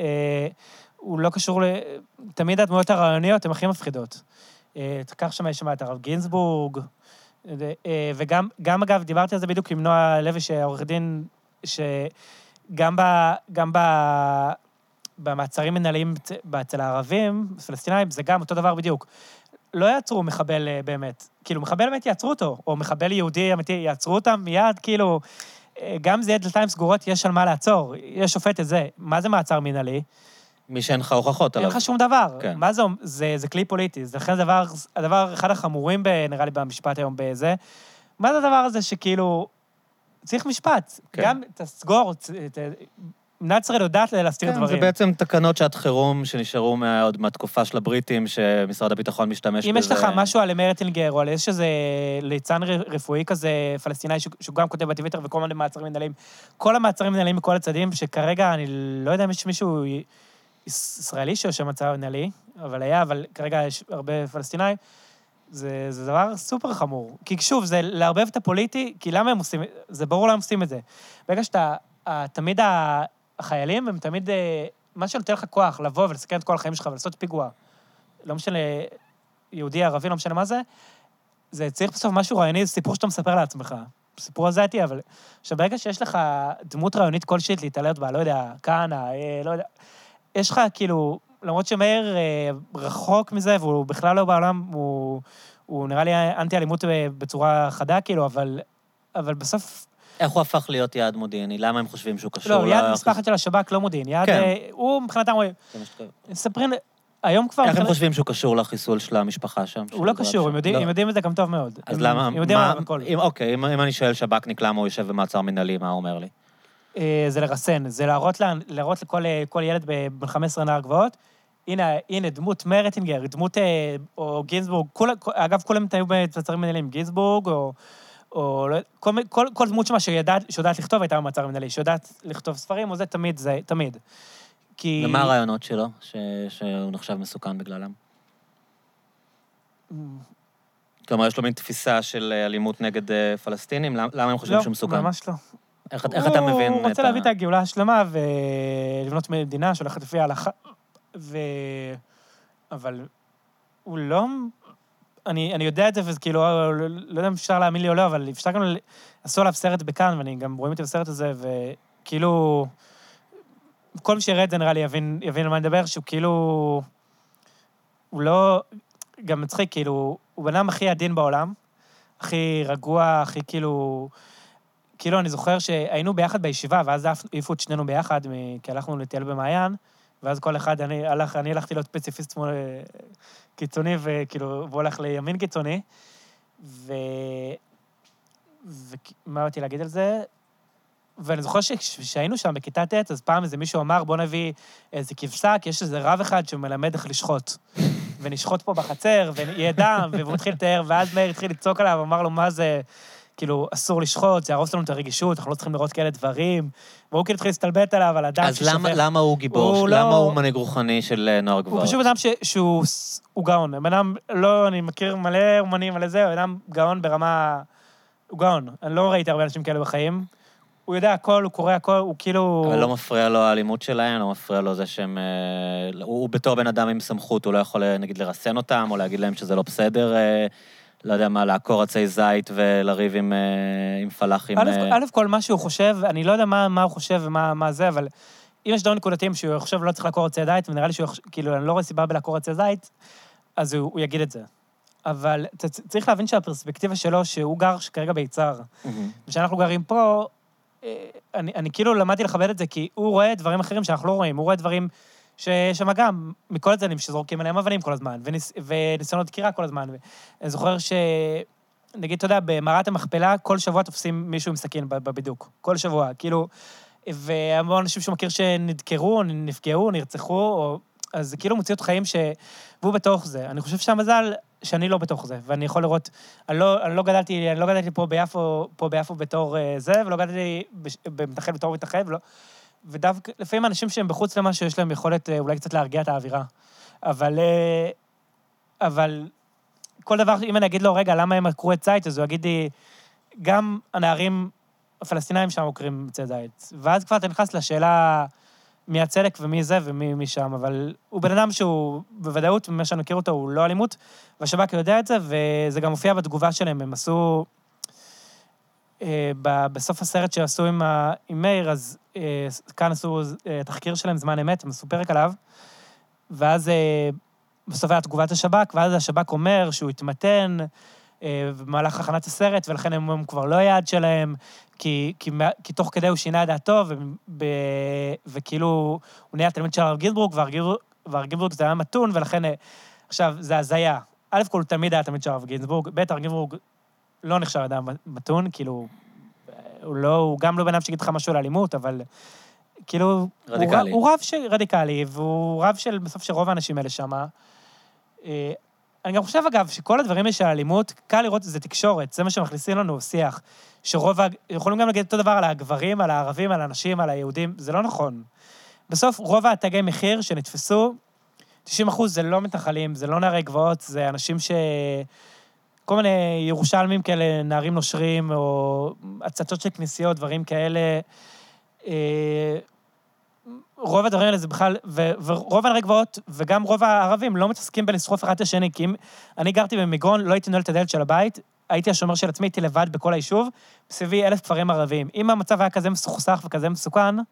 הוא לא קשור ל... תמיד הדמויות הרעיוניות הן הכי מפחידות. כך שם יש שם את הרב גינסבורג, וגם, גם אגב, דיברתי על זה בדיוק עם נועה לוי, שהעורך דין, שגם ב, גם ב, במעצרים מנהליים אצל הערבים, פלסטינאים, זה גם אותו דבר בדיוק. לא יעצרו מחבל באמת, כאילו, מחבל באמת יעצרו אותו, או מחבל יהודי אמיתי, יעצרו אותם מיד, כאילו, גם זה דלתיים סגורות, יש על מה לעצור, יש שופט את זה. מה זה מעצר מנהלי? מי שאין לך הוכחות עליו. אין לך שום דבר. כן. מה זה? זה, זה כלי פוליטי. זה לכן הדבר, הדבר, אחד החמורים, ב, נראה לי, במשפט היום בזה. מה זה הדבר הזה שכאילו, צריך משפט. כן. גם תסגור, ת, ת, מדינת ישראל יודעת להסתיר כן, דברים. זה בעצם תקנות שעת חירום שנשארו מה, עוד מהתקופה של הבריטים, שמשרד הביטחון משתמש אם בזה. יש לך משהו על מאיר אטינגר, או על איזה ליצן רפואי כזה פלסטיני, שהוא גם כותב בטוויטר וכל מיני מעצרים מנהליים, כל המעצרים מנהליים מכל הצדדים, שכרגע אני לא יודע אם יש מישהו ישראלי שיושב מצב מנהלי, אבל היה, אבל כרגע יש הרבה פלסטינאים, זה, זה דבר סופר חמור. כי שוב, זה לערבב את הפוליטי, כי למה הם עושים, זה ברור למה הם עושים את זה. ברגע שאתה, תמיד החיילים הם תמיד, מה שנותן לך כוח לבוא ולסכן את כל החיים שלך ולעשות פיגוע, לא משנה, יהודי, ערבי, לא משנה מה זה, זה צריך בסוף משהו רעיוני, זה סיפור שאתה מספר לעצמך. סיפור הזעתי, אבל עכשיו, ברגע שיש לך דמות רעיונית כלשהית להתעלת בה, לא יודע, כהנא, לא יודע, יש לך כאילו למרות שמאיר אה, רחוק מזה, והוא בכלל לא בעולם, הוא, הוא נראה לי אנטי-אלימות בצורה חדה, כאילו, אבל, אבל בסוף... איך הוא הפך להיות יעד מודיעיני? למה הם חושבים שהוא קשור? לא, יעד משפחת של השב"כ לא מודיעין. יעד, כן. הוא מבחינתם, ספרין, היום כבר... איך הם חושבים שהוא קשור לחיסול של המשפחה שם? הוא לא קשור, הם יודעים את זה גם טוב מאוד. אז למה... הם יודעים מה הכל. אוקיי, אם אני שואל שב"כניק למה הוא יושב במעצר מנהלי, מה הוא אומר לי? זה לרסן, זה להראות לכל ילד בן חמש עשרה נער גבוהות, הנה, דמות מרטינגר, דמות, או גינסבורג, אגב, כולם היו במעצרים מנהליים, גינסבורג, או... או כל, כל, כל דמות שמה שיודעת, שיודעת לכתוב הייתה במעצר מנהלי, שיודעת לכתוב ספרים, או זה תמיד, זה תמיד. כי... ומה הרעיונות שלו, ש... שהוא נחשב מסוכן בגללם? כלומר, יש לו מין תפיסה של אלימות נגד פלסטינים? למה הם חושבים שהוא מסוכן? לא, ממש לא. איך, איך אתה מבין? הוא רוצה להביא את הגאולה השלמה ולבנות מדינה שהולכת לפי ההלכה, ו... אבל הוא לא... אני, אני יודע את זה, וזה כאילו, לא, לא יודע אם אפשר להאמין לי או לא, אבל אפשר גם לעשות עליו סרט בכאן, ואני גם רואים את הסרט הזה, וכאילו, כל מי שיראה את זה נראה לי יבין, יבין על מה נדבר, שהוא כאילו, הוא לא, גם מצחיק, כאילו, הוא בן אדם הכי עדין בעולם, הכי רגוע, הכי כאילו, כאילו, אני זוכר שהיינו ביחד בישיבה, ואז העיפו את שנינו ביחד, כי הלכנו לטייל במעיין, ואז כל אחד, אני, הלך, אני הלכתי להיות פציפיסט מול... קיצוני, וכאילו, והוא הולך לימין קיצוני, ו... ומה באתי להגיד על זה? ואני זוכר שכשהיינו שם בכיתה ט', אז פעם איזה מישהו אמר, בוא נביא איזה כבשה, כי יש איזה רב אחד שמלמד איך לשחוט. ונשחוט פה בחצר, ויהיה דם, והוא התחיל לתאר, ואז מאיר התחיל לצעוק עליו, אמר לו, מה זה, כאילו, אסור לשחוט, זה יהרוס לנו את הרגישות, אנחנו לא צריכים לראות כאלה דברים, והוא כאילו התחיל להסתלבט עליו, על אדם ששווה... אז למה, למה הוא גיבור? הוא למה לא... הוא מנהיג רוחני של נוער גבוהות? הוא פשוט אדם ש... שהוא הוא גאון. אדם, לא, אני מכיר מלא אומנים על זה, הוא אדם גאון ברמה... הוא גאון. אני לא ראיתי הרבה אנשים כאלה בחיים. הוא יודע הכל, הוא קורא הכל, הוא כאילו... אבל לא מפריע לו האלימות שלהם, לא מפריע לו זה שהם... הוא, הוא בתור בן אדם עם סמכות, הוא לא יכול, נגיד, לרסן אותם, או להגיד להם שזה לא בסדר... לא יודע מה, לעקור עצי זית ולריב עם, עם פלאחים. א', א', כל מה שהוא חושב, אני לא יודע מה, מה הוא חושב ומה מה זה, אבל אם יש דברים נקודתיים שהוא חושב לא צריך לעקור עצי זית, ונראה לי שהוא, כאילו, אני לא רואה סיבה בלעקור עצי זית, אז הוא, הוא יגיד את זה. אבל צריך להבין שהפרספקטיבה שלו, שהוא גר כרגע ביצר, mm-hmm. ושאנחנו גרים פה, אני, אני כאילו למדתי לכבד את זה, כי הוא רואה דברים אחרים שאנחנו לא רואים, הוא רואה דברים ששם גם, מכל הצדדים שזורקים עליהם אבנים כל הזמן, וניס, וניסיונות דקירה כל הזמן. אני זוכר ש... נגיד, אתה יודע, במערת המכפלה, כל שבוע תופסים מישהו עם סכין בבידוק. כל שבוע, כאילו... והמון אנשים שהוא מכיר שנדקרו, נפגעו, נרצחו, או... אז זה כאילו מציאות חיים ש... והוא בתוך זה. אני חושב שהמזל שאני לא בתוך זה, ואני יכול לראות... אני לא, אני לא גדלתי, אני לא גדלתי פה ביפו, פה ביפו בתור זה, ולא גדלתי במתנחל בתור מתנחל, ולא... ודווקא, לפעמים אנשים שהם בחוץ למה שיש להם יכולת אולי קצת להרגיע את האווירה. אבל, אבל כל דבר, אם אני אגיד לו, רגע, למה הם עקרו את זית, אז הוא יגיד לי, גם הנערים הפלסטינאים שם עוקרים את זית. ואז כבר אתה נכנס לשאלה מי הצדק ומי זה ומי שם, אבל הוא בן אדם שהוא בוודאות, ממה שאני מכיר אותו, הוא לא אלימות, והשב"כ יודע את זה, וזה גם מופיע בתגובה שלהם, הם עשו... בסוף הסרט שעשו עם, ה... עם מאיר, אז כאן עשו תחקיר שלהם זמן אמת, הם עשו פרק עליו, ואז בסוף היה תגובת השב"כ, ואז השב"כ אומר שהוא התמתן במהלך הכנת הסרט, ולכן הם, הם כבר לא יעד שלהם, כי, כי, כי תוך כדי הוא שינה את דעתו, ו, וכאילו הוא נהיה תלמיד של הרב גינסבורג, והרב גינסבורג זה היה מתון, ולכן, עכשיו, זה הזיה. א' כל הוא תמיד היה תלמיד של הרב גינסבורג, ב' הרב גינסבורג לא נחשב אדם מתון, כאילו, הוא לא, הוא גם לא בן אדם שיגיד לך משהו על אלימות, אבל כאילו... רדיקלי. הוא, הוא רב ש... רדיקלי, והוא רב של, בסוף שרוב האנשים האלה שמה. אני גם חושב, אגב, שכל הדברים האלה של אלימות, קל לראות, זה תקשורת, זה מה שמכניסים לנו שיח, שרוב, יכולים גם להגיד אותו דבר על הגברים, על הערבים, על האנשים, על היהודים, זה לא נכון. בסוף, רוב התגי מחיר שנתפסו, תשעים אחוז זה לא מתנחלים, זה לא נערי גבעות, זה אנשים ש... כל מיני ירושלמים כאלה, נערים נושרים, או הצצות של כנסיות, דברים כאלה. רוב הדברים האלה זה בכלל, ורוב הנערי גבעות, וגם רוב הערבים, לא מתעסקים בלסחוף אחד את השני, כי אם אני גרתי במגרון, לא הייתי נועל את הדלת של הבית, הייתי השומר של עצמי, הייתי לבד בכל היישוב, בסביבי אלף כפרים ערבים. אם המצב היה כזה מסוכסך וכזה מסוכן,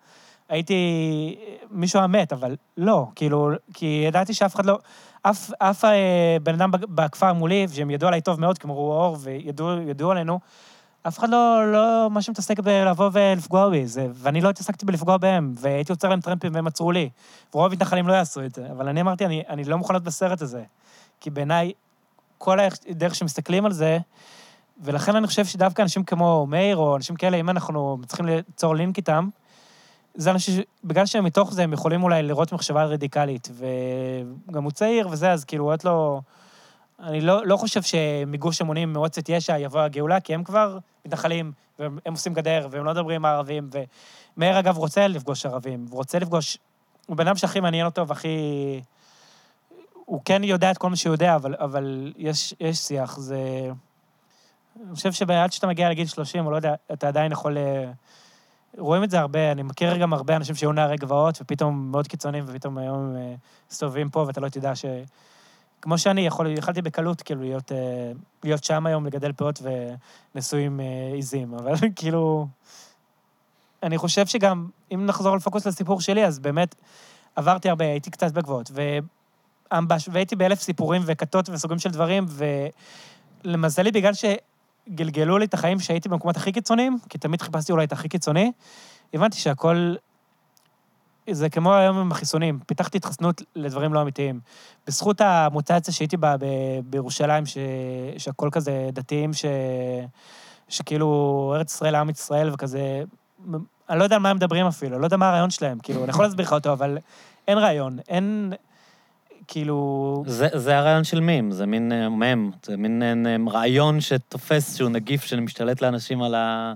הייתי מישהו המת, אבל לא, כאילו, כי ידעתי שאף אחד לא, אף, אף בן אדם בכפר מולי, שהם ידעו עליי טוב מאוד, כמו רואור, וידעו עלינו, אף אחד לא, לא, מה שמתעסק בלבוא ולפגוע בי, זה, ואני לא התעסקתי בלפגוע בהם, והייתי יוצר להם טרמפים והם עצרו לי, ורוב מתנחלים לא יעשו את זה, אבל אני אמרתי, אני, אני לא מוכן להיות בסרט הזה, כי בעיניי, כל הדרך שמסתכלים על זה, ולכן אני חושב שדווקא אנשים כמו מאיר, או אנשים כאלה, אם אנחנו צריכים ליצור לינק איתם, זה אנשים, בגלל שהם מתוך זה, הם יכולים אולי לראות מחשבה רדיקלית, וגם הוא צעיר וזה, אז כאילו, את לא... אני לא, לא חושב שמגוש המונים מועצת יש"ע יבוא הגאולה, כי הם כבר מתנחלים, והם עושים גדר, והם לא מדברים עם הערבים, ומאיר אגב רוצה לפגוש ערבים, ורוצה לפגוש... הוא בן אדם שהכי מעניין אותו, והכי... הוא כן יודע את כל מה שהוא יודע, אבל, אבל יש, יש שיח, זה... אני חושב שבעד שאתה מגיע לגיל שלושים, או לא יודע, אתה עדיין יכול... רואים את זה הרבה, אני מכיר גם הרבה אנשים שהיו נערי גבעות, ופתאום מאוד קיצוניים, ופתאום היום מסתובבים פה, ואתה לא תדע ש... כמו שאני יכול, יכלתי בקלות, כאילו, להיות, להיות שם היום, לגדל פאות ונשואים עיזים, אבל כאילו... אני חושב שגם, אם נחזור לפוקוס לסיפור שלי, אז באמת עברתי הרבה, הייתי קצת בגבעות, ואמבש, והייתי באלף סיפורים וכתות וסוגים של דברים, ולמזלי, בגלל שגלגלו לי את החיים שהייתי במקומות הכי קיצוניים, כי תמיד חיפשתי אולי את הכי קיצוני, הבנתי שהכל... זה כמו היום עם החיסונים, פיתחתי התחסנות לדברים לא אמיתיים. בזכות המוטציה שהייתי בה בירושלים, ש... שהכל כזה דתיים, ש... שכאילו ארץ ישראל, עם ישראל וכזה... אני לא יודע על מה הם מדברים אפילו, לא יודע מה הרעיון שלהם, כאילו, אני יכול להסביר לך אותו, אבל אין רעיון, אין... כאילו... זה, זה הרעיון של מים, זה מין מם, זה מין רעיון שתופס שהוא נגיף שמשתלט לאנשים על ה...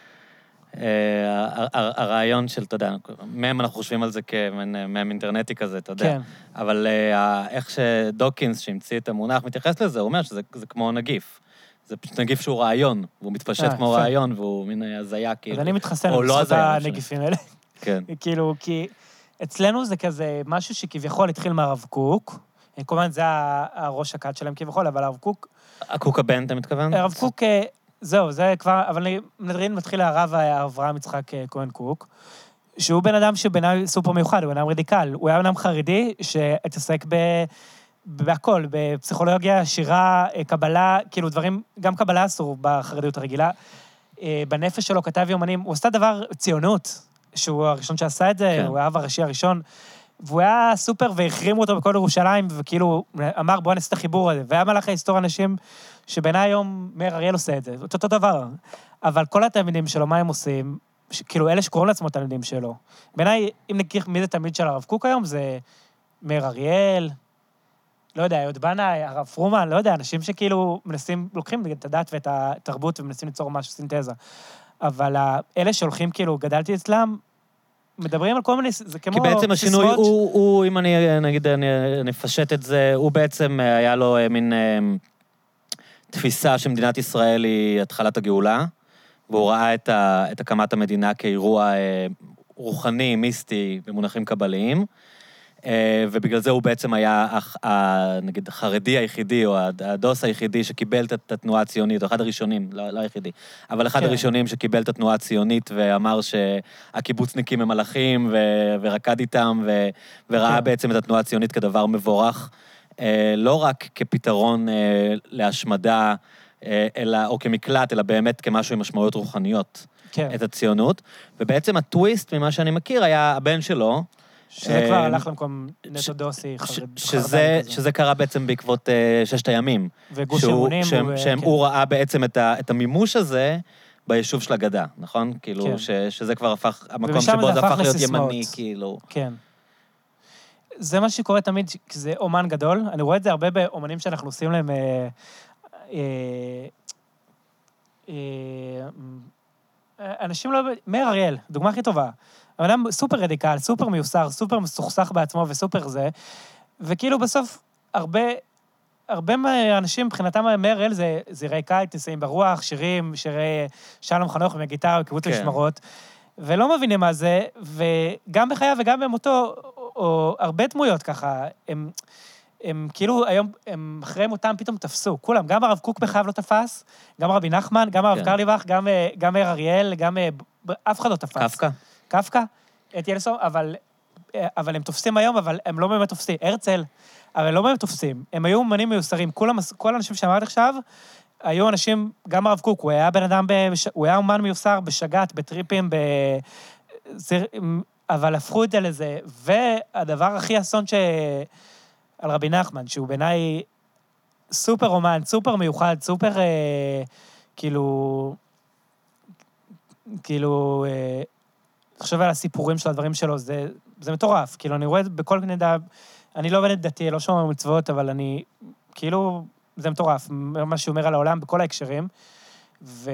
הרעיון של, אתה יודע, מם אנחנו חושבים על זה כמם אינטרנטי כזה, אתה יודע. כן. אבל איך שדוקינס, שהמציא את המונח, מתייחס לזה, הוא אומר שזה כמו נגיף. זה פשוט נגיף שהוא רעיון, והוא מתפשט כמו רעיון, והוא מין הזיה, כאילו. אז אני מתחסן בזכות הנגיפים האלה. כן. כאילו, כי אצלנו זה כזה משהו שכביכול התחיל מהרב קוק, כמובן זה הראש הקד שלהם כביכול, אבל הרב קוק... הקוק הבן, אתה מתכוון? הרב קוק... זהו, זה כבר, אבל נדרין מתחיל הרב אברהם יצחק כהן קוק, שהוא בן אדם שבעיניי סופר מיוחד, הוא בן אדם רדיקל, הוא היה בן אדם חרדי שהתעסק ב... בהכל, בפסיכולוגיה, שירה, קבלה, כאילו דברים, גם קבלה אסור בחרדיות הרגילה. בנפש שלו כתב יומנים, הוא עשה דבר ציונות, שהוא הראשון שעשה את זה, כן. הוא האב הראשי הראשון, והוא היה סופר והחרימו אותו בכל ירושלים, וכאילו אמר בוא נעשה את החיבור הזה, והיה מלאך ההיסטוריה אנשים שבעיניי היום מאיר אריאל עושה את זה, אותו, אותו דבר. אבל כל התלמידים שלו, מה הם עושים? כאילו אלה שקוראים לעצמו תלמידים שלו. בעיניי, אם נכיר מי זה תלמיד של הרב קוק היום, זה מאיר אריאל, לא יודע, יוד בנאי, הרב פרומן, לא יודע, אנשים שכאילו מנסים, לוקחים את הדת ואת התרבות ומנסים ליצור משהו סינתזה. אבל אלה שהולכים כאילו, גדלתי אצלם, מדברים על כל מיני, זה כמו... כי בעצם השינוי הוא, הוא, אם אני נגיד, אני נפשט את זה, הוא בעצם היה לו מין תפיסה שמדינת ישראל היא התחלת הגאולה, והוא ראה את, ה, את הקמת המדינה כאירוע רוחני, מיסטי, במונחים קבליים, ובגלל זה הוא בעצם היה, נגיד, החרדי היחידי, או הדוס היחידי שקיבל את התנועה הציונית, או אחד הראשונים, לא, לא היחידי, אבל אחד הראשונים שקיבל את התנועה הציונית, ואמר שהקיבוצניקים הם מלאכים, ורקד איתם, וראה בעצם את התנועה הציונית כדבר מבורך, לא רק כפתרון להשמדה, אלא, או כמקלט, אלא באמת כמשהו עם משמעויות רוחניות, את הציונות, ובעצם הטוויסט, ממה שאני מכיר, היה הבן שלו, שזה כבר הלך למקום נטו דוסי, חרדן כזה. שזה קרה בעצם בעקבות ששת הימים. וגוש אמונים. שהוא ראה בעצם את המימוש הזה ביישוב של הגדה, נכון? כאילו, שזה כבר הפך, המקום שבו זה הפך להיות ימני, כאילו. כן. זה מה שקורה תמיד, כי זה אומן גדול. אני רואה את זה הרבה באומנים שאנחנו עושים להם... אנשים לא... מאיר אריאל, דוגמה הכי טובה. אבל אדם סופר רדיקל, סופר מיוסר, סופר מסוכסך בעצמו וסופר זה, וכאילו בסוף הרבה, הרבה מהאנשים מבחינתם מאיר אריאל זה זירי קיץ, ניסעים ברוח, שירים, שירי שלום חנוך מגיטרה, קיבוץ המשמרות, ולא מבינים מה זה, וגם בחייו וגם במותו, או הרבה דמויות ככה, הם, הם כאילו היום, הם אחרי מותם פתאום תפסו, כולם, גם הרב קוק בחייו לא תפס, גם רבי נחמן, גם הרב קרליבך, גם, גם מאיר אריאל, גם אף אחד לא תפס. קפקא. קפקא, את ילסון, אבל, אבל הם תופסים היום, אבל הם לא באמת תופסים. הרצל, אבל לא באמת תופסים. הם היו אומנים מיוסרים. כל, המס, כל האנשים שאמרת עכשיו, היו אנשים, גם הרב קוק, הוא היה בן אדם, בש, הוא היה אומן מיוסר בשגת, בטריפים, ב... אבל הפכו את זה לזה. והדבר הכי אסון ש... על רבי נחמן, שהוא בעיניי סופר אומן, סופר מיוחד, סופר, אה, כאילו, כאילו, אה, חושב על הסיפורים של הדברים שלו, זה, זה מטורף. כאילו, אני רואה את בכל קנה דה, אני לא עובדת דתי, לא שומע מצוות, אבל אני, כאילו, זה מטורף, מה שהוא אומר על העולם בכל ההקשרים, ו...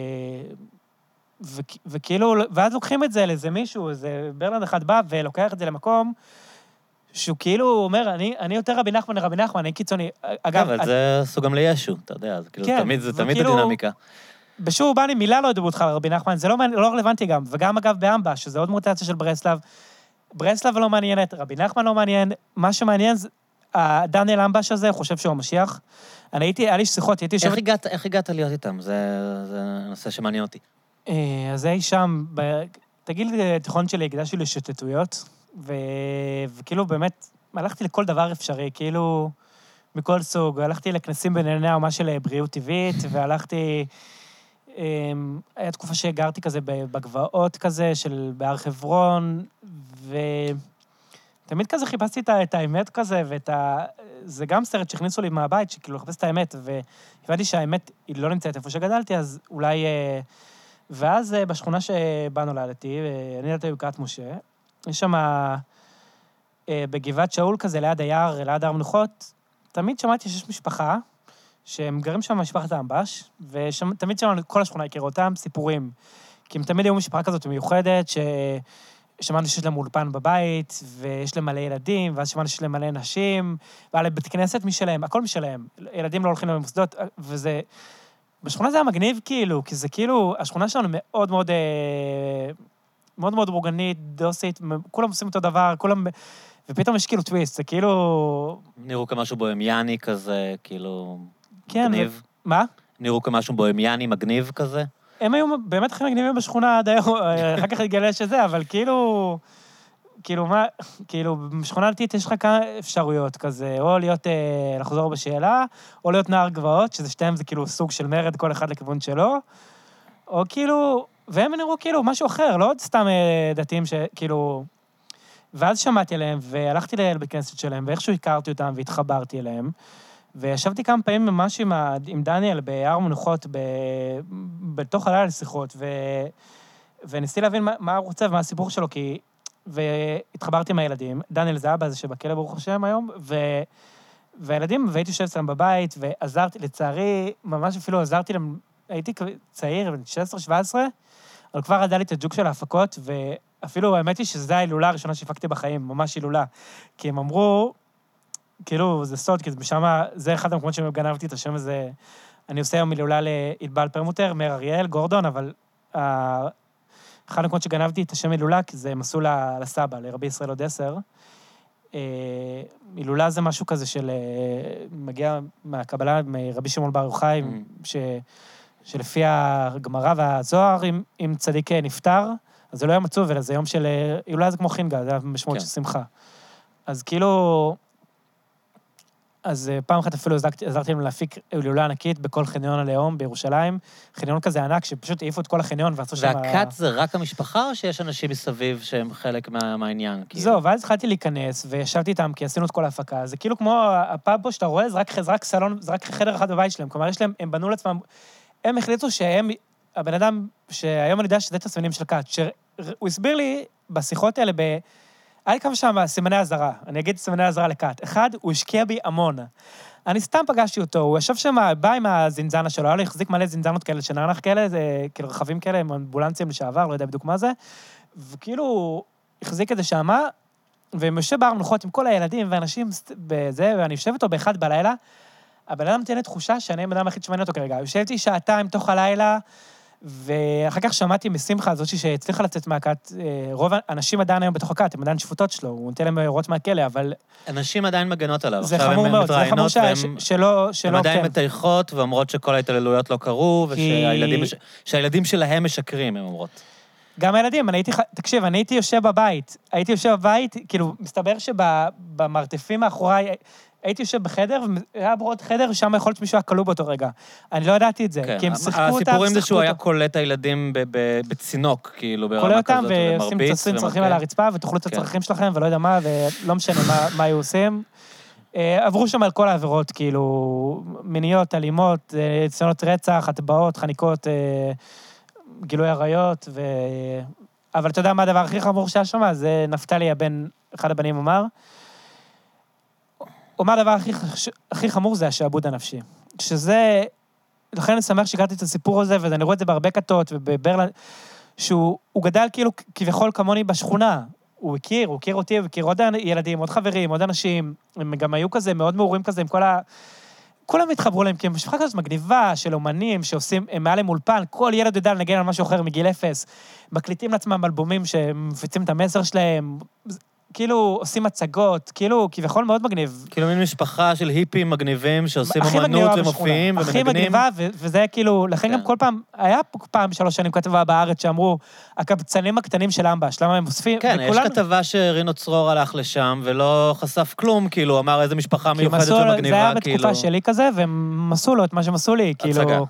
ו... וכאילו, ואז לוקחים את זה לאיזה מישהו, איזה ברלנד אחד בא ולוקח את זה למקום, שהוא כאילו אומר, אני, אני יותר רבי נחמן לרבי נחמן, אני קיצוני. אגב, אבל את... זה סוג גם לישו, אתה יודע, זה כאילו, כן, תמיד, זה תמיד וכאילו, הדינמיקה. בשור בני מילה לא ידברו אותך לרבי נחמן, זה לא, לא רלוונטי גם, וגם אגב באמבה, שזה עוד מוטציה של ברסלב, ברסלב לא מעניינת, רבי נחמן לא מעניין, מה שמעניין זה, דניאל אמבש הזה, חושב שהוא המשיח. אני הייתי, היה לי שיחות, הייתי איך הגעת, איך הגעת להיות איתם? זה, זה נושא שמעניין אותי. אז אי שם, תגיד לי, תיכון שלי, הקדשתי לשוטטויות, ו... וכאילו באמת, הלכתי לכל דבר אפשרי, כאילו, מכל סוג, הלכתי לכנסים בענייני האומה של בריאות טבעית, והלכתי, היה תקופה שהגרתי כזה בגבעות כזה, של בהר חברון, ותמיד כזה חיפשתי את האמת כזה, ואת ה... זה גם סרט שהכניסו לי מהבית, שכאילו לחפש את האמת, והבנתי שהאמת היא לא נמצאת איפה שגדלתי, אז אולי... ואז בשכונה שבה נולדתי, אני נולדתי בקריית משה, יש שם בגבעת שאול כזה, ליד היער, ליד הר מנוחות, תמיד שמעתי שיש משפחה, שהם גרים שם משפחת האמבש, ותמיד שמענו, כל השכונה הכירה אותם, סיפורים. כי הם תמיד היו משפחה כזאת מיוחדת, ששמענו שיש להם אולפן בבית, ויש להם מלא ילדים, ואז שמענו שיש להם מלא נשים, ועל בית כנסת משלהם, הכל משלהם. ילדים לא הולכים למוסדות, וזה... בשכונה זה היה מגניב כאילו, כי זה כאילו, השכונה שלנו מאוד מאוד... מאוד מאוד בורגנית, דוסית, כולם עושים אותו דבר, כולם... ופתאום יש כאילו טוויסט, זה כאילו... נראו כמשהו בוהמיאני כזה, כאילו... כן, מגניב. מה? נראו כמשהו בוהמיאני, מגניב כזה. הם היו באמת הכי מגניבים בשכונה עד היום, אחר כך התגלה שזה, אבל כאילו... כאילו מה... כאילו, בשכונה דתית יש לך כמה אפשרויות כזה, או להיות... לחזור בשאלה, או להיות נער גבעות, שזה שתיהם זה כאילו סוג של מרד, כל אחד לכיוון שלו, או כאילו... והם נראו כאילו משהו אחר, לא עוד סתם דתיים שכאילו... ואז שמעתי עליהם, והלכתי לבית כנסת שלהם, ואיכשהו הכרתי אותם והתחברתי אליהם, וישבתי כמה פעמים ממש עם, ה... עם דניאל בהר מנוחות, ב... בתוך הלילה לשיחות, ו... וניסיתי להבין מה, מה הוא רוצה ומה הסיפור שלו, כי... והתחברתי עם הילדים, דניאל זה אבא הזה שבכלא ברוך השם היום, ו... והילדים, והייתי יושב אצלם בבית, ועזרתי, לצערי, ממש אפילו עזרתי להם, הייתי צעיר, בן שש עשרה שבע עשרה, אבל כבר עדה לי את הג'וק של ההפקות, ואפילו האמת היא שזו ההילולה הראשונה שהפקתי בחיים, ממש הילולה. כי הם אמרו, כאילו, זה סוד, כי משם, זה אחד המקומות שגנבתי את השם הזה, אני עושה היום הילולה לענבל פרמוטר, מאיר אריאל, גורדון, אבל אחד המקומות שגנבתי את השם הילולה, כי זה מסלול לסבא, לרבי ישראל עוד עשר. הילולה זה משהו כזה של, מגיע מהקבלה, מרבי שמעון בר יוחאי, ש... שלפי הגמרא והזוהר, אם, אם צדיק נפטר, אז זה לא יום עצוב, אלא זה יום של... אולי זה כמו חינגה, זה המשמעות כן. של שמחה. אז כאילו... אז פעם אחת אפילו עזרתי, עזרתי להם להפיק הילולה ענקית בכל חניון הלאום בירושלים, חניון כזה ענק, שפשוט העיפו את כל החניון ועשו שם... והקאט זה רק המשפחה, או שיש אנשים מסביב שהם חלק מה, מהעניין? כאילו? זהו, ואז התחלתי להיכנס, וישבתי איתם, כי עשינו את כל ההפקה. זה כאילו כמו הפאב פה שאתה רואה, זה רק, זה רק סלון, זה רק חדר אחד בבית שלהם. כלומר, יש להם, הם בנו לעצמם... הם החליטו שהם, הבן אדם, שהיום אני יודע שזה תסמינים של קאט, שהוא הסביר לי בשיחות האלה, ב... היה לי כמה שם סימני הזרה, אני אגיד סימני הזרה לקאט. אחד, הוא השקיע בי המון. אני סתם פגשתי אותו, הוא ישב שם, בא עם הזינזנה שלו, היה לו החזיק מלא זינזנות כאלה, שנרנח כאלה, זה כאילו רכבים כאלה, עם אמבולנסים לשעבר, לא יודע בדיוק מה זה, וכאילו, הוא החזיק את זה שם, והם יושב בהר מנוחות עם כל הילדים ואנשים בזה, ואני יושב איתו באחד בלילה, הבן אדם נתן לי תחושה שאני הבן אדם הכי שמעניין אותו כרגע. יושבתי שעתיים תוך הלילה, ואחר כך שמעתי משמחה הזאת שהצליחה לצאת מהקאט, רוב האנשים עדיין היום בתוך הקאט, הם עדיין שפוטות שלו, הוא נותן להם לראות מהכלא, אבל... אנשים עדיין מגנות עליו. זה חמור מאוד, זה חמור שלא... הם עדיין מתייחות, ואומרות שכל ההתעללויות לא קרו, ושהילדים שלהם משקרים, הם אומרות. גם הילדים, אני הייתי, תקשיב, אני הייתי יושב בבית, הייתי יושב בבית, כאילו, מסתבר שבמרתפים מאחוריי, הייתי יושב בחדר, והיה בעוד חדר, שם יכול להיות שמישהו היה כלוא באותו רגע. אני לא ידעתי את זה, כן. כי הם שיחקו אותם, הסיפורים זה שהוא היה קולט הילדים בצינוק, כאילו, ברמה כזאת, ומרביץ. ועושים צרכים על הרצפה, ותאכלו את הצרכים שלכם, ולא יודע מה, ולא משנה מה, מה היו עושים. עברו שם על כל העבירות, כאילו, מיניות, אלימות, ציונות רצח, הטבעות, חניקות, גילוי עריות, ו... אבל אתה יודע מה הדבר הכי חמור שהיה שם? זה נפתלי הבן, אחד הבנים אמר. הוא אמר הדבר הכי, הכי חמור זה השעבוד הנפשי. שזה, לכן אני שמח שהגעתי את הסיפור הזה, ואני רואה את זה בהרבה כתות, ובברלנד, שהוא גדל כאילו כביכול כמוני בשכונה. הוא הכיר, הוא הכיר אותי, הוא הכיר עוד ילדים, עוד חברים, עוד אנשים. הם גם היו כזה, מאוד מעורים כזה, עם כל ה... כולם התחברו להם, כי הם משפחה כזאת מגניבה של אומנים שעושים, הם מעל עם אולפן, כל ילד יודע לנגן על משהו אחר מגיל אפס, מקליטים לעצמם אלבומים שמפיצים את המסר שלהם, כאילו עושים הצגות, כאילו כביכול מאוד מגניב. כאילו מין משפחה של היפים מגניבים שעושים אומנות ומופיעים ומנגנים. הכי מגניבה, וזה היה כאילו, לכן גם כל פעם, היה פעם שלוש שנים כתבה בארץ שאמרו, הקבצנים הקטנים של אמבש, למה הם אוספים? כן, יש כתבה שרינו צרור הלך לשם ולא חשף כלום, כאילו, אמר איזה משפחה מיוחדת ומגניבה, כאילו. זה היה בתקופה שלי כזה, והם עשו לו את מה שהם עשו לי, כאילו. הצגה.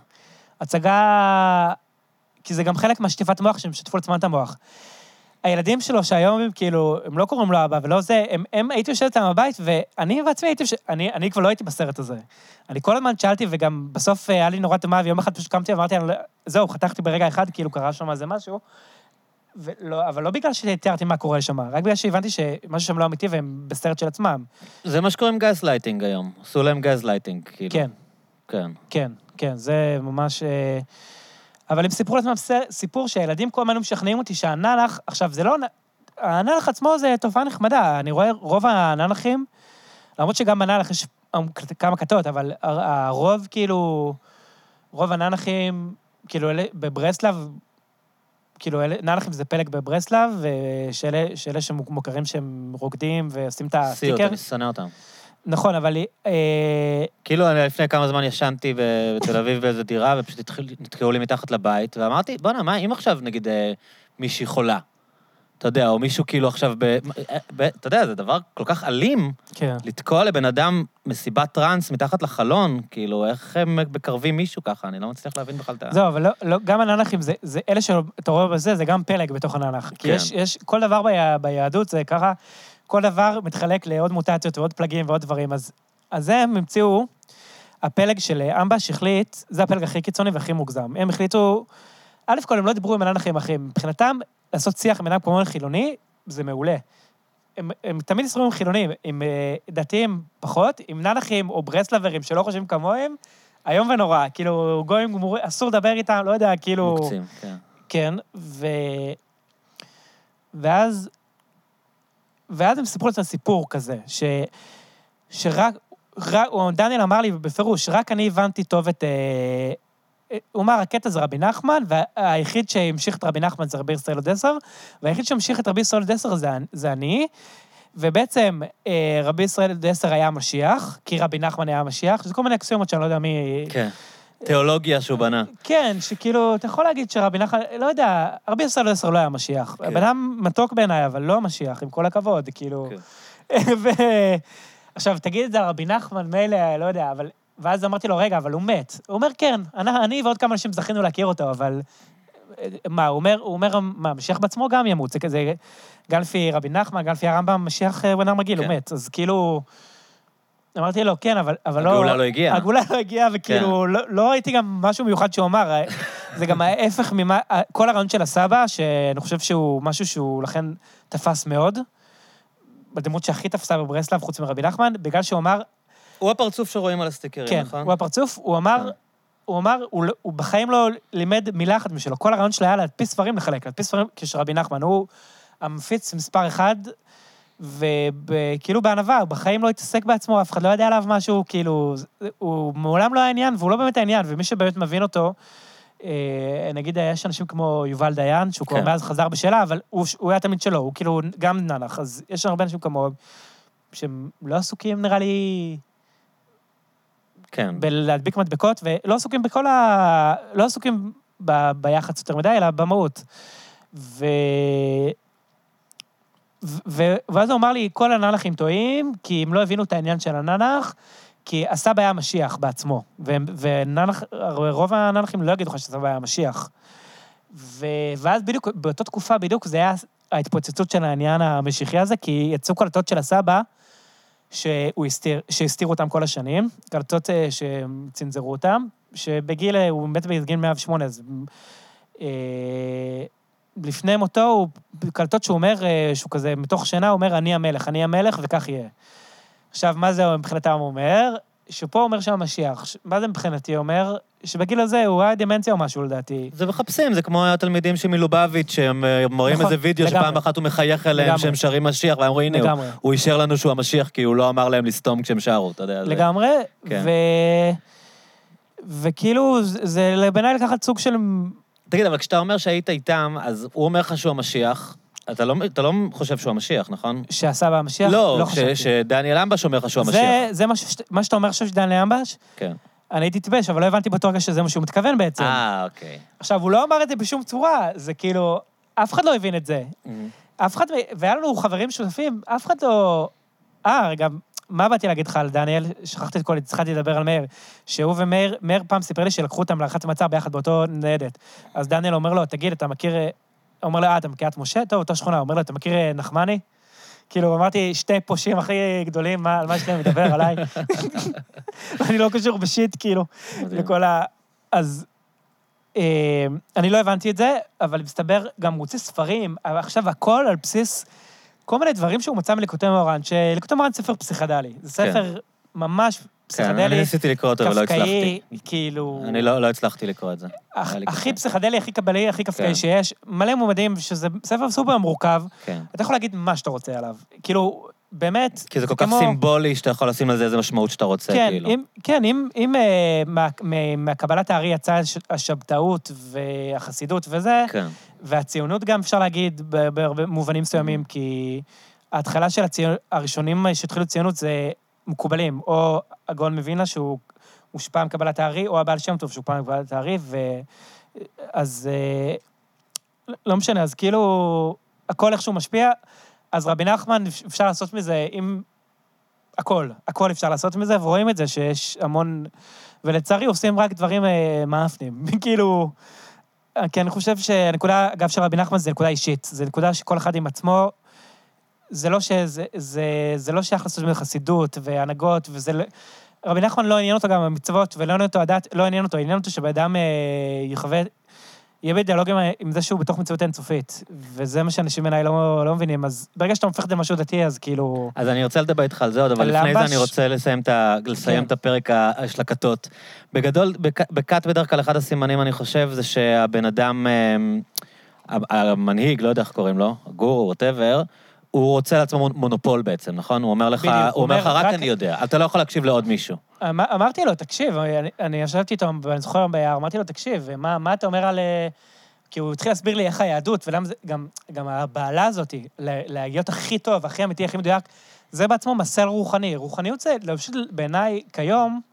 הצגה, כי זה גם חלק מהשטיפת מוח שהם שטפו לעצמם את המוח. הילדים שלו שהיום הם כאילו, הם לא קוראים לו אבא ולא זה, הם, הם הייתי יושבת להם בבית, ואני בעצמי הייתי, אני, אני כבר לא הייתי בסרט הזה. אני כל הזמן שאלתי, וגם בסוף היה לי נורא תמה, ויום אחד פשוט קמתי ואמרתי, זהו, חתכתי ברגע אחד, כאילו קרה שם איזה משהו, ולא, אבל לא בגלל שתיארתי מה קורה שם, רק בגלל שהבנתי שמשהו שם לא אמיתי, והם בסרט של עצמם. זה מה שקוראים גז לייטינג היום, עשו להם גז לייטינג, כאילו. כן. כן. כן, כן, זה ממש... אבל הם סיפרו לעצמם סיפור שהילדים כל הזמן משכנעים אותי שהננח, עכשיו זה לא, הננח עצמו זה תופעה נחמדה, אני רואה רוב הננחים, למרות שגם בננח יש כמה כתות, אבל הרוב כאילו, רוב הננחים, כאילו בברסלב, כאילו ננחים זה פלג בברסלב, ושאלה שמוכרים שהם רוקדים ועושים את הסטיקר. סיוט, אני שונא אותם. נכון, אבל... כאילו, אני לפני כמה זמן ישנתי בתל אביב באיזו דירה, ופשוט נתקעו לי מתחת לבית, ואמרתי, בוא'נה, מה, אם עכשיו, נגיד, מישהי חולה, אתה יודע, או מישהו כאילו עכשיו, אתה יודע, זה דבר כל כך אלים, לתקוע לבן אדם מסיבת טרנס מתחת לחלון, כאילו, איך הם בקרבים מישהו ככה, אני לא מצליח להבין בכלל את ה... זהו, אבל גם הננחים, אלה שאתה רואה בזה, זה גם פלג בתוך הננח, כי יש, כל דבר ביהדות זה ככה, כל דבר מתחלק לעוד מוטציות ועוד פלגים ועוד דברים, אז, אז הם המציאו, הפלג של אמבש החליט, זה הפלג הכי קיצוני והכי מוגזם. הם החליטו, א' כל, הם לא דיברו עם הננחים אחים, מבחינתם, לעשות שיח עם אדם כמובן חילוני, זה מעולה. הם, הם תמיד ישרו עם חילונים, עם דתיים פחות, עם ננחים או ברסלברים שלא חושבים כמוהם, היום ונורא, כאילו, גויים גמורים, אסור לדבר איתם, לא יודע, כאילו... מוקצים, כן. כן, ו... ואז... ואז הם סיפרו לעצמם סיפור כזה, ש... שרק... רק... דניאל אמר לי בפירוש, רק אני הבנתי טוב את... הוא אמר, הקטע זה רבי נחמן, והיחיד שהמשיך את רבי נחמן זה רבי ישראל אודסר, והיחיד שהמשיך את רבי ישראל אודסר זה, זה אני, ובעצם רבי ישראל אודסר היה המשיח, כי רבי נחמן היה המשיח, זה כל מיני אקסיומות שאני לא יודע מי... כן, תיאולוגיה שהוא בנה. כן, שכאילו, אתה יכול להגיד שרבי נחמן, לא יודע, רבי ישראל אודסר לא היה המשיח. כן. בן אדם מתוק בעיניי, אבל לא המשיח, עם כל הכבוד, כאילו... כן. ו... עכשיו, תגיד את זה על רבי נחמן, מילא, לא יודע, אבל... ואז אמרתי לו, רגע, אבל הוא מת. הוא אומר, כן, אני, אני ועוד כמה אנשים זכינו להכיר אותו, אבל... מה, הוא אומר, הוא אומר, מה, המשיח בעצמו גם ימות, זה כזה, גם לפי רבי נחמן, גם לפי הרמב"ם, המשיח בן אדם רגיל, כן. הוא מת. אז כאילו... אמרתי לו, כן, אבל, אבל הגאולה לא... הגאולה לא הגיעה. הגאולה לא הגיעה, וכאילו, כן. לא, לא ראיתי גם משהו מיוחד שהוא אמר. זה גם ההפך ממה... כל הרעיון של הסבא, שאני חושב שהוא משהו שהוא לכן תפס מאוד, בדמות שהכי תפסה בברסלב, חוץ מרבי נחמן, בגלל שהוא אמר... הוא הפרצוף שרואים על הסטיקרים, כן, נכון? כן, הוא הפרצוף, הוא אמר, הוא אמר, הוא, הוא בחיים לא לימד מילה אחת משלו, כל הרעיון שלו היה להדפיס ספרים לחלק, להדפיס ספרים כשרבי נחמן, הוא המפיץ מספר אחד, וכאילו בענווה, הוא בחיים לא התעסק בעצמו, אף אחד לא יודע עליו משהו, כאילו, הוא מעולם לא היה עניין, והוא לא באמת העניין, ומי שבאמת מבין אותו, נגיד, יש אנשים כמו יובל דיין, שהוא כבר מאז חזר בשאלה, אבל הוא, הוא היה תמיד שלו, הוא כאילו גם ננח, אז יש הרבה אנשים כמו, שהם לא עסוקים, נראה לי, כן. בלהדביק מדבקות, ולא עסוקים בכל ה... לא עסוקים ב... ביחץ יותר מדי, אלא במהות. ו... ו... ואז הוא אמר לי, כל הננחים טועים, כי הם לא הבינו את העניין של הננח, כי הסבא היה משיח בעצמו, ו... וננח... רוב הננחים לא יגידו לך שהסבא היה משיח. ו... ואז בדיוק, באותה תקופה בדיוק, זה היה ההתפוצצות של העניין המשיחי הזה, כי יצאו קלטות של הסבא, שהוא הסתיר, שהסתירו אותם כל השנים, קלטות שצנזרו אותם, שבגיל, הוא מת בגיל מאה ושמונה, אז אה, לפני מותו, הוא קלטות שהוא אומר, שהוא כזה, מתוך שינה, הוא אומר, אני המלך, אני המלך, וכך יהיה. עכשיו, מה זה מבחינתם אומר? שפה הוא אומר שהמשיח. מה זה מבחינתי אומר? שבגיל הזה הוא היה דמנציה או משהו, לדעתי. זה מחפשים, זה כמו התלמידים של מלובביץ' שהם מראים נכון, איזה וידאו לגמרי. שפעם אחת הוא מחייך אליהם לגמרי. שהם שרים משיח, והם רואים, הנה, הוא, הוא אישר לנו שהוא המשיח, כי הוא לא אמר להם לסתום כשהם שרו, אתה יודע. לגמרי, כן. ו... וכאילו, זה לבעיניי לקחת סוג של... תגיד, אבל כשאתה אומר שהיית איתם, אז הוא אומר לך שהוא המשיח, אתה לא, אתה לא חושב שהוא המשיח, נכון? שהסבא המשיח? לא, לא ש, חשבתי. שדניאל אמבש אומר לך שהוא המשיח. זה, זה מה, ש... מה שאתה אומר עכשיו שדניאל אמבש? כן. אני הייתי טיפש, אבל לא הבנתי באותו רגע שזה מה שהוא מתכוון בעצם. אה, אוקיי. עכשיו, הוא לא אמר את זה בשום צורה, זה כאילו, אף אחד לא הבין את זה. Mm-hmm. אף אחד, והיה לנו חברים שותפים, אף אחד לא... אה, רגע, מה באתי להגיד לך על דניאל? שכחתי את כל, התחלתי לדבר על מאיר, שהוא ומאיר, מאיר פעם סיפר לי שלקחו אותם להערכת מעצר ביחד באותו ניידת. אז דניאל אומר לו, תגיד, אתה מכיר... אומר לו, אה, אתה מכיר את משה? טוב, אותה שכונה. אומר לו, אתה מכיר נחמני? כאילו, אמרתי, שתי פושעים הכי גדולים, מה, על מה שלהם מדבר עליי. ואני לא קשור בשיט, כאילו, לכל ה... אז אה, אני לא הבנתי את זה, אבל מסתבר, גם מוציא ספרים, אבל עכשיו הכל על בסיס כל מיני דברים שהוא מצא מליקוטי מורן, שליקוטי מורן ספר פסיכדלי. זה ספר ממש פסיכדלי. כן, אני ניסיתי לקרוא אותו ולא הצלחתי. קפקאי, כאילו... אני לא, לא הצלחתי לקרוא את זה. הכי פסיכדלי, הכי קבלי, הכי קפקאי שיש. מלא מועמדים, שזה ספר סופר מורכב. אתה יכול להגיד מה שאתה רוצה עליו. כאילו, באמת... כי זה כל כך סימבולי שאתה יכול לשים על זה איזה משמעות שאתה רוצה, כאילו. כן, אם מהקבלת הארי יצאה השבתאות והחסידות וזה, והציונות גם אפשר להגיד בהרבה מובנים מסוימים, כי ההתחלה של הראשונים שהתחילו ציונות זה מקובלים, או הגאון מווילנה שהוא הושפע מקבלת הארי, או הבעל שם טוב שהושפע מקבלת הארי, אז לא משנה, אז כאילו הכל איכשהו משפיע, אז רבי נחמן אפשר לעשות מזה, עם הכל, הכל אפשר לעשות מזה, ורואים את זה שיש המון, ולצערי עושים רק דברים מאפנים, כאילו, כי אני חושב שהנקודה, אגב של רבי נחמן זה נקודה אישית, זה נקודה שכל אחד עם עצמו, זה לא שזה, זה, זה לא שייך לעשות מזה חסידות והנהגות, וזה לא, רבי נחמן לא עניין אותו גם במצוות, ולא עניין אותו הדת, לא עניין אותו, עניין אותו שבאדם יחווה, יהיה בדיאלוג עם זה שהוא בתוך מציאות אינסופית, וזה מה שאנשים בעיניי לא, לא מבינים, אז ברגע שאתה מופך את זה משהו דתי, אז כאילו... אז אני רוצה לדבר איתך על זה עוד, אבל לפני זה אני רוצה לסיים את, לסיים את הפרק של הכתות. בגדול, בכת בדרך כלל אחד הסימנים, אני חושב, זה שהבן אדם, המנהיג, לא יודע איך קוראים לו, הגורו, whatever, הוא רוצה לעצמו מונופול בעצם, נכון? הוא אומר לך, הוא אומר לך, רק אני יודע, אתה לא יכול להקשיב לעוד מישהו. אמרתי לו, תקשיב, אני ישבתי איתו, ואני זוכר ביער, אמרתי לו, תקשיב, מה אתה אומר על... כי הוא התחיל להסביר לי איך היהדות, ולמה זה, גם הבעלה הזאת, להיות הכי טוב, הכי אמיתי, הכי מדויק, זה בעצמו מסל רוחני. רוחניות זה, פשוט בעיניי, כיום,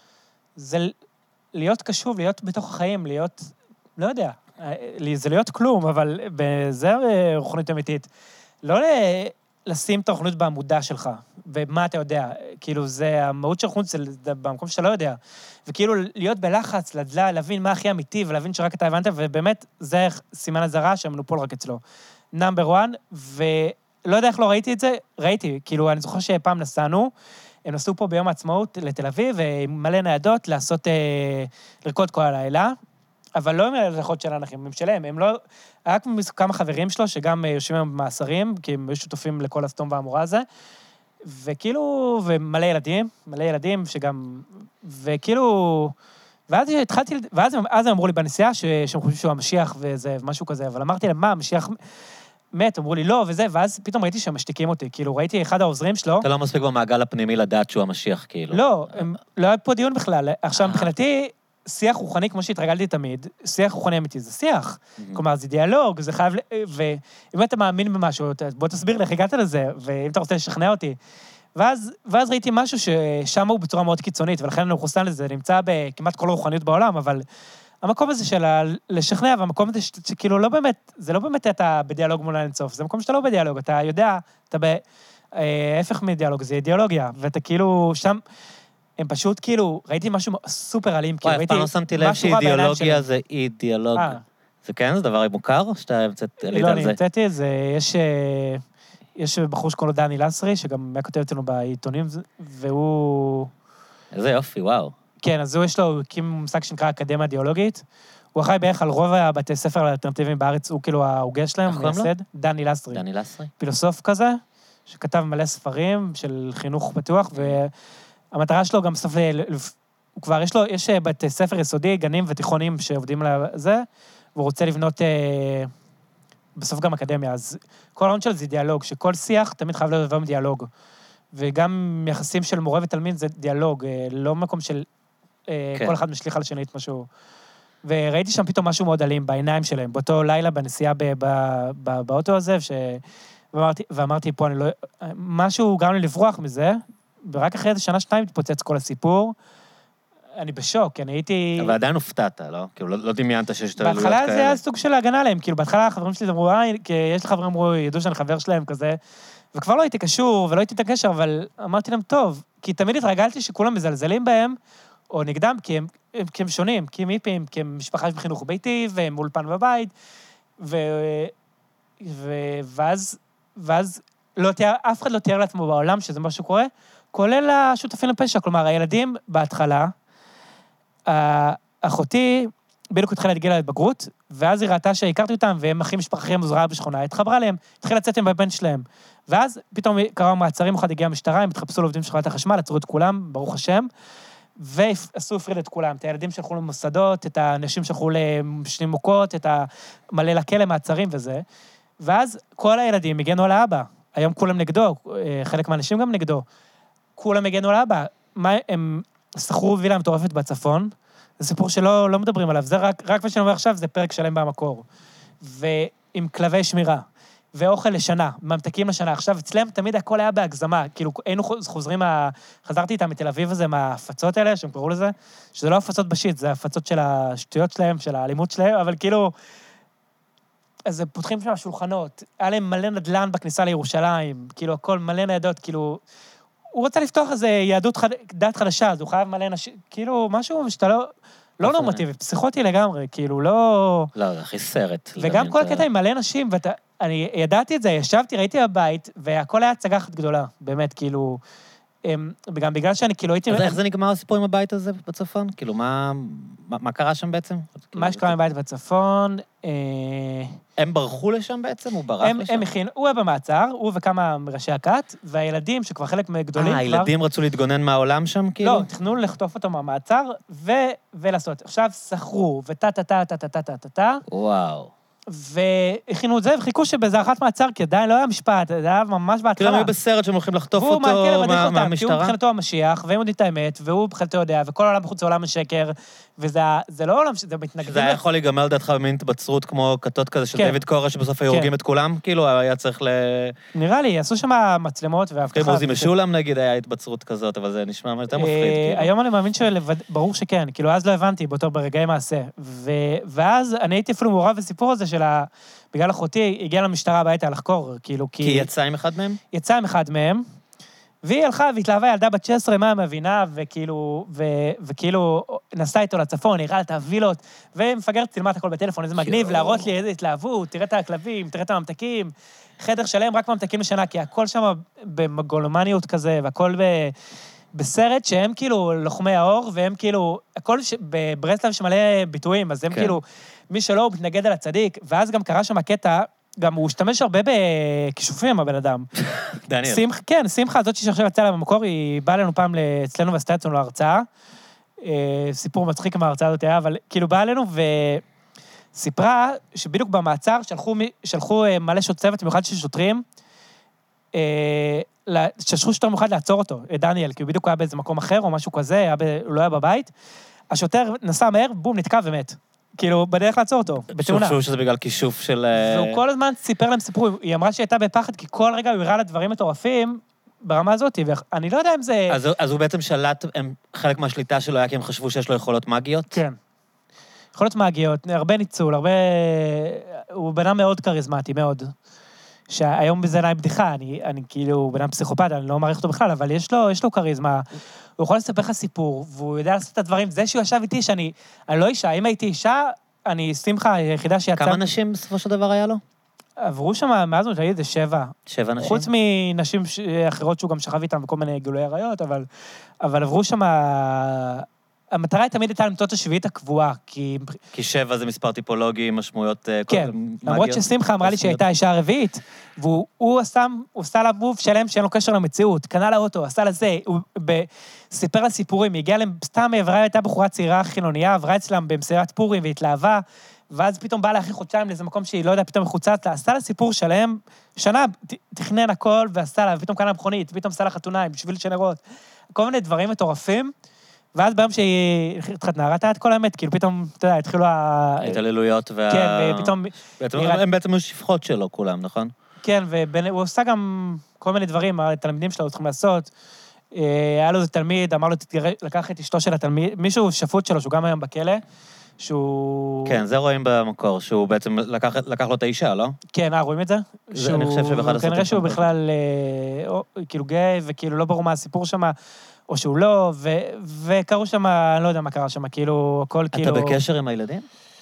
זה להיות קשוב, להיות בתוך החיים, להיות, לא יודע, זה להיות כלום, אבל זה רוחניות אמיתית. לא לשים את הרוחניות בעמודה שלך, ומה אתה יודע, כאילו זה, המהות של רוחניות זה במקום שאתה לא יודע, וכאילו להיות בלחץ, לדלה, להבין מה הכי אמיתי, ולהבין שרק אתה הבנת, ובאמת זה סימן הזרה שהמונופול רק אצלו. נאמבר וואן, ולא יודע איך לא ראיתי את זה, ראיתי, כאילו אני זוכר שפעם נסענו, הם נסעו פה ביום העצמאות לתל אביב, מלא ניידות, לעשות, לרקוד כל הלילה, אבל לא עם הלכות של האנשים, הם שלהם, הם לא... היה כמה חברים שלו שגם יושבים היום במאסרים, כי הם היו שותפים לכל הסתום והאמורה הזה, וכאילו, ומלא ילדים, מלא ילדים שגם... וכאילו... ואז התחלתי... ואז הם אמרו לי בנסיעה שהם חושבים שהוא המשיח וזה, משהו כזה, אבל אמרתי להם, מה, המשיח מת? אמרו לי, לא, וזה, ואז פתאום ראיתי שהם משתיקים אותי, כאילו, ראיתי אחד העוזרים שלו... אתה לא מספיק במעגל הפנימי לדעת שהוא המשיח, כאילו. לא, לא היה פה דיון בכלל. עכשיו, מבחינתי... שיח רוחני, כמו שהתרגלתי תמיד, שיח רוחני אמיתי, זה שיח. כלומר, זה דיאלוג, זה חייב... ואם אתה מאמין במשהו, בוא תסביר לי איך הגעת לזה, ואם אתה רוצה לשכנע אותי. ואז, ואז ראיתי משהו ששם הוא בצורה מאוד קיצונית, ולכן אני מחוסן לזה, נמצא בכמעט כל רוחניות בעולם, אבל המקום הזה של לשכנע, והמקום הזה שכאילו לא באמת, זה לא באמת אתה בדיאלוג מול האינסוף, זה מקום שאתה לא בדיאלוג, אתה יודע, אתה בהפך מדיאלוג, זה אידיאולוגיה, ואתה כאילו שם, הם פשוט כאילו, ראיתי משהו סופר אלים, כאילו ראיתי... וואי, אף פעם לא שמתי לב שאידיאולוגיה זה אידיאולוג. זה כן, זה דבר מוכר, שאתה המצאת ליד על זה? לא, אני המצאתי, יש... יש בחור שקוראים לו דני לסרי, שגם היה כותב אצלנו בעיתונים, והוא... איזה יופי, וואו. כן, אז הוא יש לו, הוא הקים מושג שנקרא אקדמיה דיאולוגית, הוא אחראי בערך על רוב הבתי ספר האלטרנטיביים בארץ, הוא כאילו ההוגה שלהם, מייסד, דני לסרי. דני לסרי. פילוסוף כזה, שכתב מלא ספרים של חינוך פתוח, והמטרה שלו גם בסוף, הוא כבר, יש לו, יש בתי ספר יסודי, גנים ותיכונים שעובדים על זה, והוא רוצה לבנות בסוף גם אקדמיה, אז כל העון של זה דיאלוג, שכל שיח תמיד חייב להיות דבר דיאלוג, וגם יחסים של מורה ותלמיד זה דיאלוג, לא מקום של כן. כל אחד משליך על השני את משהו. וראיתי שם פתאום משהו מאוד אלים בעיניים שלהם, באותו לילה בנסיעה ב- ב- ב- באוטו הזה, ש... ואמרתי, ואמרתי פה, אני לא... משהו גרם לי לברוח מזה, ורק אחרי איזה שנה, שנתיים התפוצץ כל הסיפור, אני בשוק, אני הייתי... אבל עדיין הופתעת, לא? כאילו, לא, לא דמיינת שיש תעלויות כאלה. בהתחלה זה היה סוג של ההגנה עליהם, כאילו, בהתחלה החברים שלי אמרו, אה, כי יש לי חברים אמרו, ידעו שאני חבר שלהם כזה, וכבר לא הייתי קשור, ולא הייתי את הקשר, אבל אמרתי להם, טוב, כי תמיד התרגלתי שכולם מזלזלים בהם, או נגדם, כי הם, כי הם שונים, כי הם היפים, כי הם משפחה בחינוך ביתי, והם אולפן בבית, ו... ו... ואז, ואז לא תיאר, אף אחד לא תיאר לעצמו בעולם שזה מה שקורה, כולל השותפים לפשע, כלומר, הילדים בהתחלה, אחותי, בדיוק התחילה להגיע להתבגרות, ואז היא ראתה שהכרתי אותם, והם אחים משפחה מוזרה בשכונה, התחברה להם, התחילה לצאת עם הבן שלהם. ואז פתאום קראו מעצרים, אחד הגיע המשטרה, הם התחפשו לעובדים של חברת החשמל, עצרו את כולם, ברוך השם, ועשו הפריד את כולם, את הילדים שלחו למוסדות, את האנשים שלחו לשני מוכות, את המלא לכלא, מעצרים וזה, ואז כל הילדים הגנו על האבא, היום כולם נגדו, חלק מהאנשים גם נגדו, כולם הגנו על האבא, מה, הם שכרו וילה מטורפת בצפון, זה סיפור שלא לא מדברים עליו, זה רק, רק מה שאני אומר עכשיו, זה פרק שלם במקור, ועם כלבי שמירה, ואוכל לשנה, ממתקים לשנה. עכשיו, אצלם תמיד הכל היה בהגזמה, כאילו, היינו חוזרים, מה... חזרתי איתם מתל אביב הזה, מההפצות האלה, שהם קראו לזה, שזה לא הפצות בשיט, זה הפצות של השטויות שלהם, של האלימות שלהם, אבל כאילו, אז פותחים שם שולחנות, היה להם מלא נדלן בכניסה לירושלים, כאילו, הכל מלא ניידות, כאילו, הוא רוצה לפתוח איזו יהדות חד... דת חדשה, אז הוא חייב מלא נשים, כאילו, משהו שאתה לא... לא נורמטיבי, פסיכוטי לגמרי, כאילו, לא... לא, זה הכי סרט. וגם כל הקטע עם מלא נשים, ואתה... אני ידעתי את זה, ישבתי, ראיתי בבית, והכל היה הצגה אחת גדולה, באמת, כאילו, וגם בגלל שאני כאילו הייתי... אז איך זה נגמר הסיפור עם הבית הזה בצפון? כאילו, מה, מה קרה שם בעצם? מה שקרה עם הבית בצפון... הם ברחו לשם בעצם? הוא ברח לשם? הם הכינו, הוא היה במעצר, הוא וכמה מראשי הכת, והילדים שכבר חלק גדולים... אה, הילדים רצו להתגונן מהעולם שם, כאילו? לא, תכנו לחטוף אותו מהמעצר, ולעשות. עכשיו סחרו, וטה-טה-טה-טה-טה-טה-טה. וואו. והכינו את זה, וחיכו שבזה אחת מעצר, כי עדיין לא היה משפט, זה היה ממש בהתחלה. כאילו הם היו בסרט שהם הולכים לחטוף אותו מהמשטרה. כי הוא מבחינתו המשיח, והם יודעים את האמת, והוא מבחינתו יודע, וכל העולם בחוץ העולם השקר, וזה לא עולם, זה מתנגדים. זה היה יכול להיגמר לדעתך במין התבצרות כמו כתות כזה של דיוויד קורה, שבסוף היו הורגים את כולם, כאילו היה צריך ל... נראה לי, עשו שם מצלמות ואבטחה. עוזי משולם נגיד היה התבצרות כזאת, אבל זה נשמע יותר מפחיד. היום אני מאמין שברור שכן, כאילו אז לא הבנתי באותו ברגעי מעשה. ואז אני הייתי אפילו מעורב בסיפור הזה של ה... בגלל אחותי, הגיעה למשטרה הביתה לחקור, כאילו, כי... כי יצא עם אחד מהם? יצא עם אחד מהם, והיא הלכה והתלהבה ילדה בת שש עשרה, מה מבינה, וכאילו, ו... וכאילו, נסעה איתו לצפון, הראה לה את הווילות, ומפגרת צילמה את הכל בטלפון, איזה מגניב, להראות לי איזה התלהבות, תראה את הכלבים, תראה את הממתקים, חדר שלם, רק ממתקים לשנה, כי הכל שם במגולומניות כזה, והכל ב... בסרט שהם כאילו לוחמי האור, והם כאילו, הכל ש... בברסלב יש מלא ביטויים, אז הם כן. כאילו, מי שלא, הוא מתנגד על הצדיק, ואז גם קרה שם הקטע, גם הוא השתמש הרבה בכישופים, הבן אדם. דניאל. שמח, כן, שמחה, זאת שעכשיו יצאה לה במקור, היא באה לנו פעם אצלנו בסטייצון להרצאה, סיפור מצחיק מההרצאה הזאת היה, אבל כאילו באה אלינו וסיפרה שבדיוק במעצר שלחו, שלחו מלא שוט צוות, במיוחד של שוטרים, ששלחו שוטר מיוחד לעצור אותו, דניאל, כי הוא בדיוק היה באיזה מקום אחר או משהו כזה, הוא לא היה בבית, השוטר נסע מהר, בום, נתקע ומת. כאילו, בדרך לעצור אותו, בתאונה. שוב שזה בגלל כישוף של... והוא כל הזמן סיפר להם סיפורים, היא אמרה שהייתה בפחד, כי כל רגע הוא הראה לה דברים מטורפים, ברמה הזאת, ואני לא יודע אם זה... אז, אז הוא בעצם שלט, הם, חלק מהשליטה שלו היה כי הם חשבו שיש לו יכולות מגיות? כן. יכול להיות מאגיות, הרבה ניצול, הרבה... הוא בן אדם מאוד כריזמטי, מאוד. שהיום בזה נהיה בדיחה, אני, אני כאילו בן אדם פסיכופת, אני לא מעריך אותו בכלל, אבל יש לו, יש לו כריזמה, הוא יכול לספר לך סיפור, והוא יודע לעשות את הדברים, זה שהוא ישב איתי, שאני, אני לא אישה, אם הייתי אישה, אני שמחה, היחידה שיצא... כמה נשים בסופו של דבר היה לו? עברו שם, מאז הוא תגיד, זה שבע. שבע נשים? חוץ מנשים אחרות שהוא גם שכב איתם וכל מיני גילוי עריות, אבל, אבל עברו שם... המטרה היא תמיד הייתה למצוא את השביעית הקבועה, כי... כי שבע זה מספר טיפולוגי, משמעויות... כן, למרות ששמחה אמרה לי שהייתה האישה הרביעית, והוא עשה, הוא עשה לה מוב שלם שאין לו קשר למציאות, קנה לאוטו, עשה לזה, הוא סיפר לה סיפורים, הגיע להם, סתם עברה, הייתה בחורה צעירה חילוניה, עברה אצלם במסיבת פורים והתלהבה, ואז פתאום באה לאחרי חודשיים לאיזה מקום שהיא לא יודע, פתאום מחוצת לה, עשה לה סיפור שלם, שנה תכנן הכל ועשה לה, ופתאום קנה מכונית, פתאום עשה לה חתונה עם שביל שנרות, כל מיני דברים מטורפים, ואז ביום שהיא התחתנה, ראתה את כל האמת, כאילו פתאום, אתה יודע, התחילו ה... ההתעללויות וה... כן, ופתאום... הם בעצם שפחות שלו כולם, נכון? כן, והוא עושה גם כל מיני דברים, התלמידים שלו צריכים לעשות. היה לו איזה תלמיד, אמר לו, לקח את אשתו של התלמיד, מישהו שפוט שלו, שהוא גם היום בכלא, שהוא... כן, זה רואים במקור, שהוא בעצם לקח, לקח לו את האישה, לא? כן, אה, רואים את זה? זה אני חושב שבאחד הסרטים... כנראה שהוא בכלל, כאילו גיי, וכאילו לא ברור מה הסיפור שם, או שהוא לא, וקראו שם, אני לא יודע מה קרה שם, כאילו, הכל כאילו... אתה בקשר עם הילדים?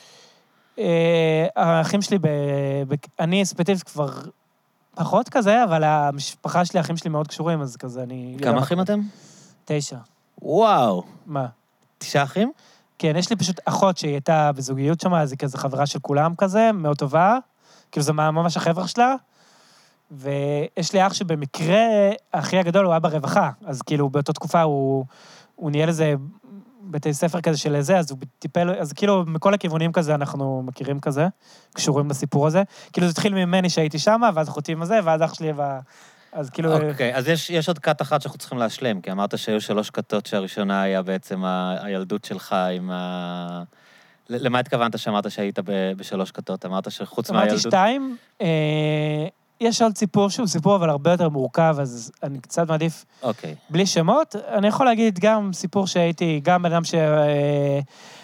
האחים שלי, אני ספציפית כבר פחות כזה, אבל המשפחה שלי, האחים שלי מאוד קשורים, אז כזה אני... כמה אחים אתם? תשע. וואו. מה? תשעה אחים? כן, יש לי פשוט אחות שהיא הייתה בזוגיות שם, אז היא כזה חברה של כולם כזה, מאוד טובה, כאילו זה ממש החבר'ה שלה, ויש לי אח שבמקרה, האחי הגדול הוא היה ברווחה, אז כאילו באותה תקופה הוא, הוא ניהל איזה בתי ספר כזה של איזה, אז הוא טיפל, אז כאילו מכל הכיוונים כזה אנחנו מכירים כזה, קשורים לסיפור הזה, כאילו זה התחיל ממני שהייתי שם, ואז אחותי עם זה, ואז אח שלי וה... אז כאילו... אוקיי, אז יש, יש עוד קט אחת שאנחנו צריכים להשלים, כי אמרת שהיו שלוש קטות שהראשונה היה בעצם ה... הילדות שלך עם ה... למה התכוונת שאמרת שהיית ב... בשלוש קטות? אמרת שחוץ מהילדות... אמרתי שתיים, אה... יש עוד סיפור שהוא סיפור, אבל הרבה יותר מורכב, אז אני קצת מעדיף... אוקיי. בלי שמות, אני יכול להגיד גם סיפור שהייתי, גם אדם ש... אה...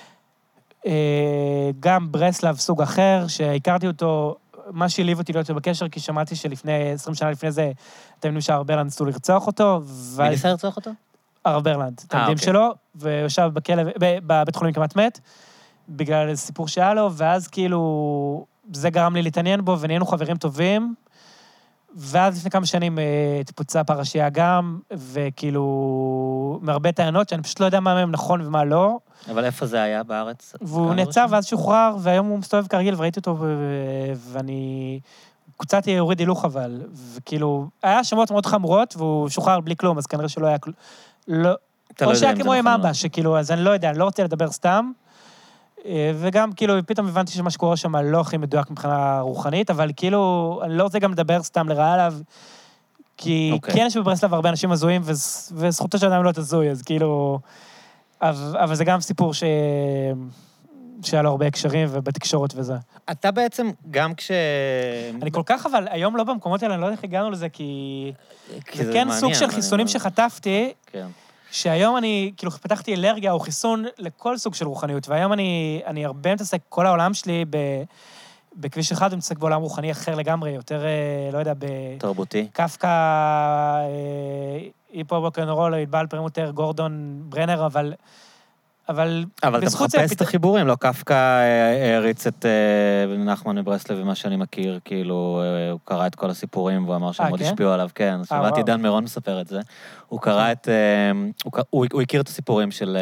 אה... גם ברסלב סוג אחר, שהכרתי אותו... מה שהליב אותי להיות בקשר, כי שמעתי שלפני, עשרים שנה לפני זה, אתם יודעים שהרברלנד ניסו לרצוח אותו. מי ניסה לרצוח אותו? הרברלנד, תלמידים שלו, ויושב בכלא, בבית חולים כמעט מת, בגלל איזה סיפור שהיה לו, ואז כאילו, זה גרם לי להתעניין בו, ונהיינו חברים טובים, ואז לפני כמה שנים התפוצה פרשייה גם, וכאילו, מהרבה טענות, שאני פשוט לא יודע מה מהם נכון ומה לא. אבל איפה זה היה בארץ? והוא נעצר ואז שוחרר, והיום הוא מסתובב כרגיל, וראיתי אותו, ואני... קצת יוריד הילוך אבל, וכאילו, היה שמות מאוד חמורות, והוא שוחרר בלי כלום, אז כנראה שלא היה כלום. לא... או שהיה כמו עם אמבה, שכאילו, אז אני לא יודע, אני לא רוצה לדבר סתם, וגם כאילו, פתאום הבנתי שמה שקורה שם לא הכי מדויק מבחינה רוחנית, אבל כאילו, אני לא רוצה גם לדבר סתם לרעה עליו, כי okay. כן יש בברסלב הרבה אנשים הזויים, וזכותו של אדם לא תזוי, אז כאילו... אבל זה גם סיפור ש... שהיה לו הרבה הקשרים ובתקשורת וזה. אתה בעצם, גם כש... אני כל כך, אבל היום לא במקומות האלה, אני לא יודע איך הגענו לזה, כי... כי זה כן סוג של חיסונים שחטפתי, כן. שהיום אני, כאילו, פתחתי אלרגיה או חיסון לכל סוג של רוחניות, והיום אני, אני הרבה מתעסק, כל העולם שלי ב... בכביש אחד, אני מתעסק בעולם רוחני אחר לגמרי, יותר, לא יודע, ב... תרבותי. קפקא, היפו בוקנרול, התבעל פרימוטר, גורדון, ברנר, אבל... אבל... אבל אתה מחפש את החיבורים, לא קפקא הריץ את נחמן מברסלב ומה שאני מכיר, כאילו, הוא קרא את כל הסיפורים, והוא אמר שהם מאוד השפיעו עליו, כן, שמעתי דן מירון מספר את זה. הוא קרא את... הוא הכיר את הסיפורים של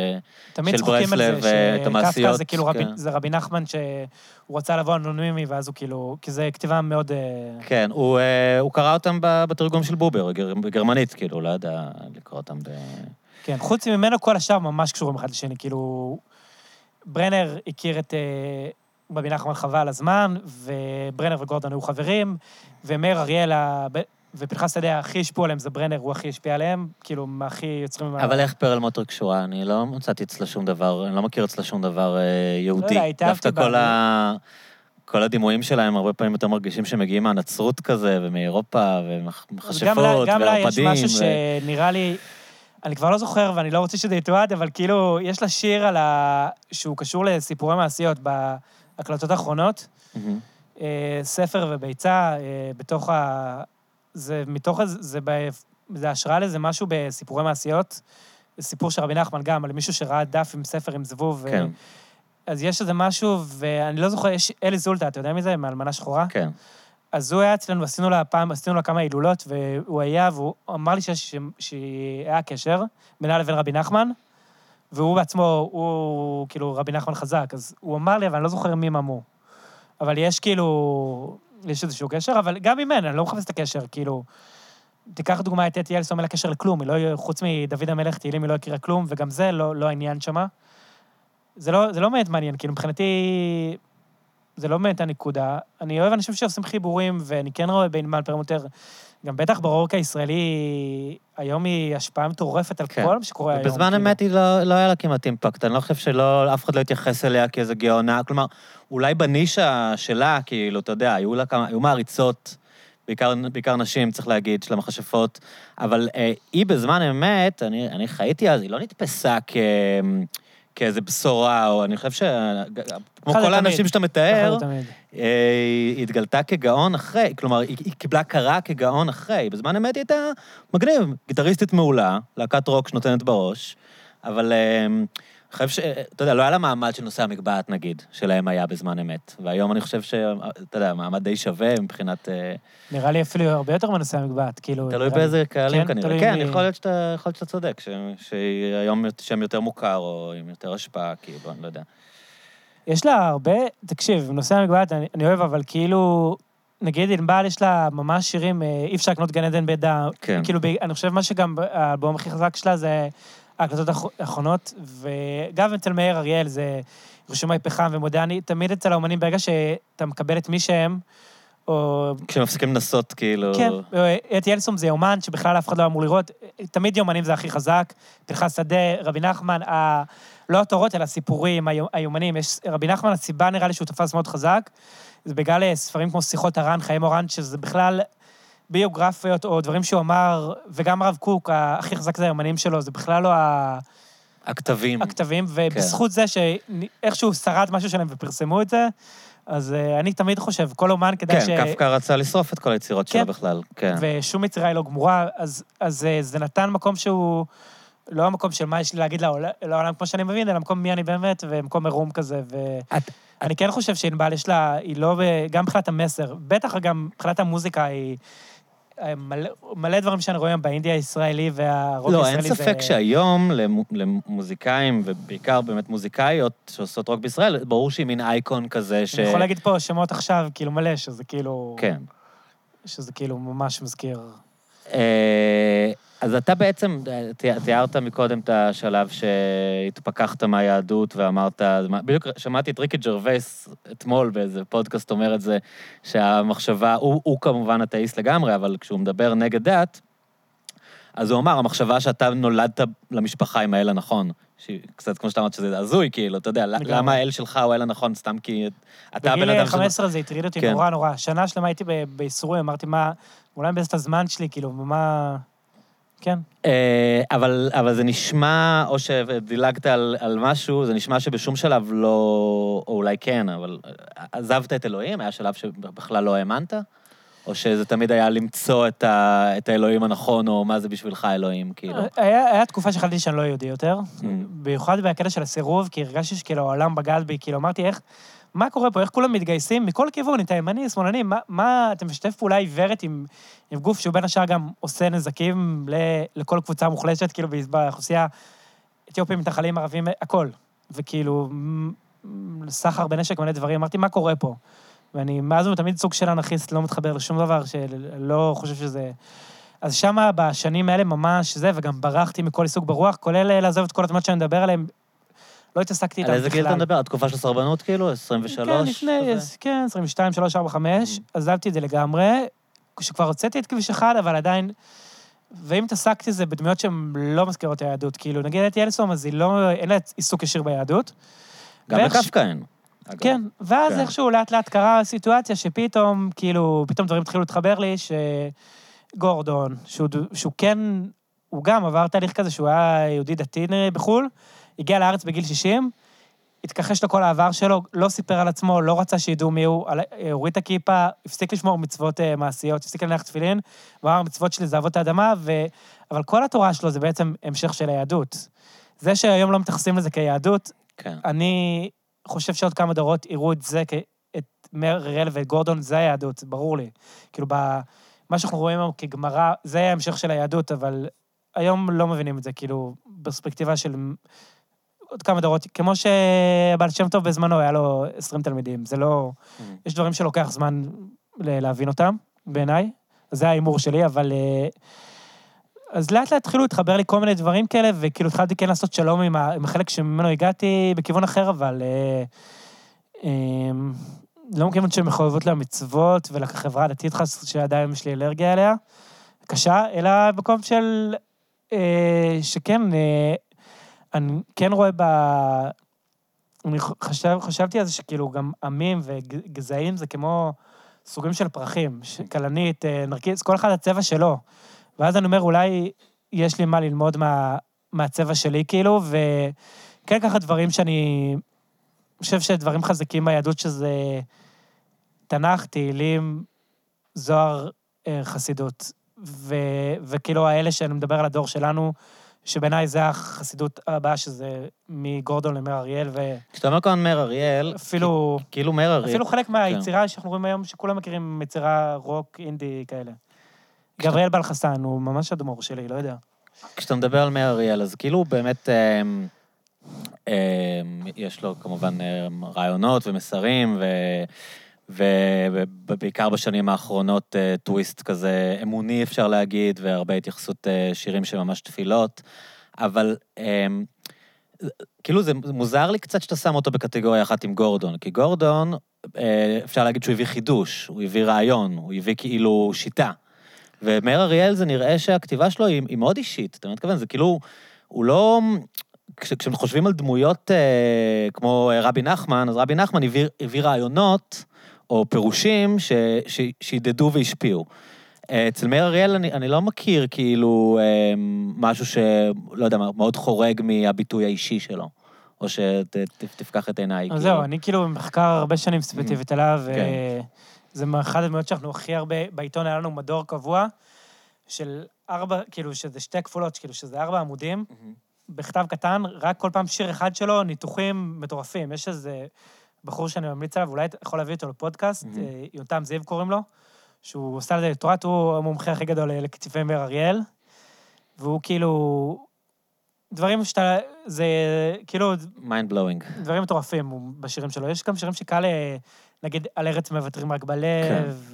ברסלב ואת המעשיות. קפקא זה כאילו, זה רבי נחמן שהוא רצה לבוא אנונימי, ואז הוא כאילו, כי זה כתיבה מאוד... כן, הוא קרא אותם בתרגום של בובר, בגרמנית, כאילו, לא יודע לקרוא אותם ב... כן, חוץ ממנו כל השאר ממש קשורים אחד לשני, כאילו, ברנר הכיר את רבי נחמן חווה על הזמן, וברנר וגורדון היו חברים, ומאיר אריאל, ופנחס שדה הכי השפיעו עליהם, זה ברנר, הוא הכי השפיע עליהם, כאילו, הכי יוצרים... אבל איך פרל מוטר קשורה? אני לא מצאתי אצלה שום דבר, אני לא מכיר אצלה שום דבר יהודי. לא, התאהבתי דווקא כל ה... כל הדימויים שלהם הרבה פעמים יותר מרגישים שמגיעים מהנצרות כזה, ומאירופה, ומכשפות, וערפדים. גם לה יש משהו שנראה לי... אני כבר לא זוכר, ואני לא רוצה שזה יתועד, אבל כאילו, יש לה שיר על ה... שהוא קשור לסיפורי מעשיות בהקלטות האחרונות. ספר וביצה, בתוך ה... זה מתוך... זה, ב... זה השראה לזה משהו בסיפורי מעשיות. סיפור של רבי נחמן גם, על מישהו שראה דף עם ספר עם זבוב. כן. ו... אז יש איזה משהו, ואני לא זוכר, יש אלי זולטה, אתה יודע מזה? מאלמנה שחורה? כן. אז הוא היה אצלנו, עשינו לה פעם, עשינו לה כמה הילולות, והוא היה, והוא אמר לי שיש, שהיה קשר בינה לבין רבי נחמן, והוא בעצמו, הוא כאילו רבי נחמן חזק, אז הוא אמר לי, אבל אני לא זוכר מי ממו. אבל יש כאילו, יש איזשהו קשר, אבל גם ממנו, אני לא מחפש את הקשר, כאילו, תיקח דוגמה את אתי אלסום, אין לה קשר לכלום, היא לא, חוץ מדוד המלך תהילים, היא לא הכירה כלום, וגם זה לא, לא העניין שמה. זה לא, זה לא באמת מעניין, כאילו, מבחינתי, זה לא באמת הנקודה. אני אוהב אנשים שעושים חיבורים, ואני כן רואה בענבל פרמוטר, גם בטח ברוק הישראלי, היום היא השפעה מטורפת על כן. כל מה שקורה היום. בזמן כאילו. אמת היא לא, לא היה לה כמעט אימפקט, אני לא חושב שלא, אף אחד לא התייחס אליה כאיזו גאונה, כלומר, אולי בנישה שלה, כאילו, אתה יודע, היו לה כמה, היו מעריצות, בעיקר, בעיקר נשים, צריך להגיד, של המכשפות, אבל אה, היא בזמן אמת, אני, אני חייתי אז, היא לא נתפסה כ... כאיזה בשורה, או אני חושב ש... כמו כל האנשים שאתה מתאר, היא התגלתה כגאון אחרי, כלומר, היא קיבלה קרה כגאון אחרי. בזמן אמת היא הייתה מגניב, גיטריסטית מעולה, להקת רוק שנותנת בראש, אבל אני חושב ש... אתה יודע, לא היה לה מעמד של נושא המגבעת, נגיד, שלהם היה בזמן אמת. והיום אני חושב שאתה יודע, מעמד די שווה מבחינת... נראה לי אפילו הרבה יותר מנושא המגבעת, כאילו... תלוי באיזה קהלים כנראה. כן, יכול להיות שאתה צודק, שהיום שם יותר מוכר, או עם יותר השפעה, כאילו, אני לא יודע. יש לה הרבה... תקשיב, נושא המגבעת אני אוהב, אבל כאילו... נגיד, ענבל יש לה ממש שירים, אי אפשר לקנות גן עדן בידה. כן. כאילו, אני חושב מה שגם האלבום הכי חזק שלה זה ההקלטות האחרונות, וגם אצל מאיר אריאל זה רשומי פחם ומודעני, תמיד אצל האומנים, ברגע שאתה מקבל את מי שהם, או... כשמפסיקים לנסות, כאילו... כן, אתי אלסום זה יומן שבכלל אף אחד לא אמור לראות, תמיד יומנים זה הכי חזק, פרחס שדה, רבי נחמן, ה... לא התורות, אלא הסיפורים, היומנים, יש... רבי נחמן, הסיבה נראה לי שהוא תפס מאוד חזק, זה בגלל ספרים כמו שיחות הרן, חיים אורן, שזה בכלל ביוגרפיות או דברים שהוא אמר, וגם הרב קוק, הכי חזק זה היומנים שלו, זה בכלל לא ה... הכתבים. הכתבים, ובזכות זה שאיכשהו שרד משהו שלהם ופרסמו את זה, אז אני תמיד חושב, כל אומן כדאי ש... כן, קפקא רצה לשרוף את כל היצירות שלו בכלל, כן. ושום יצירה היא לא גמורה, אז זה נתן מקום שהוא לא המקום של מה יש לי להגיד לעולם כמו שאני מבין, אלא מקום מי אני באמת, ומקום מרום כזה, ואני כן חושב שענבל יש לה, היא לא, גם מבחינת המסר, בטח גם מבחינת המוזיקה היא... מלא דברים שאני רואה באינדיה הישראלי והרוק הישראלי זה... לא, אין ספק שהיום למוזיקאים, ובעיקר באמת מוזיקאיות שעושות רוק בישראל, ברור שהיא מין אייקון כזה ש... אני יכול להגיד פה שמות עכשיו, כאילו מלא, שזה כאילו... כן. שזה כאילו ממש מזכיר. אז אתה בעצם, תיארת מקודם את השלב שהתפכחת מהיהדות ואמרת, בדיוק שמעתי את ריקי ג'רווייס אתמול באיזה פודקאסט אומר את זה, שהמחשבה, הוא, הוא כמובן אתאיסט לגמרי, אבל כשהוא מדבר נגד דת, אז הוא אמר, המחשבה שאתה נולדת למשפחה עם האל הנכון, קצת כמו שאתה אמרת שזה הזוי, כאילו, אתה יודע, למה האל שלך הוא האל הנכון, סתם כי אתה הבן אדם... בגיל חמש עשרה זה הטריד אותי נורא נורא, שנה שלמה הייתי ביסורים, אמרתי, מה, אולי מבז את הזמן שלי, כאילו, ומה... כן. אבל, אבל זה נשמע, או שדילגת על, על משהו, זה נשמע שבשום שלב לא, או אולי כן, אבל עזבת את אלוהים, היה שלב שבכלל לא האמנת? או שזה תמיד היה למצוא את, ה, את האלוהים הנכון, או מה זה בשבילך אלוהים, כאילו? היה, היה תקופה שחלתי שאני לא יהודי יותר, mm. במיוחד בהקטע של הסירוב, כי הרגשתי שכאילו העולם בגד בי, כאילו אמרתי, איך, מה קורה פה, איך כולם מתגייסים מכל כיוון, את הימני, שמאלני, מה, מה, אתם משתף פעולה עיוורת עם, עם גוף שהוא בין השאר גם עושה נזקים ל, לכל קבוצה מוחלשת, כאילו באוכלוסייה, אתיופים, מתנחלים, ערבים, הכל. וכאילו, סחר בנשק, מלא דברים, אמרתי, מה קורה פה? ואני, מאז הוא תמיד סוג של אנרכיסט, לא מתחבר לשום דבר, שלא חושב שזה... אז שמה, בשנים האלה ממש זה, וגם ברחתי מכל עיסוק ברוח, כולל לעזוב את כל התמות שאני מדבר עליהן, לא התעסקתי איתם בכלל. על איזה גיל אתה מדבר? התקופה של סרבנות כאילו? עשרים ושלוש? כן, לפני, כן, עשרים ושתיים, שלוש, ארבע, חמש, עזבתי את זה לגמרי, כשכבר הוצאתי את כביש אחד, אבל עדיין, ואם התעסקתי זה בדמיות שהן לא מזכירות היהדות, כאילו, נגיד אתי אלסום, אז היא לא, אין לה עיסוק ישיר ביהדות. גם לקפקא אין. כן, ואז איכשהו לאט לאט קרה סיטואציה שפתאום, כאילו, פתאום דברים התחילו להתחבר לי, שגורדון, שהוא, שהוא כן הוא גם עבר תהליך כזה שהוא היה יהודי דתי בחול, הגיע לארץ בגיל שישים, התכחש לכל העבר שלו, לא סיפר על עצמו, לא רצה שידעו מי הוא, הוריד את הכיפה, הפסיק לשמור מצוות מעשיות, הפסיק להניח תפילין, ואמר, המצוות שלי זה אהבות האדמה, ו... אבל כל התורה שלו זה בעצם המשך של היהדות. זה שהיום לא מתייחסים לזה כיהדות, כן. אני חושב שעוד כמה דורות יראו את זה, את מאיר אריאל ואת גורדון, זה היהדות, ברור לי. כאילו, מה שאנחנו רואים היום כגמרא, זה ההמשך של היהדות, אבל היום לא מבינים את זה, כאילו, בפרספקטיבה של עוד כמה דורות, כמו שבעל שם טוב בזמנו, היה לו עשרים תלמידים, זה לא... יש דברים שלוקח זמן להבין אותם, בעיניי, זה ההימור שלי, אבל... אז לאט לאט התחילו להתחבר לי כל מיני דברים כאלה, וכאילו התחלתי כן לעשות שלום עם, עם החלק שממנו הגעתי בכיוון אחר, אבל אה, אה, לא מכיוון של מחויבות למצוות ולחברה הדתית שעדיין יש לי אלרגיה אליה, קשה, אלא במקום של... אה, שכן, אה, אני כן רואה ב... אני חשב, חשבתי על זה שכאילו גם עמים וגזעים זה כמו סוגים של פרחים, כלנית, נרקיס, כל אחד הצבע שלו. ואז אני אומר, אולי יש לי מה ללמוד מה, מהצבע שלי, כאילו, וכן ככה דברים שאני חושב שדברים חזקים ביהדות, שזה תנ"ך, תהילים, זוהר, חסידות. ו, וכאילו האלה שאני מדבר על הדור שלנו, שבעיניי זה החסידות הבאה, שזה מגורדון למאיר אריאל, ו... כשאתה אומר כאן מאיר אריאל, אפילו... כאילו מאיר אריאל... אפילו חלק מהיצירה שאנחנו רואים היום, שכולם מכירים יצירה רוק, אינדי, כאלה. גבריאל בלחסן, הוא ממש אדמו"ר שלי, לא יודע. כשאתה מדבר על מאיר אריאל, אז כאילו באמת יש לו כמובן רעיונות ומסרים, ובעיקר בשנים האחרונות טוויסט כזה אמוני אפשר להגיד, והרבה התייחסות שירים שממש תפילות, אבל כאילו זה מוזר לי קצת שאתה שם אותו בקטגוריה אחת עם גורדון, כי גורדון אפשר להגיד שהוא הביא חידוש, הוא הביא רעיון, הוא הביא כאילו שיטה. ומאיר אריאל זה נראה שהכתיבה שלו היא, היא מאוד אישית, אתה מתכוון, זה כאילו, הוא לא, כש, כשחושבים על דמויות אה, כמו רבי נחמן, אז רבי נחמן הביא, הביא רעיונות או פירושים ש, ש, שידדו והשפיעו. אה, אצל מאיר אריאל אני, אני לא מכיר כאילו אה, משהו שלא יודע, מאוד חורג מהביטוי האישי שלו, או שתפקח את עיניי. אז זהו, אני כאילו במחקר הרבה שנים ספציפית עליו, ו... זה אחד הדמויות שאנחנו הכי הרבה, בעיתון היה לנו מדור קבוע, של ארבע, כאילו, שזה שתי כפולות, כאילו, שזה ארבע עמודים, בכתב קטן, רק כל פעם שיר אחד שלו, ניתוחים מטורפים. יש איזה בחור שאני ממליץ עליו, אולי יכול להביא אותו לפודקאסט, יונתם זיו קוראים לו, שהוא עושה לזה לתורת, הוא המומחה הכי גדול לכתיבי מאיר אריאל, והוא כאילו, דברים שאתה, זה כאילו... mind blowing. דברים מטורפים בשירים שלו. יש גם שירים שקל... נגיד, על ארץ מבטרים רק בלב,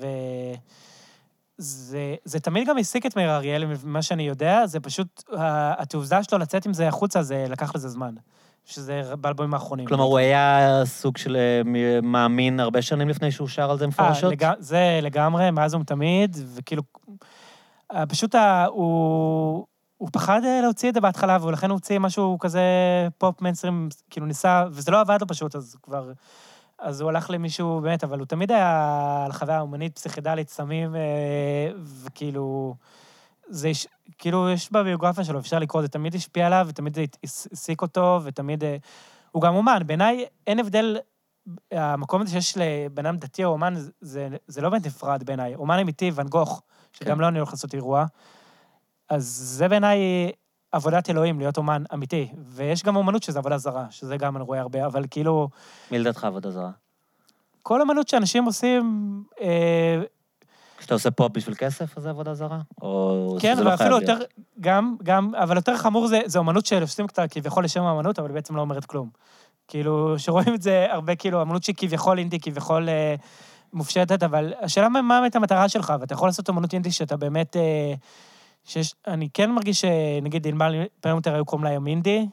וזה זה תמיד גם העסיק את מאיר אריאל, ממה שאני יודע, זה פשוט, התעוזה שלו לצאת עם זה החוצה, זה לקח לזה זמן, שזה באלבומים האחרונים. כלומר, הוא היה סוג של מאמין הרבה שנים לפני שהוא שר על זה מפורשות? זה לגמרי, מאז ומתמיד, וכאילו, פשוט הוא... הוא פחד להוציא את זה בהתחלה, ולכן הוא הוציא משהו כזה פופ מיינסטרים, כאילו ניסה, וזה לא עבד לו פשוט, אז כבר... אז הוא הלך למישהו, באמת, אבל הוא תמיד היה על חוויה אומנית, פסיכדלית, סמים, וכאילו, זה, כאילו, יש בביוגרפיה שלו, אפשר לקרוא, זה תמיד השפיע עליו, ותמיד זה העסיק אותו, ותמיד, הוא גם אומן. בעיניי, אין הבדל, המקום הזה שיש לבן אדם דתי או אומן, זה, זה לא באמת נפרד בעיניי. אומן אמיתי, ואן גוך, שגם לא אני הולך לעשות אירוע, אז זה בעיניי עבודת אלוהים, להיות אומן אמיתי, ויש גם אומנות שזה עבודה זרה, שזה גם אני רואה הרבה, אבל כאילו... מי לדעתך עבודה זרה? כל אומנות שאנשים עושים... כשאתה עושה פופ בשביל כסף, אז זה עבודה זרה? או כן, שזה לא ואפילו חייב להיות? יותר, גם, גם, אבל יותר חמור זה, זה אומנות שעושים קצת כביכול לשם האמנות, אבל בעצם לא אומרת כלום. כאילו, שרואים את זה הרבה, כאילו, אמנות שכביכול אינדי, כביכול אה, מופשטת, אבל השאלה מה באמת המטרה שלך, ואתה יכול לעשות אומנות אינדי שאתה באמת... אה, שיש, אני כן מרגיש שנגיד אילמל פרמטר היו קוראים לה היום אינדי,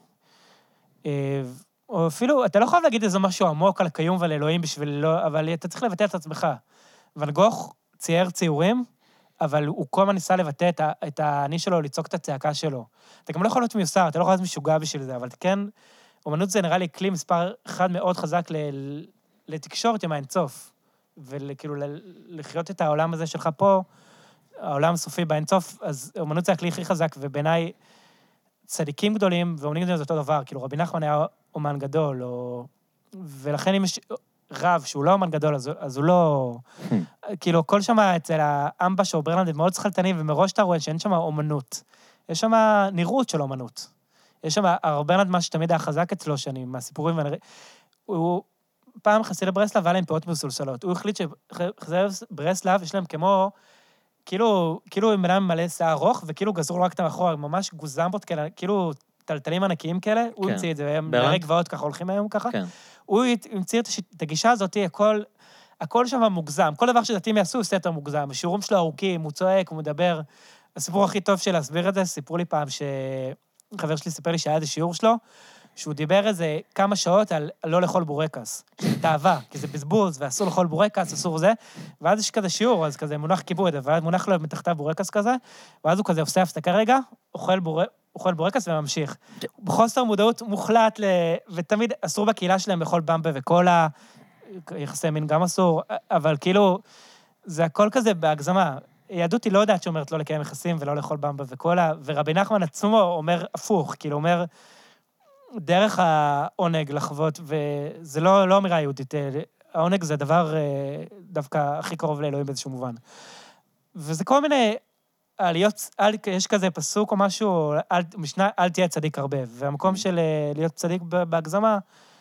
או אפילו, אתה לא חייב להגיד איזה משהו עמוק על הקיום ועל אלוהים בשביל לא, אבל אתה צריך לבטא את עצמך. ואן גוך צייר ציורים, אבל הוא כל הזמן ניסה לבטא את, את האני שלו, ליצוק את הצעקה שלו. אתה גם לא יכול להיות מיוסר, אתה לא יכול להיות משוגע בשביל זה, אבל כן, אומנות זה נראה לי כלי מספר אחד מאוד חזק ל, לתקשורת עם האינסוף, וכאילו לחיות את העולם הזה שלך פה, העולם הסופי באינסוף, אז אומנות זה הכלי הכי חזק, ובעיניי צדיקים גדולים, ואומנים גדולים זה אותו דבר, כאילו רבי נחמן היה אומן גדול, או... ולכן אם יש רב שהוא לא אומן גדול, אז, אז הוא לא... כאילו, כל שמה אצל האמבש או ברלנד, הם מאוד שכלתנים, ומראש אתה רואה שאין שם אומנות. יש שם נראות של אומנות. יש שם, ברלנד מה שתמיד היה חזק אצלו, שאני, מהסיפורים, ואני... הוא... פעם חסיד לברסלב, היה להם פאות מסולסלות. הוא החליט שחסידי ברסלב, יש להם כמו... כאילו, כאילו הם בנם מלא שיער ארוך, וכאילו גזרו לו רק את המאחורה, ממש גוזמבות כאלה, כאילו טלטלים ענקיים כאלה, הוא המציא את זה, והם נערי גבעות ככה, הולכים היום ככה. הוא המציא את הגישה הזאת, הכל, הכל שם מוגזם. כל דבר שדתיים יעשו, הוא יותר מוגזם. השיעורים שלו ארוכים, הוא צועק, הוא מדבר. הסיפור הכי טוב של להסביר את זה, סיפרו לי פעם שחבר שלי סיפר לי שהיה איזה שיעור שלו, שהוא דיבר איזה כמה שעות על לא לאכול בורקס, תאווה, כי זה בזבוז, ואסור לאכול בורקס, אסור זה, ואז יש כזה שיעור, אז כזה מונח כיבוד, ואז מונח לו מתחתיו בורקס כזה, ואז הוא כזה עושה הפסקה רגע, אוכל, בור... אוכל בורקס וממשיך. בחוסר מודעות מוחלט, ל... ותמיד אסור בקהילה שלהם לאכול במבה וקולה, יחסי מין גם אסור, אבל כאילו, זה הכל כזה בהגזמה. יהדות היא לא יודעת שאומרת לא לקיים יחסים ולא לאכול במבה וקולה, ורבי נחמן עצמו אומר הפוך, כאילו אומר, דרך העונג לחוות, וזה לא, לא אמירה יהודית, העונג זה הדבר דווקא הכי קרוב לאלוהים באיזשהו מובן. וזה כל מיני עליות, על, יש כזה פסוק או משהו, אל, משנה, אל תהיה צדיק הרבה, והמקום של להיות צדיק בהגזמה,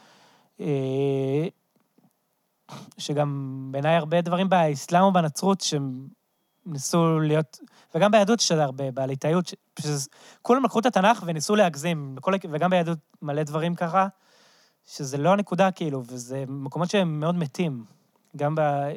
שגם בעיניי הרבה דברים באסלאם ובנצרות, שניסו להיות, וגם ביהדות שזה הרבה, בליטאיות, כולם לקחו את התנ"ך וניסו להגזים, וגם ביהדות מלא דברים ככה, שזה לא הנקודה כאילו, וזה מקומות שהם מאוד מתים, גם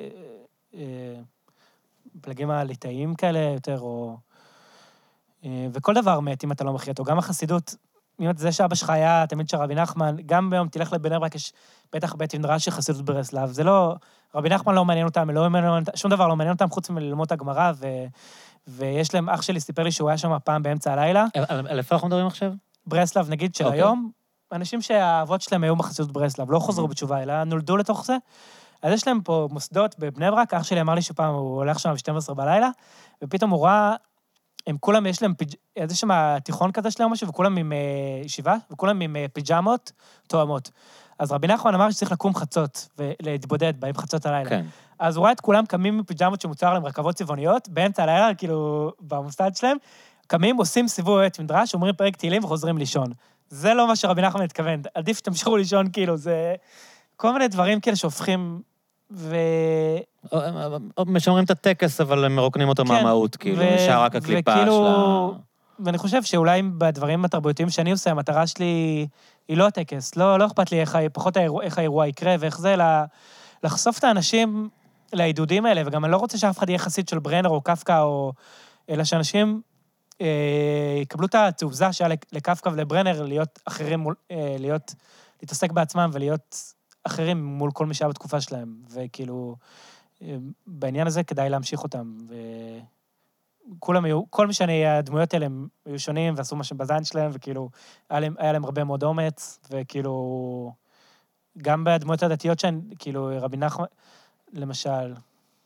בפלגים הליטאיים כאלה יותר, או... וכל דבר מת אם אתה לא מכיר אותו, גם החסידות, אם זה שאבא שלך היה תמיד של רבי נחמן, גם ביום תלך לבני ברק, יש בטח בית מדרש של חסידות ברסלב, זה לא, רבי נחמן לא מעניין אותם, לא מעניין, שום דבר לא מעניין אותם חוץ מללמוד את הגמרא, ו... ויש להם, אח שלי סיפר לי שהוא היה שם פעם באמצע הלילה. על איפה אנחנו מדברים עכשיו? ברסלב, נגיד, של היום, אנשים שהאבות שלהם היו בחסידות ברסלב, לא חזרו בתשובה, אלא נולדו לתוך זה. אז יש להם פה מוסדות בבני ברק, אח שלי אמר לי שפעם הוא הולך שם ב-שתים עשרה בלילה, ופתאום הוא ראה, הם כולם, יש להם, איזה שם תיכון כזה שלהם משהו, וכולם עם ישיבה, וכולם עם פיג'מות תואמות. אז רבי נחמן אמר שצריך לקום חצות, ולהתבודד בהם חצות הלילה. כן. אז הוא ראה את כולם קמים מפיג'מות שמוצר להם רכבות צבעוניות, באמצע הלילה, כאילו, במוסד שלהם, קמים, עושים סיבוב בית מדרש, אומרים פרק תהילים וחוזרים לישון. זה לא מה שרבי נחמן התכוון. עדיף שתמשיכו לישון, כאילו, זה... כל מיני דברים כאלה שהופכים, ו... משמרים את הטקס, אבל הם מרוקנים אותו מהמהות, כאילו, נשאר רק הקליפה שלה... ואני חושב שאולי בדברים התרבותיים שאני עושה, המטרה שלי היא לא הטקס, לא, לא אכפת לי איך, פחות האירוע, איך האירוע יקרה, ואיך זה, אלא לחשוף את האנשים לעידודים האלה, וגם אני לא רוצה שאף אחד יהיה חסיד של ברנר או קפקא, או... אלא שאנשים אה, יקבלו את התעוזה שהיה לקפקא ולברנר, להיות אחרים, אה, להיות, להתעסק בעצמם ולהיות אחרים מול כל מי שהיה בתקופה שלהם, וכאילו, אה, בעניין הזה כדאי להמשיך אותם, ו... כולם היו, כל מי שאני, הדמויות האלה הם היו שונים, ועשו מה שבזין שלהם, וכאילו, היה להם, היה להם הרבה מאוד אומץ, וכאילו, גם בדמויות הדתיות שהן, כאילו, רבי נחמן, למשל,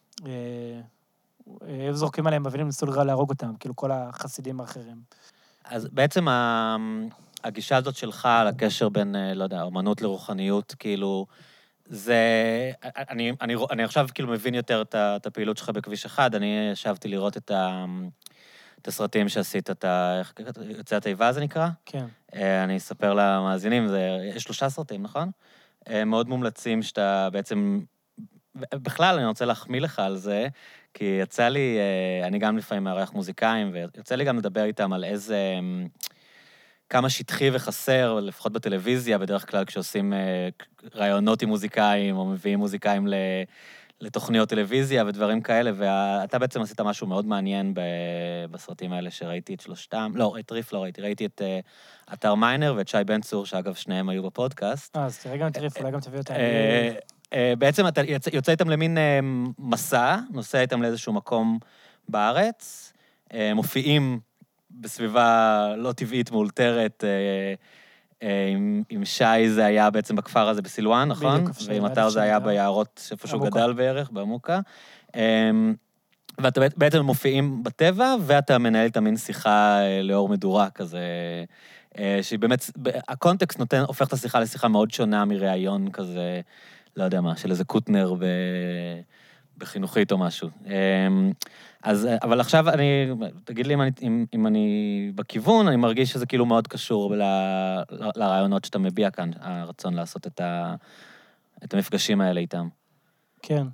היו זורקים עליהם, מבינים, ניסו להרוג אותם, כאילו, כל החסידים האחרים. אז בעצם הגישה הזאת שלך, על הקשר בין, לא יודע, אומנות לרוחניות, כאילו, זה, אני, אני, אני עכשיו כאילו מבין יותר את, את הפעילות שלך בכביש אחד, אני ישבתי לראות את, ה, את הסרטים שעשית, את ה, יוצא התיבה זה נקרא? כן. אני אספר למאזינים, זה, יש שלושה סרטים, נכון? מאוד מומלצים שאתה בעצם, בכלל אני רוצה להחמיא לך על זה, כי יצא לי, אני גם לפעמים מארח מוזיקאים, ויוצא לי גם לדבר איתם על איזה... כמה שטחי וחסר, לפחות בטלוויזיה, בדרך כלל כשעושים רעיונות עם מוזיקאים, או מביאים מוזיקאים לתוכניות טלוויזיה ודברים כאלה, ואתה בעצם עשית משהו מאוד מעניין בסרטים האלה שראיתי את שלושתם, לא, את ריף לא ראיתי, ראיתי את אתר מיינר ואת שי בן צור, שאגב שניהם היו בפודקאסט. אה, אז תראה גם את ריף, אולי גם תביא אותם. בעצם אתה יוצא איתם למין מסע, נוסע איתם לאיזשהו מקום בארץ, מופיעים בסביבה לא טבעית, מאולתרת, עם, עם שי זה היה בעצם בכפר הזה בסילואן, נכון? ועם אתר זה היה ביערות איפה שהוא גדל בערך, בעמוקה. ואתה בעצם מופיעים בטבע, ואתה מנהל את המין שיחה לאור מדורה כזה, שהיא באמת, הקונטקסט נותן, הופך את השיחה לשיחה מאוד שונה מראיון כזה, לא יודע מה, של איזה קוטנר ב... בחינוכית או משהו. אז, אבל עכשיו אני, תגיד לי אם אני, אם, אם אני בכיוון, אני מרגיש שזה כאילו מאוד קשור ל, ל, לרעיונות שאתה מביע כאן, הרצון לעשות את, ה, את המפגשים האלה איתם. כן.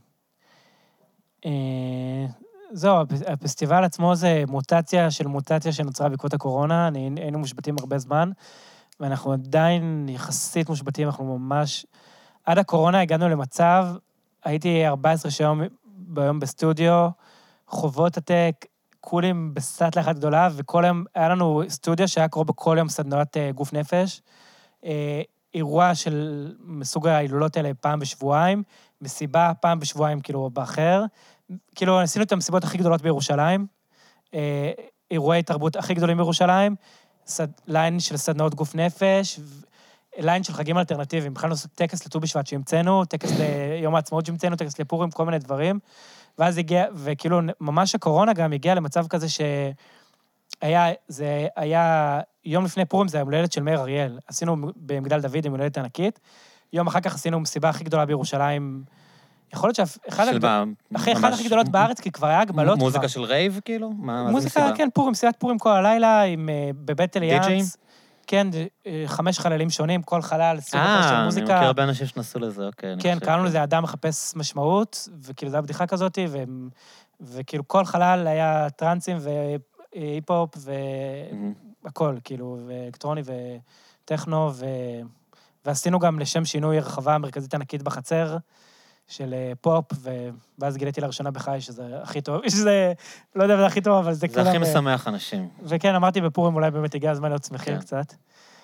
זהו, הפסטיבל עצמו זה מוטציה של מוטציה שנוצרה בעקבות הקורונה, היינו מושבתים הרבה זמן, ואנחנו עדיין יחסית מושבתים, אנחנו ממש... עד הקורונה הגענו למצב, הייתי ארבע עשרה שעון ביום בסטודיו, חובות עתק, כולים בסטלה אחת גדולה, וכל יום, היה לנו סטודיו שהיה קרוב בכל יום סדנאות גוף נפש, אירוע של מסוג ההילולות האלה פעם בשבועיים, מסיבה פעם בשבועיים כאילו באחר, כאילו עשינו את המסיבות הכי גדולות בירושלים, אירועי תרבות הכי גדולים בירושלים, ליין של סדנאות גוף נפש, ליין של חגים אלטרנטיביים, בכלל נעשו טקס לט"ו בשבט שהמצאנו, טקס ליום העצמאות שהמצאנו, טקס לפורים, כל מיני דברים, ואז הגיע, וכאילו ממש הקורונה גם הגיע למצב כזה שהיה, זה היה, יום לפני פורים זה היה מולדת של מאיר אריאל, עשינו במגדל דוד עם מולדת ענקית, יום אחר כך עשינו מסיבה הכי גדולה בירושלים, יכול להיות שאחד הכי גדולות בארץ, כי כבר היה הגבלות. מוזיקה של רייב, כאילו? מוזיקה, כן, פורים, מסיבת פורים כל הלילה, בבית אליאנס. די-ג'יי? כן, חמש חללים שונים, כל חלל, סוג אחר של מוזיקה. אה, אני מכיר הרבה אנשים שנסו לזה, אוקיי. כן, קראנו לזה אדם מחפש משמעות, וכאילו זו הבדיחה כזאת, וכאילו כל חלל היה טרנסים והיפ-הופ והכל, כאילו, ואלקטרוני וטכנו, ועשינו גם לשם שינוי רחבה מרכזית ענקית בחצר, של פופ, ואז גיליתי לראשונה בחי, שזה הכי טוב, שזה, לא יודע אם זה הכי טוב, אבל זה כאילו... זה הכי משמח אנשים. וכן, אמרתי בפורים, אולי באמת הגיע הזמן להיות שמחים קצת.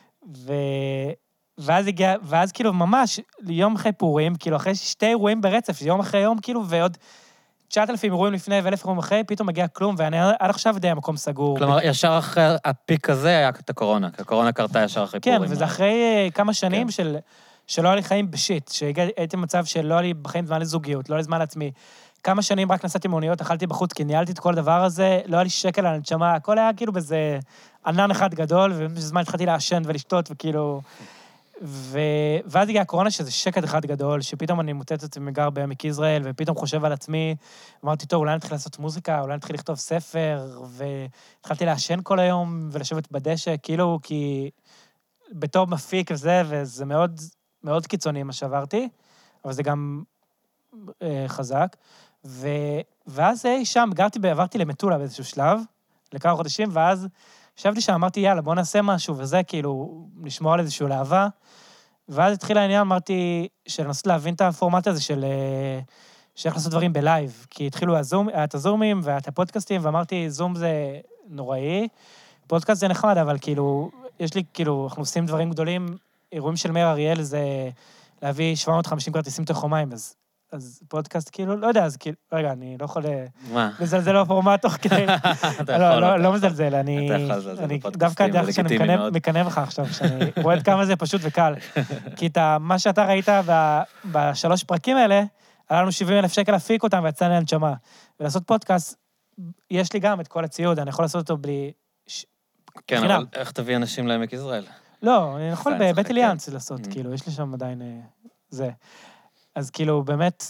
ואז הגיע, ואז כאילו ממש, יום אחרי פורים, כאילו אחרי שתי אירועים ברצף, יום אחרי יום, כאילו, ועוד תשעת אלפים אירועים לפני ואלף אירועים אחרי, פתאום מגיע כלום, ואני עד עכשיו די המקום סגור. כלומר, ישר אחרי הפיק הזה היה את הקורונה, כי הקורונה קרתה ישר אחרי פורים. כן, וזה אחרי כמה שנים של... שלא היה לי חיים בשיט, שהייתי במצב שלא היה לי בחיים זמן לזוגיות, לא היה לי זמן לעצמי. כמה שנים רק נסעתי מוניות, אכלתי בחוץ, כי ניהלתי את כל הדבר הזה, לא היה לי שקל על הנשמה, הכל היה כאילו באיזה ענן אחד גדול, ובזמן התחלתי לעשן ולשתות, וכאילו... ו... ואז הגיעה הקורונה, שזה שקט אחד גדול, שפתאום אני מוטט את מגר בעמק יזרעאל, ופתאום חושב על עצמי, אמרתי, טוב, אולי נתחיל לעשות מוזיקה, אולי נתחיל לכתוב ספר, והתחלתי לעשן כל היום, ולשבת בדשא, כאילו, כי בתור מפיק וזה, וזה מאוד... מאוד קיצוני מה שעברתי, אבל זה גם אה, חזק. ו... ואז אי שם, גרתי, עברתי למטולה באיזשהו שלב, לכמה חודשים, ואז ישבתי שם, אמרתי, יאללה, בוא נעשה משהו, וזה כאילו, נשמור על איזשהו להבה. ואז התחיל העניין, אמרתי, שלנסות להבין את הפורמט הזה של... שאיך לעשות דברים בלייב, כי התחילו הזום, את הזומים ואת הפודקאסטים, ואמרתי, זום זה נוראי, פודקאסט זה נחמד, אבל כאילו, יש לי, כאילו, אנחנו עושים דברים גדולים, אירועים של מאיר אריאל זה להביא שבע מאות וחמישים כרטיסים תוך יומיים, אז, אז פודקאסט כאילו, לא יודע, אז כאילו, רגע, אני לא יכול לזלזל בפורמט תוך כדי, לא, לא, לא מזלזל, אני, אני דווקא דרך שאני מקנב לך עכשיו, שאני רואה את כמה זה פשוט וקל, כי את מה שאתה ראית בשלוש פרקים האלה, עלה לנו שבעים אלף שקל להפיק אותם ויצא לי הנשמה, ולעשות פודקאסט, יש לי גם את כל הציוד, אני יכול לעשות אותו בלי... כן, אבל איך תביא אנשים לעמק יזרעאל? לא, אני יכול בבית אליאנס לעשות, כאילו, יש לי שם עדיין זה. אז כאילו, באמת...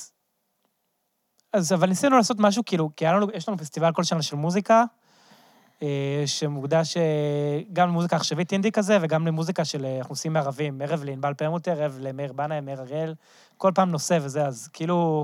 אז, אבל ניסינו לעשות משהו, כאילו, כי יש לנו פסטיבל כל שנה של מוזיקה, שמוקדש גם למוזיקה עכשווית אינדי כזה, וגם למוזיקה של, אנחנו עושים מערבים, ערב לענבל פרמוטר, ערב למאיר בנאי, מאיר אריאל, כל פעם נושא וזה, אז כאילו...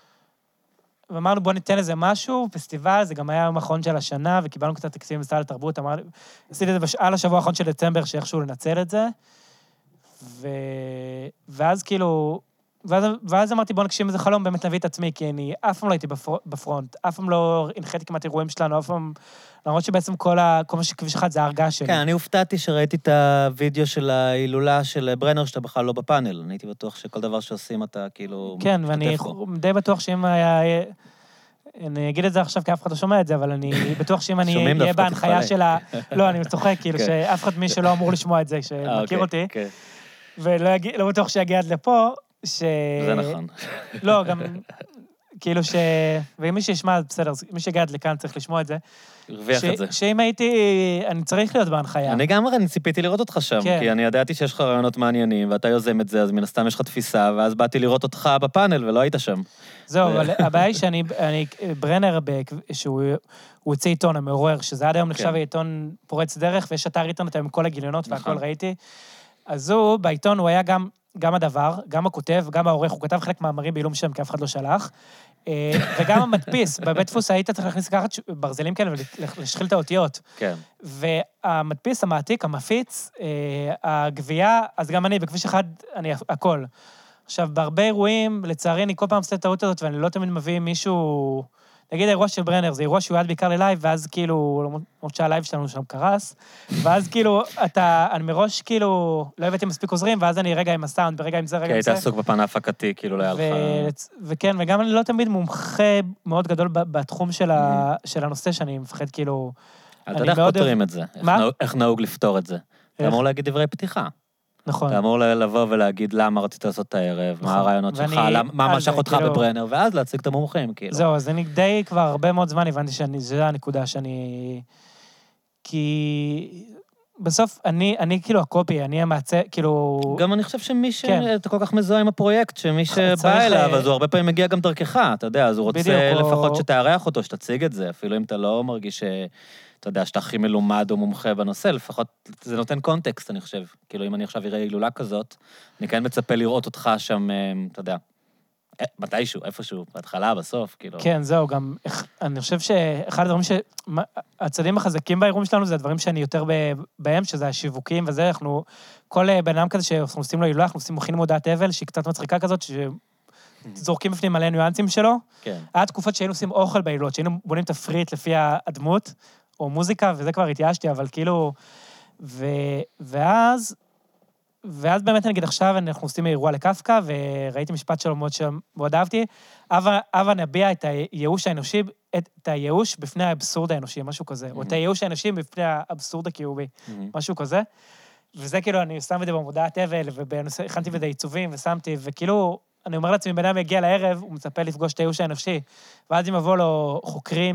ואמרנו, בוא ניתן לזה משהו, פסטיבל, זה גם היה היום האחרון של השנה, וקיבלנו קצת תקציבים בסל התרבות, אמרנו, עשיתי את זה על השבוע האחרון של דצמבר, שאיכשהו לנצל את זה, ו... ואז כאילו, ואז, ואז אמרתי, בוא נקשים איזה חלום, באמת להביא את עצמי, כי אני אף פעם לא הייתי בפר... בפרונט, אף פעם לא הנחיתי כמעט אירועים שלנו, אף פעם, למרות שבעצם כל, ה... כל מה שכביש אחד זה ההרגעה שלי. כן, אני הופתעתי שראיתי את הוידאו של ההילולה של ברנר, שאתה בכלל לא בפאנל, אני הייתי בטוח שכל דבר שעושים אתה כאילו... כן, ואני די בטוח שאם היה... אני אגיד את זה עכשיו, כי אף אחד לא שומע את זה, אבל אני בטוח שאם אני אהיה בהנחיה של ה... לא, אני צוחק, כאילו, שאף אחד מי שלא אמור לשמוע את זה, שמכיר אותי, ולא בטוח שיגיע עד לפה, ש... זה נכון. לא, גם... כאילו ש... ומי שישמע, בסדר, מי שהגיע עד לכאן צריך לשמוע את זה. הרוויח את זה. שאם הייתי, אני צריך להיות בהנחיה. אני גם אני ציפיתי לראות אותך שם, כי אני ידעתי שיש לך רעיונות מעניינים, ואתה יוזם את זה, אז מן הסתם יש לך תפיסה, ואז באתי לראות אותך בפאנל, ולא היית שם. זהו, אבל הבעיה היא שאני, ברנר, שהוא הוציא עיתון המעורר, שזה עד היום נחשב עיתון פורץ דרך, ויש אתר אינטרנט עם כל הגיליונות והכל ראיתי. אז הוא, בעיתון הוא היה גם, גם הדבר, גם הכותב, גם העורך, הוא כתב חלק מאמרים בעילום שם, כי אף אחד לא שלח, וגם המדפיס, בבית דפוס היית צריך להכניס לקחת ברזלים כאלה ולשחיל את האותיות. כן. והמדפיס, המעתיק, המפיץ, הגבייה, אז גם אני, בכביש אחד, אני הכל. עכשיו, בהרבה אירועים, לצערי, אני כל פעם עושה את הטעות הזאת, ואני לא תמיד מביא מישהו... נגיד האירוע של ברנר, זה אירוע שהוא יעד בעיקר ללייב, ואז כאילו, למרות שהלייב שלנו שם קרס, ואז כאילו, אתה, אני מראש כאילו, לא הבאתי מספיק עוזרים, ואז אני רגע עם הסאונד, ברגע עם זה, רגע עם זה. כי היית עסוק בפן ההפקתי, כאילו, לא היה לך... וכן, וגם אני לא תמיד מומחה מאוד גדול בתחום של הנושא, שאני מפחד כאילו... אתה יודע איך פותרים את זה. איך נהוג לפתור את זה. אתה אמור להגיד דברי פתיחה. נכון. אתה אמור לבוא ולהגיד למה רצית לעשות את הערב, מה הרעיונות שלך, מה משך אותך בברנר, ואז להציג את המומחים, כאילו. זהו, אז אני די כבר הרבה מאוד זמן הבנתי שזו הנקודה שאני... כי... בסוף, אני, אני כאילו הקופי, אני המעצה, כאילו... גם אני חושב שמי שאתה כל כך מזוהה עם הפרויקט, שמי שבא אליו, אז הוא הרבה פעמים מגיע גם דרכך, אתה יודע, אז הוא רוצה לפחות שתארח אותו, שתציג את זה, אפילו אם אתה לא מרגיש אתה יודע, שאתה הכי מלומד או מומחה בנושא, לפחות זה נותן קונטקסט, אני חושב. כאילו, אם אני עכשיו אראה הילולה כזאת, אני כן מצפה לראות אותך שם, אתה יודע, מתישהו, איפשהו, בהתחלה, בסוף, כאילו. כן, זהו, גם, אני חושב שאחד הדברים ש... הצעדים החזקים באירועים שלנו, זה הדברים שאני יותר בהם, שזה השיווקים וזה, אנחנו, כל בן אדם כזה שאנחנו עושים לו הילולה, אנחנו עושים מוכין מודעת אבל, שהיא קצת מצחיקה כזאת, שזורקים בפנים מלא ניואנסים שלו. כן. היה תקופות שהיינו עושים אוכל בהילולות, שהיינו בונים תפריט לפי הדמות, או מוזיקה, וזה כבר התייאשתי, אבל כאילו... ו... ואז... ואז באמת, נגיד, עכשיו אנחנו עושים אירוע לקפקא, וראיתי משפט שלו מאוד שמאוד אהבתי, אבא נביע את הייאוש האנושי, את הייאוש בפני האבסורד האנושי, משהו כזה, או את הייאוש האנושי בפני האבסורד הקיומי, משהו כזה. וזה כאילו, אני שם את זה במודעת אבל, והכנתי בזה עיצובים, ושמתי, וכאילו, אני אומר לעצמי, בן אדם יגיע לערב, הוא מצפה לפגוש את הייאוש האנושי, ואז אם יבוא לו חוקרים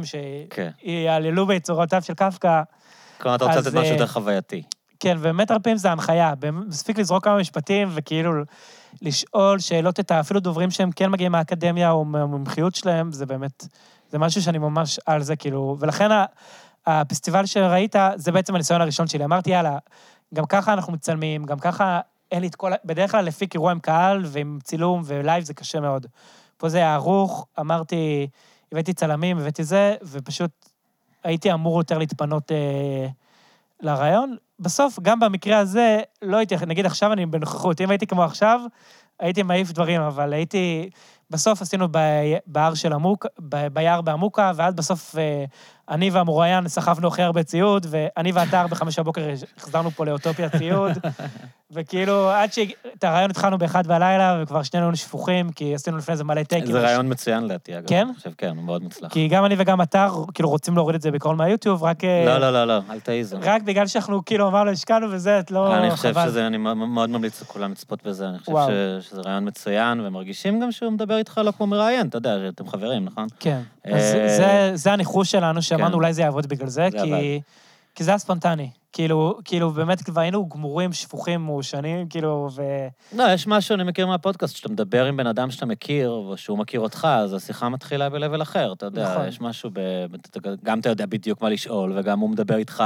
שיעללו ביצורותיו של קפקא, כלומר, אתה רוצה לתת משהו יותר חווייתי. כן, ובאמת הרבה פעמים זה הנחיה, מספיק לזרוק כמה משפטים, וכאילו לשאול שאלות את אפילו דוברים שהם כן מגיעים מהאקדמיה, או מהמומחיות שלהם, זה באמת, זה משהו שאני ממש על זה, כאילו, ולכן הפסטיבל שראית, זה בעצם הניסיון הראשון שלי. אמרתי, יאללה, גם ככה אנחנו מצלמים, גם ככה אין לי את כל, בדרך כלל לפי אירוע עם קהל, ועם צילום ולייב זה קשה מאוד. פה זה היה ערוך, אמרתי, הבאתי צלמים, הבאתי זה, ופשוט הייתי אמור יותר להתפנות אה, לרעיון. בסוף, גם במקרה הזה, לא הייתי, נגיד עכשיו אני בנוכחות, אם הייתי כמו עכשיו, הייתי מעיף דברים, אבל הייתי, בסוף עשינו בהר של עמוק, ביער בעמוקה, ואז בסוף אני והמוראיין סחבנו הכי הרבה ציוד, ואני ואתה בחמש הבוקר החזרנו פה לאוטופיה ציוד, וכאילו, עד שאת הרעיון התחלנו באחד בלילה, וכבר שנינו נשפוכים, כי עשינו לפני זה מלא טייקים. זה רעיון מצוין לדעתי, אגב. כן? אני חושב, כן, הוא מאוד מוצלח. כי גם אני וגם אתה, כאילו, רוצים להוריד את זה בקרול מהיוטיוב, רק... לא, לא, לא, לא, אל תעיזו. רק בגלל שאנחנו, כאילו, אמרנו, השקענו וזה, את לא... אני חושב שזה, אני מאוד ממליץ לכולם לצפות בזה, אני חושב שזה רעיון מצוין, ומרגישים גם שהוא מדבר איתך לא כמו מראיין, אתה יודע, שאתם חברים, נכון? כן. אז זה הניחוש שלנו, שאמרנו, אולי זה יעבוד בגלל זה, כי זה הספונטני. כאילו, כאילו, באמת כבר היינו גמורים, שפוכים, מעושנים, כאילו, ו... לא, יש משהו, אני מכיר מהפודקאסט, שאתה מדבר עם בן אדם שאתה מכיר, או שהוא מכיר אותך, אז השיחה מתחילה בלבל אחר, אתה יודע, יש משהו ב... גם אתה יודע בדיוק מה לשאול, וגם הוא מדבר איתך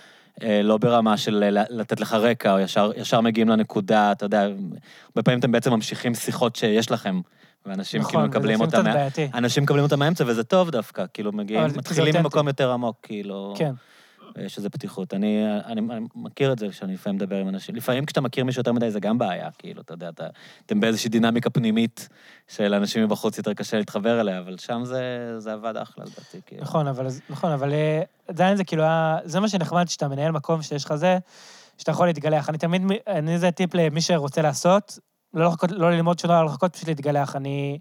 לא ברמה של לתת לך רקע, או ישר, ישר מגיעים לנקודה, אתה יודע, הרבה פעמים אתם בעצם ממשיכים שיחות שיש לכם, ואנשים כאילו מקבלים אותם, אנשים מקבלים אותם מהאמצע, וזה טוב דווקא, כאילו מגיעים, מתחילים ממקום יותר עמוק, כאילו... כן. יש איזו פתיחות. אני, אני, אני מכיר את זה כשאני לפעמים מדבר עם אנשים. לפעמים כשאתה מכיר מישהו יותר מדי, זה גם בעיה, כאילו, אתה יודע, אתה, אתם באיזושהי דינמיקה פנימית של אנשים מבחוץ יותר קשה להתחבר אליה, אבל שם זה, זה עבד אחלה, לדעתי, כאילו. נכון, אבל, נכון, אבל עדיין זה כאילו, זה מה שנחמד שאתה מנהל מקום שיש לך זה, שאתה יכול להתגלח. אני תמיד, אני זה טיפ למי שרוצה לעשות, לא לחכות, לא ללמוד שונה, לא לחכות פשוט להתגלח. אני...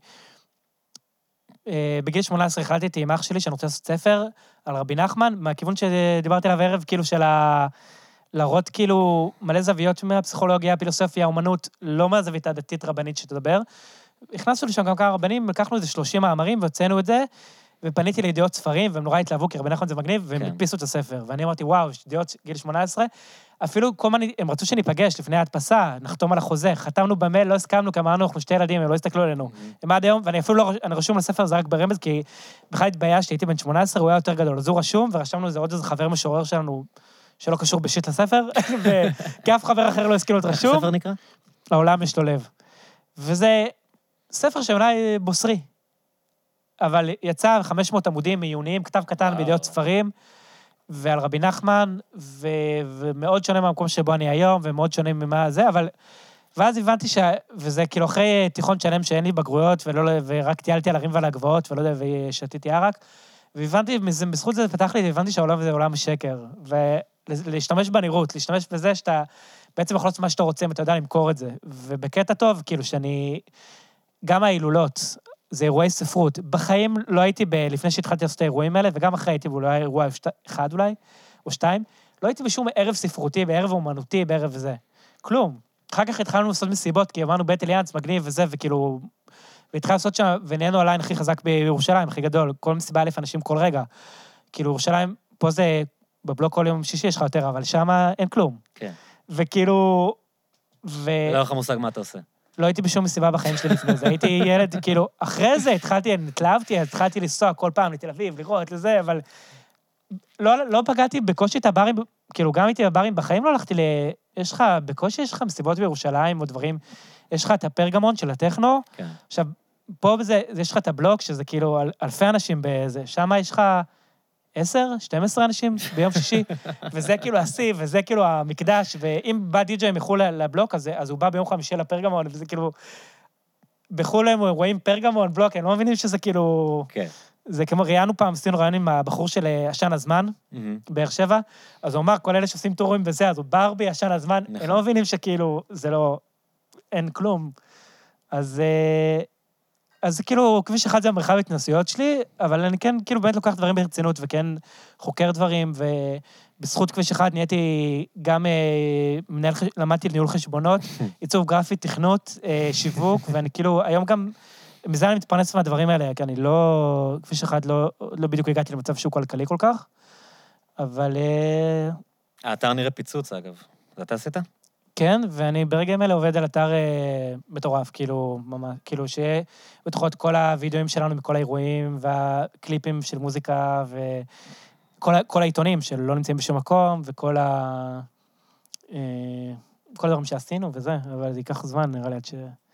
בגיל שמונה עשרה החלטתי עם אח שלי שאני רוצה לעשות ספר על רבי נחמן, מהכיוון שדיברתי עליו ערב, כאילו של ה... להראות כאילו מלא זוויות מהפסיכולוגיה, הפילוסופיה, האומנות, לא מהזווית הדתית רבנית שתדבר, הכנסנו לשם גם כמה רבנים, לקחנו איזה שלושים מאמרים והוצאנו את זה, ופניתי לידיעות ספרים, והם נורא התלהבו, כי רבי נחמן זה מגניב, והם הדפיסו את הספר. ואני אמרתי, וואו, יש ידיעות גיל שמונה עשרה, אפילו כל מיני, הם רצו שניפגש לפני ההדפסה, נחתום על החוזה, חתמנו במייל, לא הסכמנו, כי אמרנו, אנחנו שתי ילדים, הם לא הסתכלו עלינו. הם עד היום, ואני אפילו לא, אני רשום לספר, זה רק ברמז, כי בכלל התביישתי, הייתי בן שמונה עשרה, הוא היה יותר גדול, אז הוא רשום, ורשמנו איזה עוד איזה חבר משורר שלנו, שלא קשור בשיט לספר, וכי אף חבר אחר לא הסכים להיות רשום. הספר נקרא? העולם יש לו לב. וזה ספר שאולי בוסרי, אבל יצא חמש מאות עמודים עיוניים, כתב קטן בידיעות ספרים, ועל רבי נחמן, ו... ומאוד שונה מהמקום שבו אני היום, ומאוד שונה ממה זה, אבל... ואז הבנתי ש... וזה כאילו אחרי תיכון שלם שאין לי בגרויות, ולא... ורק טיילתי על הרים ועל הגבעות, ולא יודע, ושתיתי ערק, והבנתי, בזכות זה פתח לי, והבנתי שהעולם זה עולם שקר, ולהשתמש בנראות, להשתמש בזה שאתה בעצם יכול לעשות מה שאתה רוצה, אם אתה יודע למכור את זה, ובקטע טוב, כאילו שאני... גם ההילולות, זה אירועי ספרות. בחיים לא הייתי, ב... לפני שהתחלתי לעשות את האירועים האלה, וגם אחרי הייתי באולי אירוע אחד אולי, או שתיים, לא הייתי בשום ערב ספרותי, בערב אומנותי, בערב וזה. כלום. אחר כך התחלנו לעשות מסיבות, כי אמרנו בית אליאנס, מגניב וזה, וכאילו... והתחלנו לעשות שם, ונהיינו הליין הכי חזק בירושלים, הכי גדול. כל מסיבה אלף אנשים כל רגע. כאילו, ירושלים, פה זה, בבלוק כל יום שישי יש לך יותר, אבל שם אין כלום. כן. וכאילו... ו... לא לך מושג מה אתה עושה. לא הייתי בשום מסיבה בחיים שלי לפני זה. הייתי ילד, כאילו, אחרי זה התחלתי, התלהבתי, התחלתי לנסוע כל פעם לתל אביב, לראות לזה, אבל לא, לא פגעתי בקושי את הברים, כאילו, גם הייתי בברים, בחיים לא הלכתי ל... יש לך, בקושי יש לך מסיבות בירושלים או דברים, יש לך את הפרגמון של הטכנו, כן. עכשיו, פה בזה, יש לך את הבלוק, שזה כאילו אל, אלפי אנשים בזה, שם יש לך עשר, שתים עשרה אנשים ביום שישי, וזה כאילו השיא, וזה כאילו המקדש, ואם בא די-ג'יי מחול לבלוק הזה, אז הוא בא ביום חמישי לפרגמון, וזה כאילו, בחול הם רואים פרגמון, בלוק, הם לא מבינים שזה כאילו... כן. זה כמו, ראיינו פעם, עשינו ראיון עם הבחור של עשן הזמן, באר שבע, אז הוא אמר, כל אלה שעושים טורים בזה, אז הוא ברבי, עשן הזמן, הם לא מבינים שכאילו, זה לא... אין כלום. אז... אז כאילו, כביש אחד זה המרחב התנסויות שלי, אבל אני כן, כאילו, באמת לוקח דברים ברצינות, וכן חוקר דברים, ובזכות כביש אחד נהייתי גם מנהל, למדתי לניהול חשבונות, עיצוב גרפי, תכנות, שיווק, ואני כאילו, היום גם, מזה אני מתפרנס מהדברים האלה, כי אני לא, כביש אחד לא, לא בדיוק הגעתי למצב שהוא כלכלי כל כך, אבל... האתר נראה פיצוץ, אגב. זה אתה עשית? כן, ואני ברגעים האלה עובד על אתר אה, מטורף, כאילו, ממש, כאילו, שיהיה בתוכו את כל הוידאוים שלנו מכל האירועים, והקליפים של מוזיקה, וכל כל העיתונים שלא נמצאים בשום מקום, וכל ה... אה, כל הדברים שעשינו, וזה, אבל זה ייקח זמן, נראה לי, עד ש...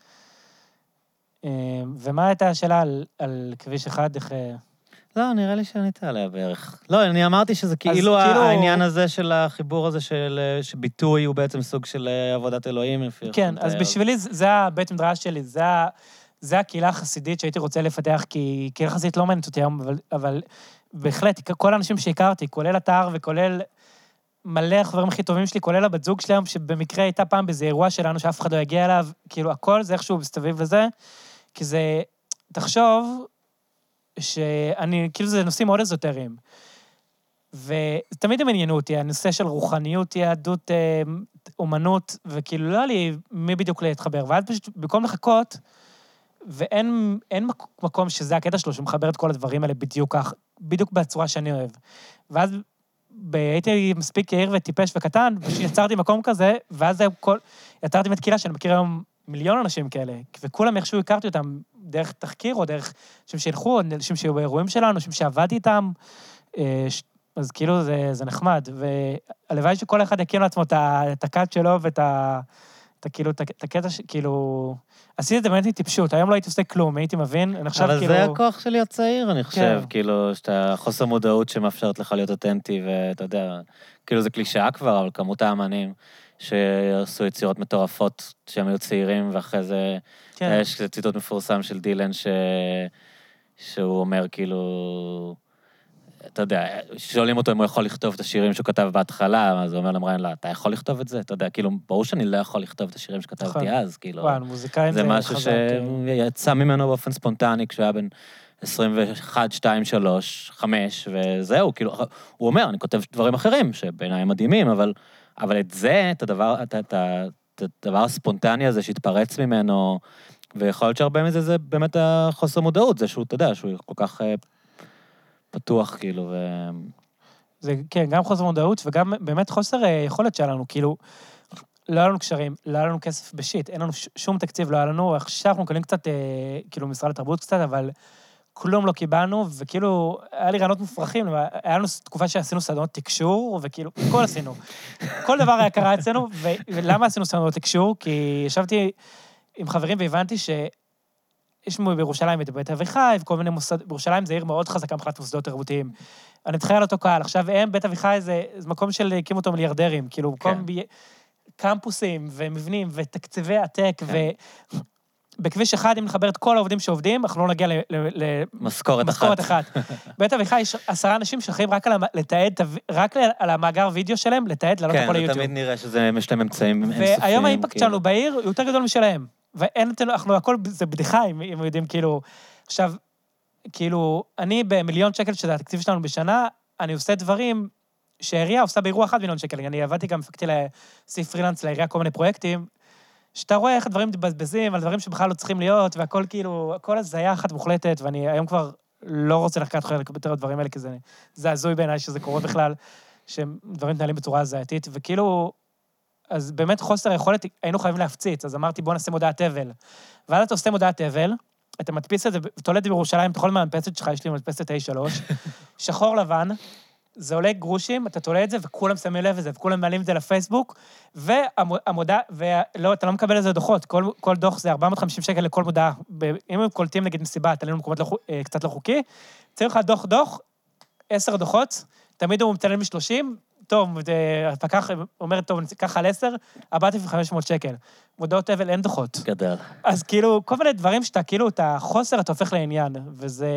אה, ומה הייתה השאלה על, על כביש אחד, איך... לא, נראה לי שענית עליה בערך. לא, אני אמרתי שזה כאילו העניין הזה של החיבור הזה של שביטוי הוא בעצם סוג של עבודת אלוהים. כן, אז בשבילי זה הבית מדרש שלי, זה הקהילה החסידית שהייתי רוצה לפתח, כי קהילה חסידית לא מעניינת אותי היום, אבל בהחלט, כל האנשים שהכרתי, כולל אתר וכולל מלא החברים הכי טובים שלי, כולל הבת זוג שלהם, שבמקרה הייתה פעם באיזה אירוע שלנו שאף אחד לא יגיע אליו, כאילו הכל זה איכשהו מסתובב לזה, כי זה, תחשוב, שאני, כאילו זה נושאים מאוד אזוטריים. ותמיד הם עניינו אותי, הנושא של רוחניות, יהדות, אומנות, וכאילו לא היה לי מי בדיוק להתחבר. ואז פשוט, במקום לחכות, ואין אין מקום שזה הקטע שלו, שמחבר את כל הדברים האלה בדיוק כך, בדיוק בצורה שאני אוהב. ואז הייתי מספיק יעיר וטיפש וקטן, ויצרתי מקום כזה, ואז כל, יצרתי את קהילה שאני מכיר היום מיליון אנשים כאלה, וכולם איכשהו הכרתי אותם דרך תחקיר, או דרך אנשים שילכו, אנשים שהיו באירועים שלנו, אנשים שעבדתי איתם, אז כאילו זה, זה נחמד, והלוואי שכל אחד יקים לעצמו את הקאט שלו, ואת ה, את, כאילו, את הקטע, כאילו, עשיתי את זה באמת טיפשות, היום לא הייתי עושה כלום, הייתי מבין, אני חושב אבל כאילו... אבל זה הכוח של להיות צעיר, אני חושב, כן. כאילו, שאתה חוסר מודעות שמאפשרת לך להיות אותנטי, ואתה יודע, כאילו זה קלישאה כבר, על כמות האמנים, שעשו יצירות מטורפות שהם היו צעירים, ואחרי זה כן. יש ציטוט מפורסם של דילן, ש... שהוא אומר כאילו, אתה יודע, שואלים אותו אם הוא יכול לכתוב את השירים שהוא כתב בהתחלה, אז הוא אומר למראיין, לא, אתה יכול לכתוב את זה? אתה יודע, כאילו, ברור שאני לא יכול לכתוב את השירים שכתבתי אז, כאילו. וואו, מוזיקאים זה משהו שיצא ממנו באופן ספונטני, כשהוא היה בן עשרים ואחת, שתיים, שלוש, חמש, וזהו, כאילו, הוא אומר, אני כותב דברים אחרים, שבעיניי מדהימים, אבל, אבל את זה, את הדבר, את, את, את הדבר הספונטני הזה שהתפרץ ממנו, ויכול להיות שהרבה מזה זה באמת החוסר מודעות, זה שהוא, אתה יודע, שהוא כל כך פתוח, כאילו, ו... זה, כן, גם חוסר מודעות, וגם באמת חוסר יכולת שלנו, כאילו, לא היה לנו קשרים, לא היה לנו כסף בשיט, אין לנו שום תקציב, לא היה לנו, עכשיו אנחנו קונים קצת, כאילו, משרד התרבות קצת, אבל כלום לא קיבלנו, וכאילו, היה לי רעיונות מופרכים, היה לנו תקופה שעשינו סדנות תקשור, וכאילו, הכל עשינו. כל דבר היה קרה אצלנו, ולמה עשינו סדנות תקשור? כי ישבתי עם חברים והבנתי ש... יש בירושלים את בית אביחי, וכל מיני מוסדות, בירושלים זה עיר מאוד חזקה מבחינת מוסדות תרבותיים. אני אתחיל על אותו קהל, עכשיו הם, בית אביחי זה, זה מקום של הקימו אותו מיליארדרים, כאילו, כן. מקום ב... קמפוסים ומבנים ותקציבי עתק, כן. ובכביש אחד, אם נחבר את כל העובדים שעובדים, אנחנו לא נגיע למשכורת אחת. אחת. בית אביחי יש עשרה אנשים שאחראים רק על לתעד, רק על המאגר וידאו שלהם, לתעד, לעלות הכל ליוטיוב. כן, תמיד נראה שזה, יש להם אמצעים אינסופיים. והיום האימפקט שלנו בעיר הוא יותר גדול משלהם. ואין, אנחנו, הכל, זה בדיחה, אם יודעים, כאילו, עכשיו, כאילו, אני במיליון שקל, שזה התקציב שלנו בשנה, אני עושה דברים שהעירייה עושה באירוע אחד מיליון שקל. אני עבדתי גם, הפקתי להוסיף פרילנס לעירייה, כל מיני פרויקטים, שאתה רואה איך הדברים מתבזבזים, על דברים שבכלל לא צריכים להיות, והכל כאילו, הכל הזה היה אחת מוחלטת, ואני היום כבר לא רוצה לקחת חלק יותר הדברים האלה, כי זה, זה הזוי בעיניי שזה קורה בכלל, שדברים מתנהלים בצורה הזייתית, וכאילו, אז באמת חוסר היכולת, היינו חייבים להפציץ, אז אמרתי, בוא נעשה מודעת אבל. ואז אתה עושה מודעת אבל, אתה מדפיס את זה, תולד בירושלים, אתה יכול מהמדפסת שלך, יש לי מדפסת איי שלוש, שחור לבן, זה עולה גרושים, אתה תולה את זה, וכולם שמים לב לזה, וכולם מעלים את זה לפייסבוק, והמודעה, ולא, אתה לא מקבל לזה דוחות, כל, כל דוח זה ארבע מאות וחמישים שקל לכל מודעה, אם הם קולטים נגיד מסיבה, תעלינו מקומות לא, קצת לא חוקי, צריך לך דוח דוח, עשר דוחות, תמיד הוא מצטלם מ-שלושים, טוב, הפקח אומרת, טוב, ניקח על עשר, ארבעת אלפים וחמש מאות שקל. מודעות אבל אין דוחות. גדל. אז כאילו, כל מיני דברים שאתה, כאילו, את החוסר, אתה הופך לעניין, וזה...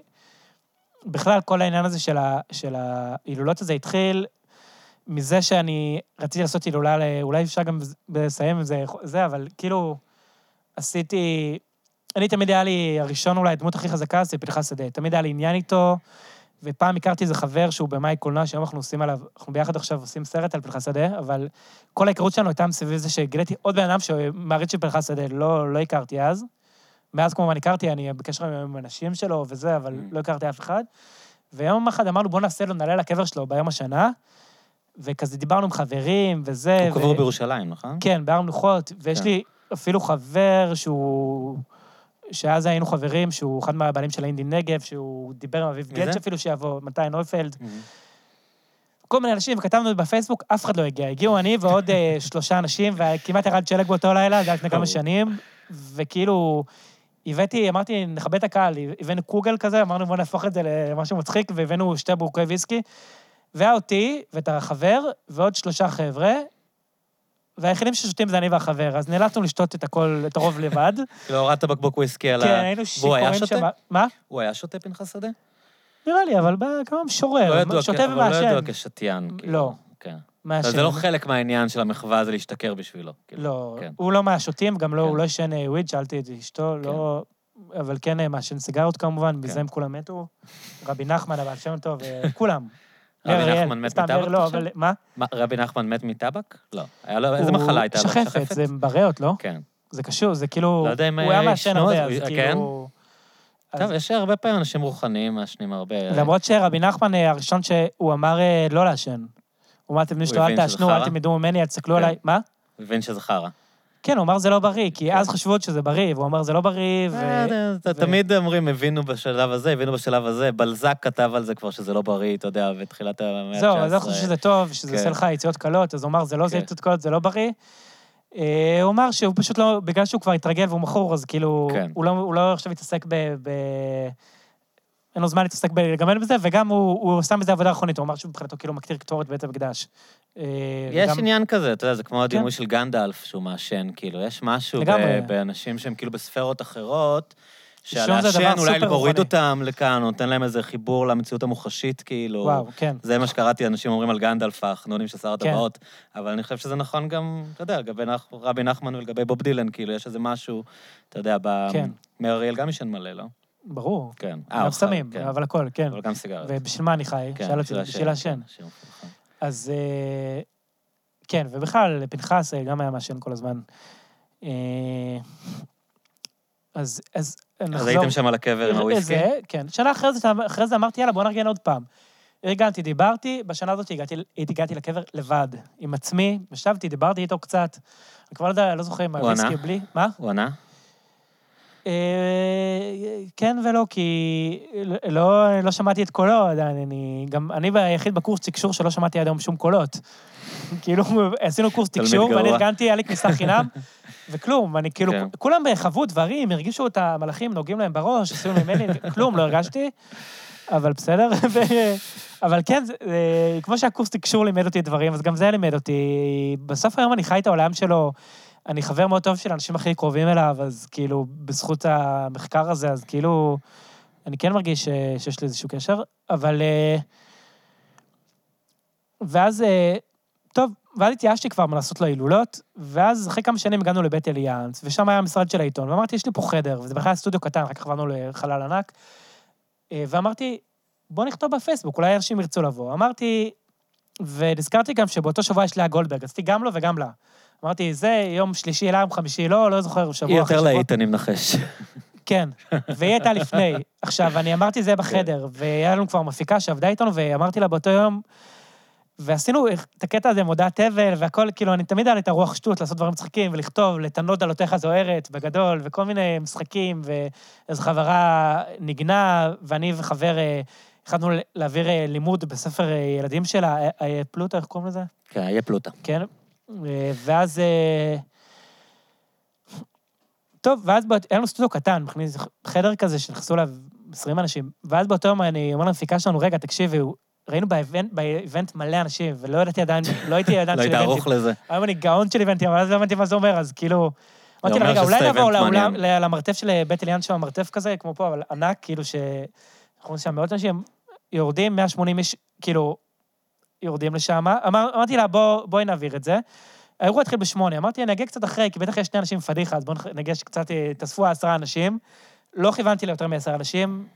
בכלל, כל העניין הזה של, ה... של ההילולות הזה התחיל מזה שאני רציתי לעשות הילולה, אולי אפשר גם לסיים עם זה, זה, אבל כאילו, עשיתי... אני תמיד היה לי, הראשון אולי, הדמות הכי חזקה, זה פנחס שדה. תמיד היה לי עניין איתו, ופעם הכרתי איזה חבר שהוא במאי קולנוע, שהיום אנחנו עושים עליו, אנחנו ביחד עכשיו עושים סרט על פנחס שדה, אבל כל ההיכרות שלנו הייתה מסביב זה שגיליתי עוד בן אדם שמעריץ של פנחס שדה, לא, לא הכרתי אז. מאז כמובן הכרתי, אני בקשר עם אנשים שלו וזה, אבל לא הכרתי אף אחד. ויום אחד אמרנו, בוא נעשה לו, נעלה לקבר שלו ביום השנה, וכזה דיברנו עם חברים וזה. הוא קבור בירושלים, נכון? כן, בהר המנוחות, ויש לי אפילו חבר שהוא... שאז היינו חברים, שהוא אחד מהבעלים של האינדי נגב, שהוא דיבר עם אביב גלץ' אפילו שיבוא, מתי נויפלד. כל מיני אנשים, וכתבנו בפייסבוק, אף אחד לא הגיע. הגיעו אני ועוד שלושה אנשים, וכמעט ירד שלג באותו לילה, זה היה לפני כמה שנים, וכאילו, הבאתי, אמרתי, נכבד את הקהל, הבאנו קוגל כזה, אמרנו, בוא נהפוך את זה למשהו מצחיק, והבאנו שתי בורקי ויסקי, והיה אותי, ואת החבר, ועוד שלושה חבר'ה, והיחידים ששותים זה אני והחבר, אז נאלצנו לשתות את הכל, את הרוב לבד. לא, הורדת בקבוק וויסקי על ה... כן, היינו שיכורים שם... מה? הוא היה שותה פנחס שדה? נראה לי, אבל כמה משורר. לא ידוע, שותה אבל לא ידוע כשתיין. לא. כן. מעשן. זה לא חלק מהעניין של המחווה, זה להשתכר בשבילו. לא, הוא לא מהשותים, גם לא, הוא לא ישן וויד, שאלתי את אשתו, לא... אבל כן, מעשן סיגרות כמובן, מזה הם כולם מתו. רבי נחמן, אבל שם טוב, כולם. רבי נחמן מת מטבק? לא, אבל מה? רבי נחמן מת מטבק? לא. היה לו, איזה מחלה הייתה לו? שחפת, זה בריאות, לא? כן. זה קשור, זה כאילו... לא יודע אם... הוא היה מעשן הרבה, אז כאילו... טוב, יש הרבה פעמים אנשים רוחניים מעשנים הרבה... למרות שרבי נחמן הראשון שהוא אמר לא לעשן. הוא אמר, אתם בני שלו, אל תעשנו, אל תלמדו ממני, אל תסתכלו עליי. מה? הוא הבין שזה חרא. כן, הוא אמר זה לא בריא, כי אז חשבו עוד שזה בריא, והוא אמר זה לא בריא, ו... תמיד אומרים, הבינו בשלב הזה, הבינו בשלב הזה, בלזק כתב על זה כבר שזה לא בריא, אתה יודע, בתחילת המאה ה-תשע עשרה. זהו, אז אני חושב שזה טוב, שזה עושה לך יציאות קלות, אז הוא אמר, זה לא זה יציאות קלות, זה לא בריא. הוא אמר שהוא פשוט לא, בגלל שהוא כבר התרגל והוא מכור, אז כאילו, הוא לא עכשיו יתעסק ב... אין לו זמן להתעסק בלגמל בזה, וגם הוא שם בזה עבודה אחרונית, הוא אמר שהוא מבחינתו כאילו מקטיר קטורת בית המקדש. יש עניין כזה, אתה יודע, זה כמו הדימוי של גנדלף, שהוא מעשן, כאילו, יש משהו באנשים שהם כאילו בספרות אחרות, שהלעשן אולי להוריד אותם לכאן, או נותן להם איזה חיבור למציאות המוחשית, כאילו. וואו, כן. זה מה שקראתי, אנשים אומרים על גנדלף, החנונים של שר הטבעות, אבל אני חושב שזה נכון גם, אתה יודע, לגבי רבי נחמן ולגבי בוב דילן, כאילו, יש איזה משהו, אתה יודע, מאיר אריאל גם ישן מלא, לא? ברור. כן. גם סמים, אבל הכל, כן. אבל גם סיגרת. ובשביל מה אני חי? שאל אותי, בשביל השן. אז כן, ובכלל, פנחס גם היה מעשן כל הזמן. אז, אז נחזור. אז הייתם שם על הקבר עם הוויסקי? זה, כן. שנה אחרי זה, אחרי זה אמרתי, יאללה, בוא נרגן עוד פעם. ארגנתי, דיברתי, בשנה הזאת הגעתי, הגעתי לקבר לבד, עם עצמי, ישבתי, דיברתי איתו קצת, אני כבר לא יודע, לא זוכר אם הוויסקי בלי, מה? הוא ענה? כן ולא, כי לא, לא שמעתי את קולו, אני, גם אני היחיד בקורס תקשור שלא שמעתי עד היום שום קולות. כאילו, עשינו קורס תקשור, ואני ארגנתי, היה לי כניסה חינם, וכלום, אני כאילו, כולם חוו דברים, הרגישו את המלאכים, נוגעים להם בראש, עשינו ממני, כלום, לא הרגשתי, אבל בסדר, אבל כן, כמו שהקורס תקשור לימד אותי דברים, אז גם זה לימד אותי, בסוף היום אני חי את העולם שלו, אני חבר מאוד טוב של האנשים הכי קרובים אליו, אז כאילו, בזכות המחקר הזה, אז כאילו, אני כן מרגיש שיש לי איזשהו קשר, אבל, ואז, טוב, ואז התייאשתי כבר מלעשות לו הילולות, ואז אחרי כמה שנים הגענו לבית אליאנס, ושם היה המשרד של העיתון, ואמרתי, יש לי פה חדר, וזה בכלל סטודיו קטן, רק עברנו לחלל ענק, ואמרתי, בוא נכתוב בפייסבוק, אולי אנשים ירצו לבוא. אמרתי, ונזכרתי גם שבאותו שבוע יש לאה גולדברג, עשיתי גם לו וגם לה. אמרתי, זה יום שלישי אלה, יום חמישי לא, לא זוכר, שבוע היא יותר להיט, אני מנחש. כן, והיא הייתה לפני. עכשיו, אני אמרתי זה בחדר, והיה לנו כבר מפיקה שעבדה איתנו, ואמרתי לה באותו יום, ועשינו את הקטע הזה, מודעת אבל, והכל, כאילו, אני תמיד היה לי את הרוח שטות, לעשות דברים מצחיקים, ולכתוב, לתנות עלותיך זוהרת, בגדול, וכל מיני משחקים, ואיזו חברה נגנה, ואני וחבר, החלטנו להעביר לימוד בספר ילדים שלה, פלוטה, איך קוראים לזה? כן, היה פלוטה. כן, ואז, טוב, ואז היה לנו סטודיו קטן, חדר כזה שנכנסו אליו עשרים אנשים, ואז באותו יום אני אומר למפיקה שלנו, רגע, תקשיבי, ראינו באיבנט מלא אנשים, ולא ידעתי עדיין, לא הייתי עדיין של איבנטים. לא היית ערוך לזה. היום אני גאון של איבנטים, אבל אז לא הבנתי מה זה אומר, אז כאילו, אמרתי לה, רגע, אולי נעבור למרתף של בית אליאן שם, מרתף כזה, כמו פה, אבל ענק, כאילו שאנחנו שם מאות אנשים, יורדים, מאה ושמונים איש, כאילו, יורדים לשם. אמרתי לה, בואי נעביר את זה. האירוע התחיל בשמונה, אמרתי, אני אגיע קצת אחרי, כי בטח יש שני אנשים פדיחה, אז בואו נגיע שקצת, תאספו עשרה אנשים. לא כיוונתי ליותר מעשרה אנשים,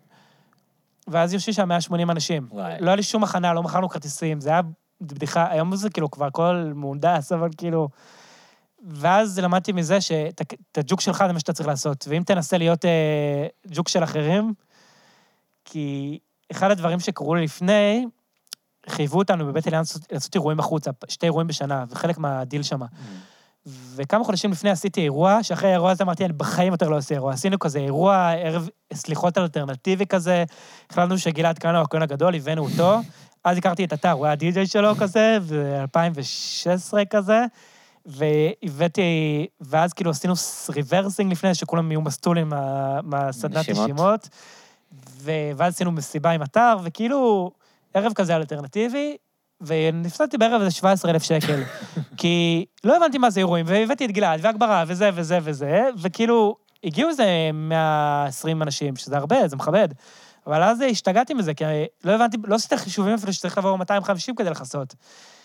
ואז יושבי שם מאה ושמונים אנשים. לא היה לי שום הכנה, לא מכרנו כרטיסים, זה היה בדיחה, היום זה כאילו כבר הכל מהונדס, אבל כאילו... ואז למדתי מזה שאת הג'וק שלך זה מה שאתה צריך לעשות, ואם תנסה להיות אה, ג'וק של אחרים, כי אחד הדברים שקרו לי לפני, חייבו אותנו בבית אליאן לעשות אירועים החוצה, שתי אירועים בשנה, וחלק מהדיל שמה. וכמה חודשים לפני עשיתי אירוע, שאחרי האירוע הזה אמרתי, אני בחיים יותר לא עושה אירוע. עשינו כזה אירוע, ערב סליחות אלטרנטיבי כזה, החלטנו שגלעד כהן הוא הכהן הגדול, הבאנו אותו, אז הכרתי את אתר, הוא היה די-ג'יי שלו כזה, ב-אלפיים ושש עשרה כזה, והבאתי, ואז כאילו עשינו ריברסינג לפני, שכולם יהיו מסטולים מהסדנת נשימות, ואז עשינו מסיבה עם אתר, וכאילו, ערב כזה אלטרנטיבי, ונפסדתי בערב איזה שבעה עשר אלף שקל, כי לא הבנתי מה זה אירועים, והבאתי את גלעד, והגברה, וזה וזה וזה, וכאילו, הגיעו איזה מאה ועשרים אנשים, שזה הרבה, זה מכבד, אבל אז השתגעתי מזה, כי לא הבנתי, לא עשיתי חישובים אפילו שצריך לעבור מאתיים וחמישים כדי לחסות,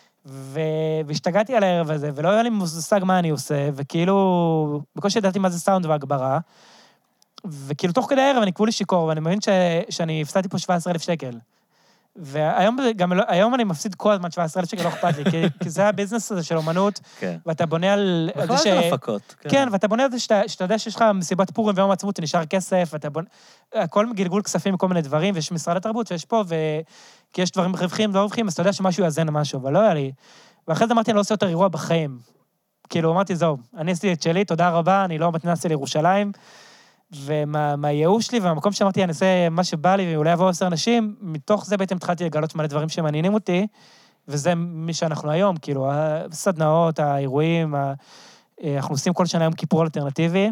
והשתגעתי על הערב הזה, ולא היה לי מושג מה אני עושה, וכאילו, בקושי ידעתי מה זה סאונד והגברה, וכאילו תוך כדי הערב אני כבולי שיקור, ואני מבין שאני הפסדתי פה שבעה עשר אלף שקל. והיום גם, היום אני מפסיד כל הזמן שבעה עשר אלף שקל, לא אכפת לי, כי, כי זה הביזנס הזה של אומנות, כן. ואתה בונה על... בכלל של הפקות. כן. כן, ואתה בונה על זה שאתה, שאתה יודע שיש לך מסיבת פורים ויום העצמות, ונשאר כסף, ואתה בונה... הכל גלגול כספים מכל מיני דברים, ויש משרד התרבות ויש פה, ו... כי יש דברים רווחים, לא רווחים, אז אתה יודע שמשהו יאזן או משהו, אבל לא היה לי. ואחרי זה אמרתי, אני לא עושה יותר אירוע בחיים. כאילו, אמרתי, זהו, אני עשיתי את שלי, תודה רבה, אני לא מתנסה לירושלים. ומהייאוש שלי, והמקום שאמרתי, אני אעשה מה שבא לי, ואולי יבואו עשר אנשים, מתוך זה בעצם התחלתי לגלות מלא דברים שמעניינים אותי, וזה מי שאנחנו היום, כאילו, הסדנאות, האירועים, אנחנו עושים כל שנה יום כיפור אלטרנטיבי,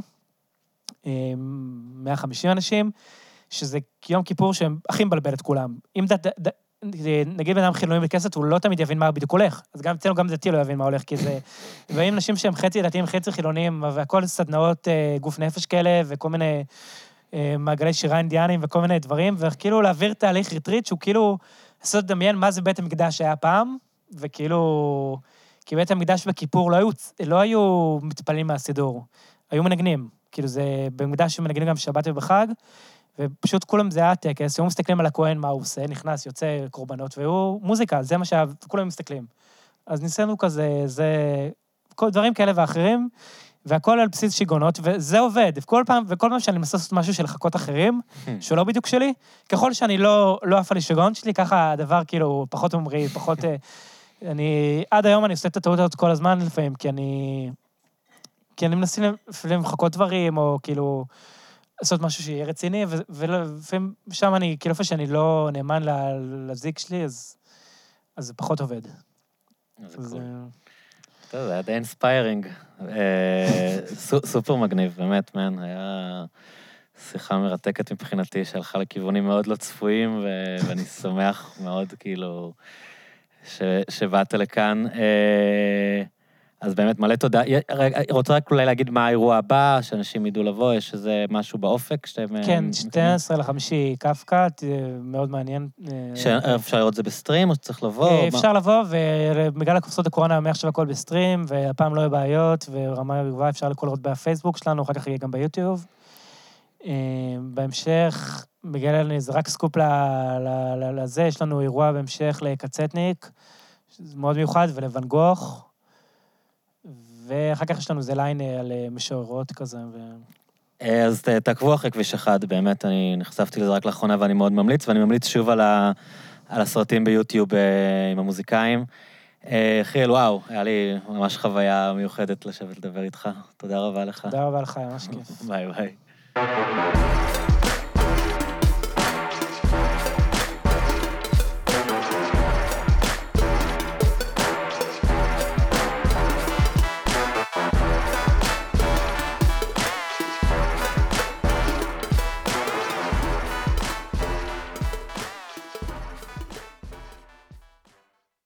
מאה וחמישים אנשים, שזה יום כיפור שהם הכי מבלבל את כולם. אם נגיד בן אדם חילוני בכסת, הוא לא תמיד יבין מה בדיוק הולך, אז גם אצלנו גם דתי לא יבין מה הולך, כי זה... ובאים נשים שהם חצי דתיים, חצי חילונים, והכל סדנאות גוף נפש כאלה, וכל מיני מעגלי שירה אינדיאנים, וכל מיני דברים, וכאילו להעביר תהליך ריטריט, שהוא כאילו, לעשות לדמיין מה זה בית המקדש שהיה פעם, וכאילו... כי בית המקדש בכיפור לא היו, לא היו מתפללים מהסידור, היו מנגנים, כאילו זה במקדש שמנגנים גם שבת ובחג, ופשוט כולם זה היה טקס, היו מסתכלים על הכהן מה הוא עושה, נכנס, יוצא קורבנות, והוא מוזיקה, זה מה שכולם מסתכלים. אז ניסינו כזה, זה, כל דברים כאלה ואחרים, והכל על בסיס שיגעונות, וזה עובד. וכל פעם, וכל פעם שאני מנסה לעשות משהו של לחכות אחרים, שהוא לא בדיוק שלי, ככל שאני לא, לא עף על השיגעון שלי, ככה הדבר כאילו פחות אומרי, פחות... אני, עד היום אני עושה את הטעות הזאת כל הזמן לפעמים, כי אני... כי אני מנסה לפעמים לחכות דברים, או כאילו... לעשות משהו שיהיה רציני, ולפעמים שם אני, כאילו איפה שאני לא נאמן לזיק שלי, אז, אז זה פחות עובד. זה קול. טוב, זה היה די אינספיירינג. סופר מגניב, באמת, מן. היה שיחה מרתקת מבחינתי, שהלכה לכיוונים מאוד לא צפויים, ואני שמח מאוד, כאילו, שבאת לכאן. אז באמת מלא תודה. רוצה רק אולי להגיד מה האירוע הבא, שאנשים ידעו לבוא, יש איזה משהו באופק שאתם... כן, שתים עשרה לחמישי קפקא, מאוד מעניין. אפשר לראות את זה בסטרים, או שצריך לבוא? אפשר לבוא, ובגלל הקופסות הקורונה, מעכשיו הכל בסטרים, והפעם לא יהיו בעיות, ורמה גבוהה אפשר לכל לראות בפייסבוק שלנו, אחר כך יהיה גם ביוטיוב. בהמשך, בגלל זה רק סקופ לזה, יש לנו אירוע בהמשך לקצטניק, שזה מאוד מיוחד, ולוון גוך, ואחר כך יש לנו זה ליין על משוררות כזה. ו... אז תעקבו אחרי כביש אחד, באמת, אני נחשפתי לזה רק לאחרונה ואני מאוד ממליץ, ואני ממליץ שוב על, ה... על הסרטים ביוטיוב עם המוזיקאים. חיל, וואו, היה לי ממש חוויה מיוחדת לשבת לדבר איתך. תודה רבה לך. תודה רבה לך, ממש כיף. ביי ביי.